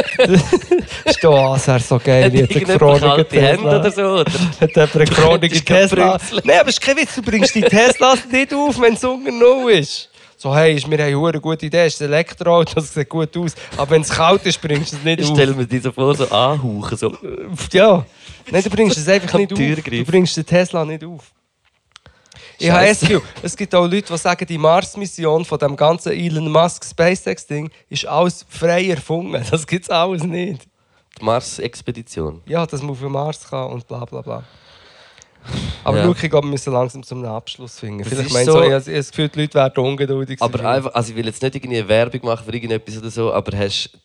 Es wäre so geil, jetzt ein gefrorener kalte Hände Tesla. oder so, oder? Hat jemand einen gefrorenen Tesla? Nein, aber es ist kein Witz, du bringst die Teslas nicht auf, wenn es unter Null ist. So, hey, wir haben eine gute Idee, es ist ein Elektroauto, das sieht gut aus. Aber wenn es kalt ist, bringst du es nicht Ich auf. stelle mir die so vor, so anhauchen. So. Ja, nein, du bringst es einfach nicht auf. Türgriff. Du bringst den Tesla nicht auf. Ich habe das Gefühl, es gibt auch Leute, die sagen, die Mars-Mission von dem ganzen Elon Musk SpaceX-Ding ist alles frei erfunden. Das gibt es alles nicht. Die Mars-Expedition. Ja, dass man auf den Mars kann und bla bla bla. Aber Ja. schau, ich glaube, wir müssen langsam zum Abschluss finden. Das Vielleicht ist meine so- ich habe das Gefühl, die Leute werden ungeduldig. Aber sein. einfach, also ich will jetzt nicht irgendwie eine Werbung machen für irgendetwas oder so, aber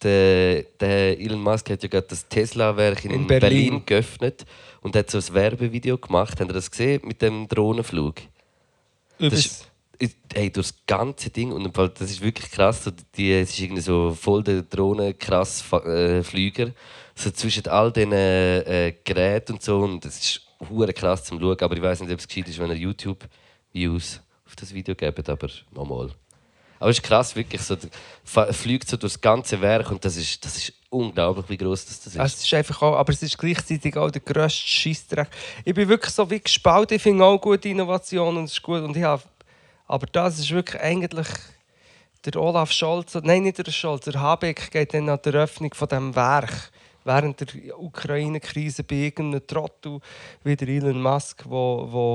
der Elon Musk hat ja gerade das Tesla-Werk in Berlin geöffnet und hat so ein Werbevideo gemacht. Habt ihr das gesehen mit dem Drohnenflug? Das ist, hey, durch das ganze Ding und im Fall, das ist wirklich krass. So, es ist irgendwie so voll der Drohnen-krass-Flüger. So zwischen all diesen Geräten und so. Und das ist hure krass zum Schauen. Aber ich weiß nicht, ob es gescheit ist, wenn ihr YouTube-Views auf das Video gebt. Aber mal. Aber es ist krass, wirklich. So, fliegt so durch das ganze Werk und das ist unglaublich, wie gross das ist. Es ist einfach auch, aber es ist gleichzeitig auch der grösste Scheissdreck. Ich bin wirklich so wie gespalten. Ich finde auch gute Innovationen und es ist gut. Und ich habe, aber das ist wirklich eigentlich der Olaf Scholz, nein, nicht der Scholz, der Habeck geht dann an die Eröffnung von diesem Werk während der Ukraine-Krise bei irgendeinem Trottel wie der Elon Musk, wo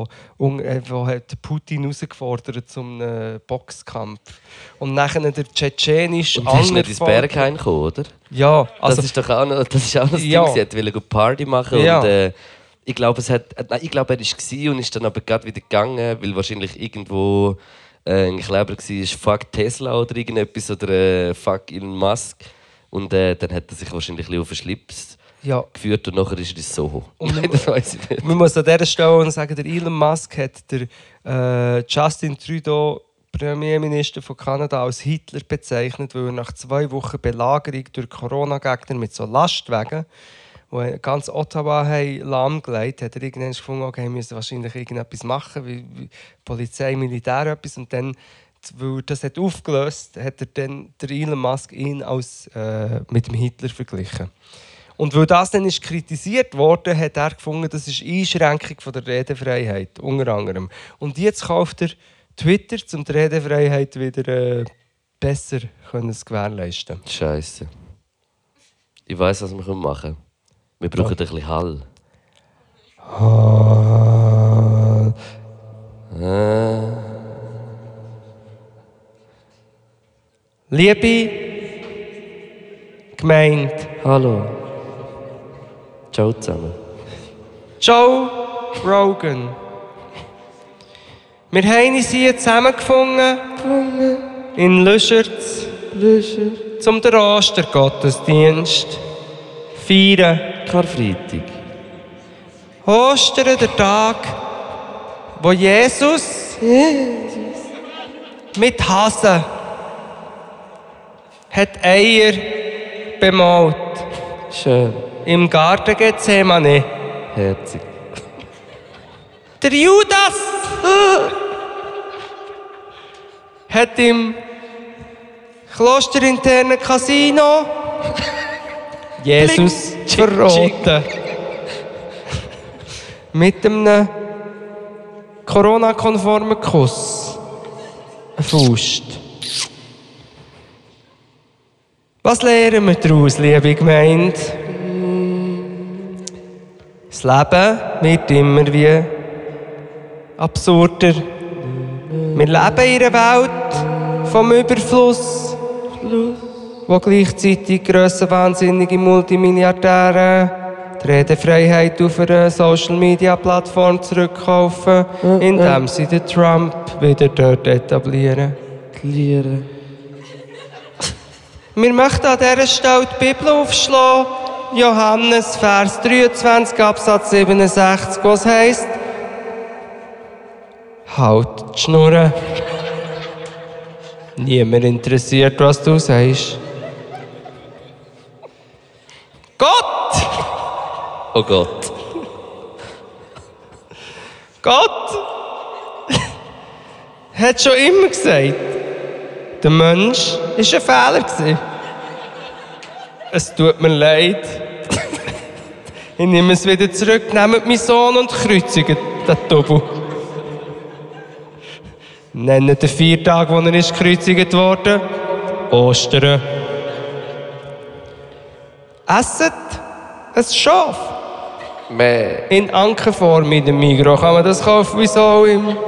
hat Putin herausgefordert zum Boxkampf. Und nachher der tschetschenische und ist nicht ins Berghain gekommen, oder? Ja, also... Das ist doch auch noch, das ist auch noch das Ja. Ding. Sie wollte Party machen Ja. und ich glaube, er war und ist dann aber gerade wieder gegangen, weil wahrscheinlich irgendwo ein Kleber war, «Fuck Tesla» oder irgendetwas oder «Fuck Elon Musk». Und dann hat er sich wahrscheinlich ein bisschen auf den Schlips ja. geführt und nachher ist er ins Soho. Und Nein, das weiss ich nicht. Man muss an dieser Stelle sagen, der Elon Musk hat der Justin Trudeau, Premierminister von Kanada, als Hitler bezeichnet, weil er nach 2 Wochen Belagerung durch Corona-Gegner mit so Lastwagen, die ganz Ottawa lahmgelegt haben, hat er irgendwann gefunden, okay, wir müssen wahrscheinlich irgendetwas machen, wie Polizei, Militär etwas. Und dann, weil das hat aufgelöst, hat er dann der Elon Musk ihn als, mit dem Hitler verglichen. Und weil das dann ist kritisiert wurde, hat er gefunden, das ist Einschränkung von der Redefreiheit, unter anderem. Und jetzt kauft er Twitter, um die Redefreiheit wieder besser zu gewährleisten. Scheiße. Ich weiss, was wir machen können. Wir brauchen ein bisschen Hall. Liebe Gemeinde, Hallo. Ciao zusammen. Joe Rogan. Wir haben uns hier zusammengefunden in Lüschertz zum den Ostergottesdienst feiern. Karfreitag. Ostern, der Tag, wo Jesus mit Hasen hat Eier bemalt Schön. im Garten Gethsemane. Herzig. Der Judas hat im klosterinternen Casino Jesus verraten. Mit einem Corona-konformen Kuss. Eine Faust. Was lernen wir daraus, liebe Gemeinde? Das Leben wird immer wie absurder. Wir leben in einer Welt vom Überfluss die gleichzeitig grössenwahnsinnige Multimilliardäre die Redefreiheit auf einer Social-Media-Plattform zurückkaufen, indem sie den Trump wieder dort etablieren. Wir möchten an dieser Stelle die Bibel aufschlagen, Johannes, Vers 23, Absatz 67, was heisst: Halt die Schnurren. Niemand interessiert, was du sagst. Gott! Oh Gott. Gott hat schon immer gesagt, der Mensch war ein Fehler. Es tut mir leid. Ich nehme es wieder zurück, nehmt meinen Sohn und kreuzigt den Tobu. Nennt den 4 Tage, wo er ist gekreuzigt wurde, Ostern. Esset ein Schaf. In Ankerform in dem Migros kann man das kaufen, wieso auch immer.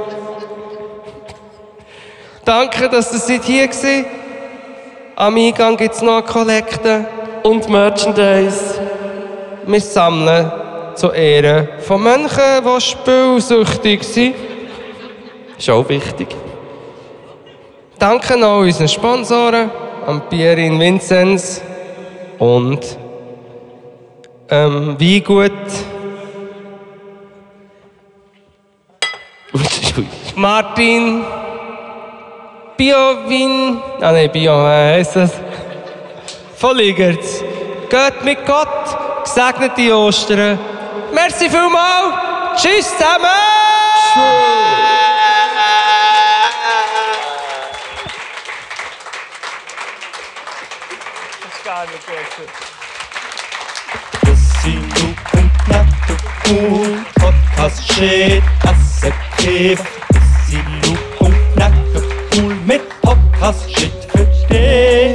Danke, dass ihr seid hier gewesen. Am Eingang gibt es noch eine Kollekte. Und Merchandise. Wir sammeln zu Ehren von Mönchen, die spielsüchtig sind. Ist auch wichtig. Danke noch unseren Sponsoren, an Pierin Vinzenz und Weingut Martin Bio-Wein. Ah nein, Bio, heisst das? Von Ligertz. Geht mit Gott, gesegnete Ostern. Merci vielmals. Tschüss zusammen. Das ist gar nicht besser. Das sind Lu.Knack, Podcast shit, Asse Käfer. Das sind Lu.Knack, mit Podcast shit für dich.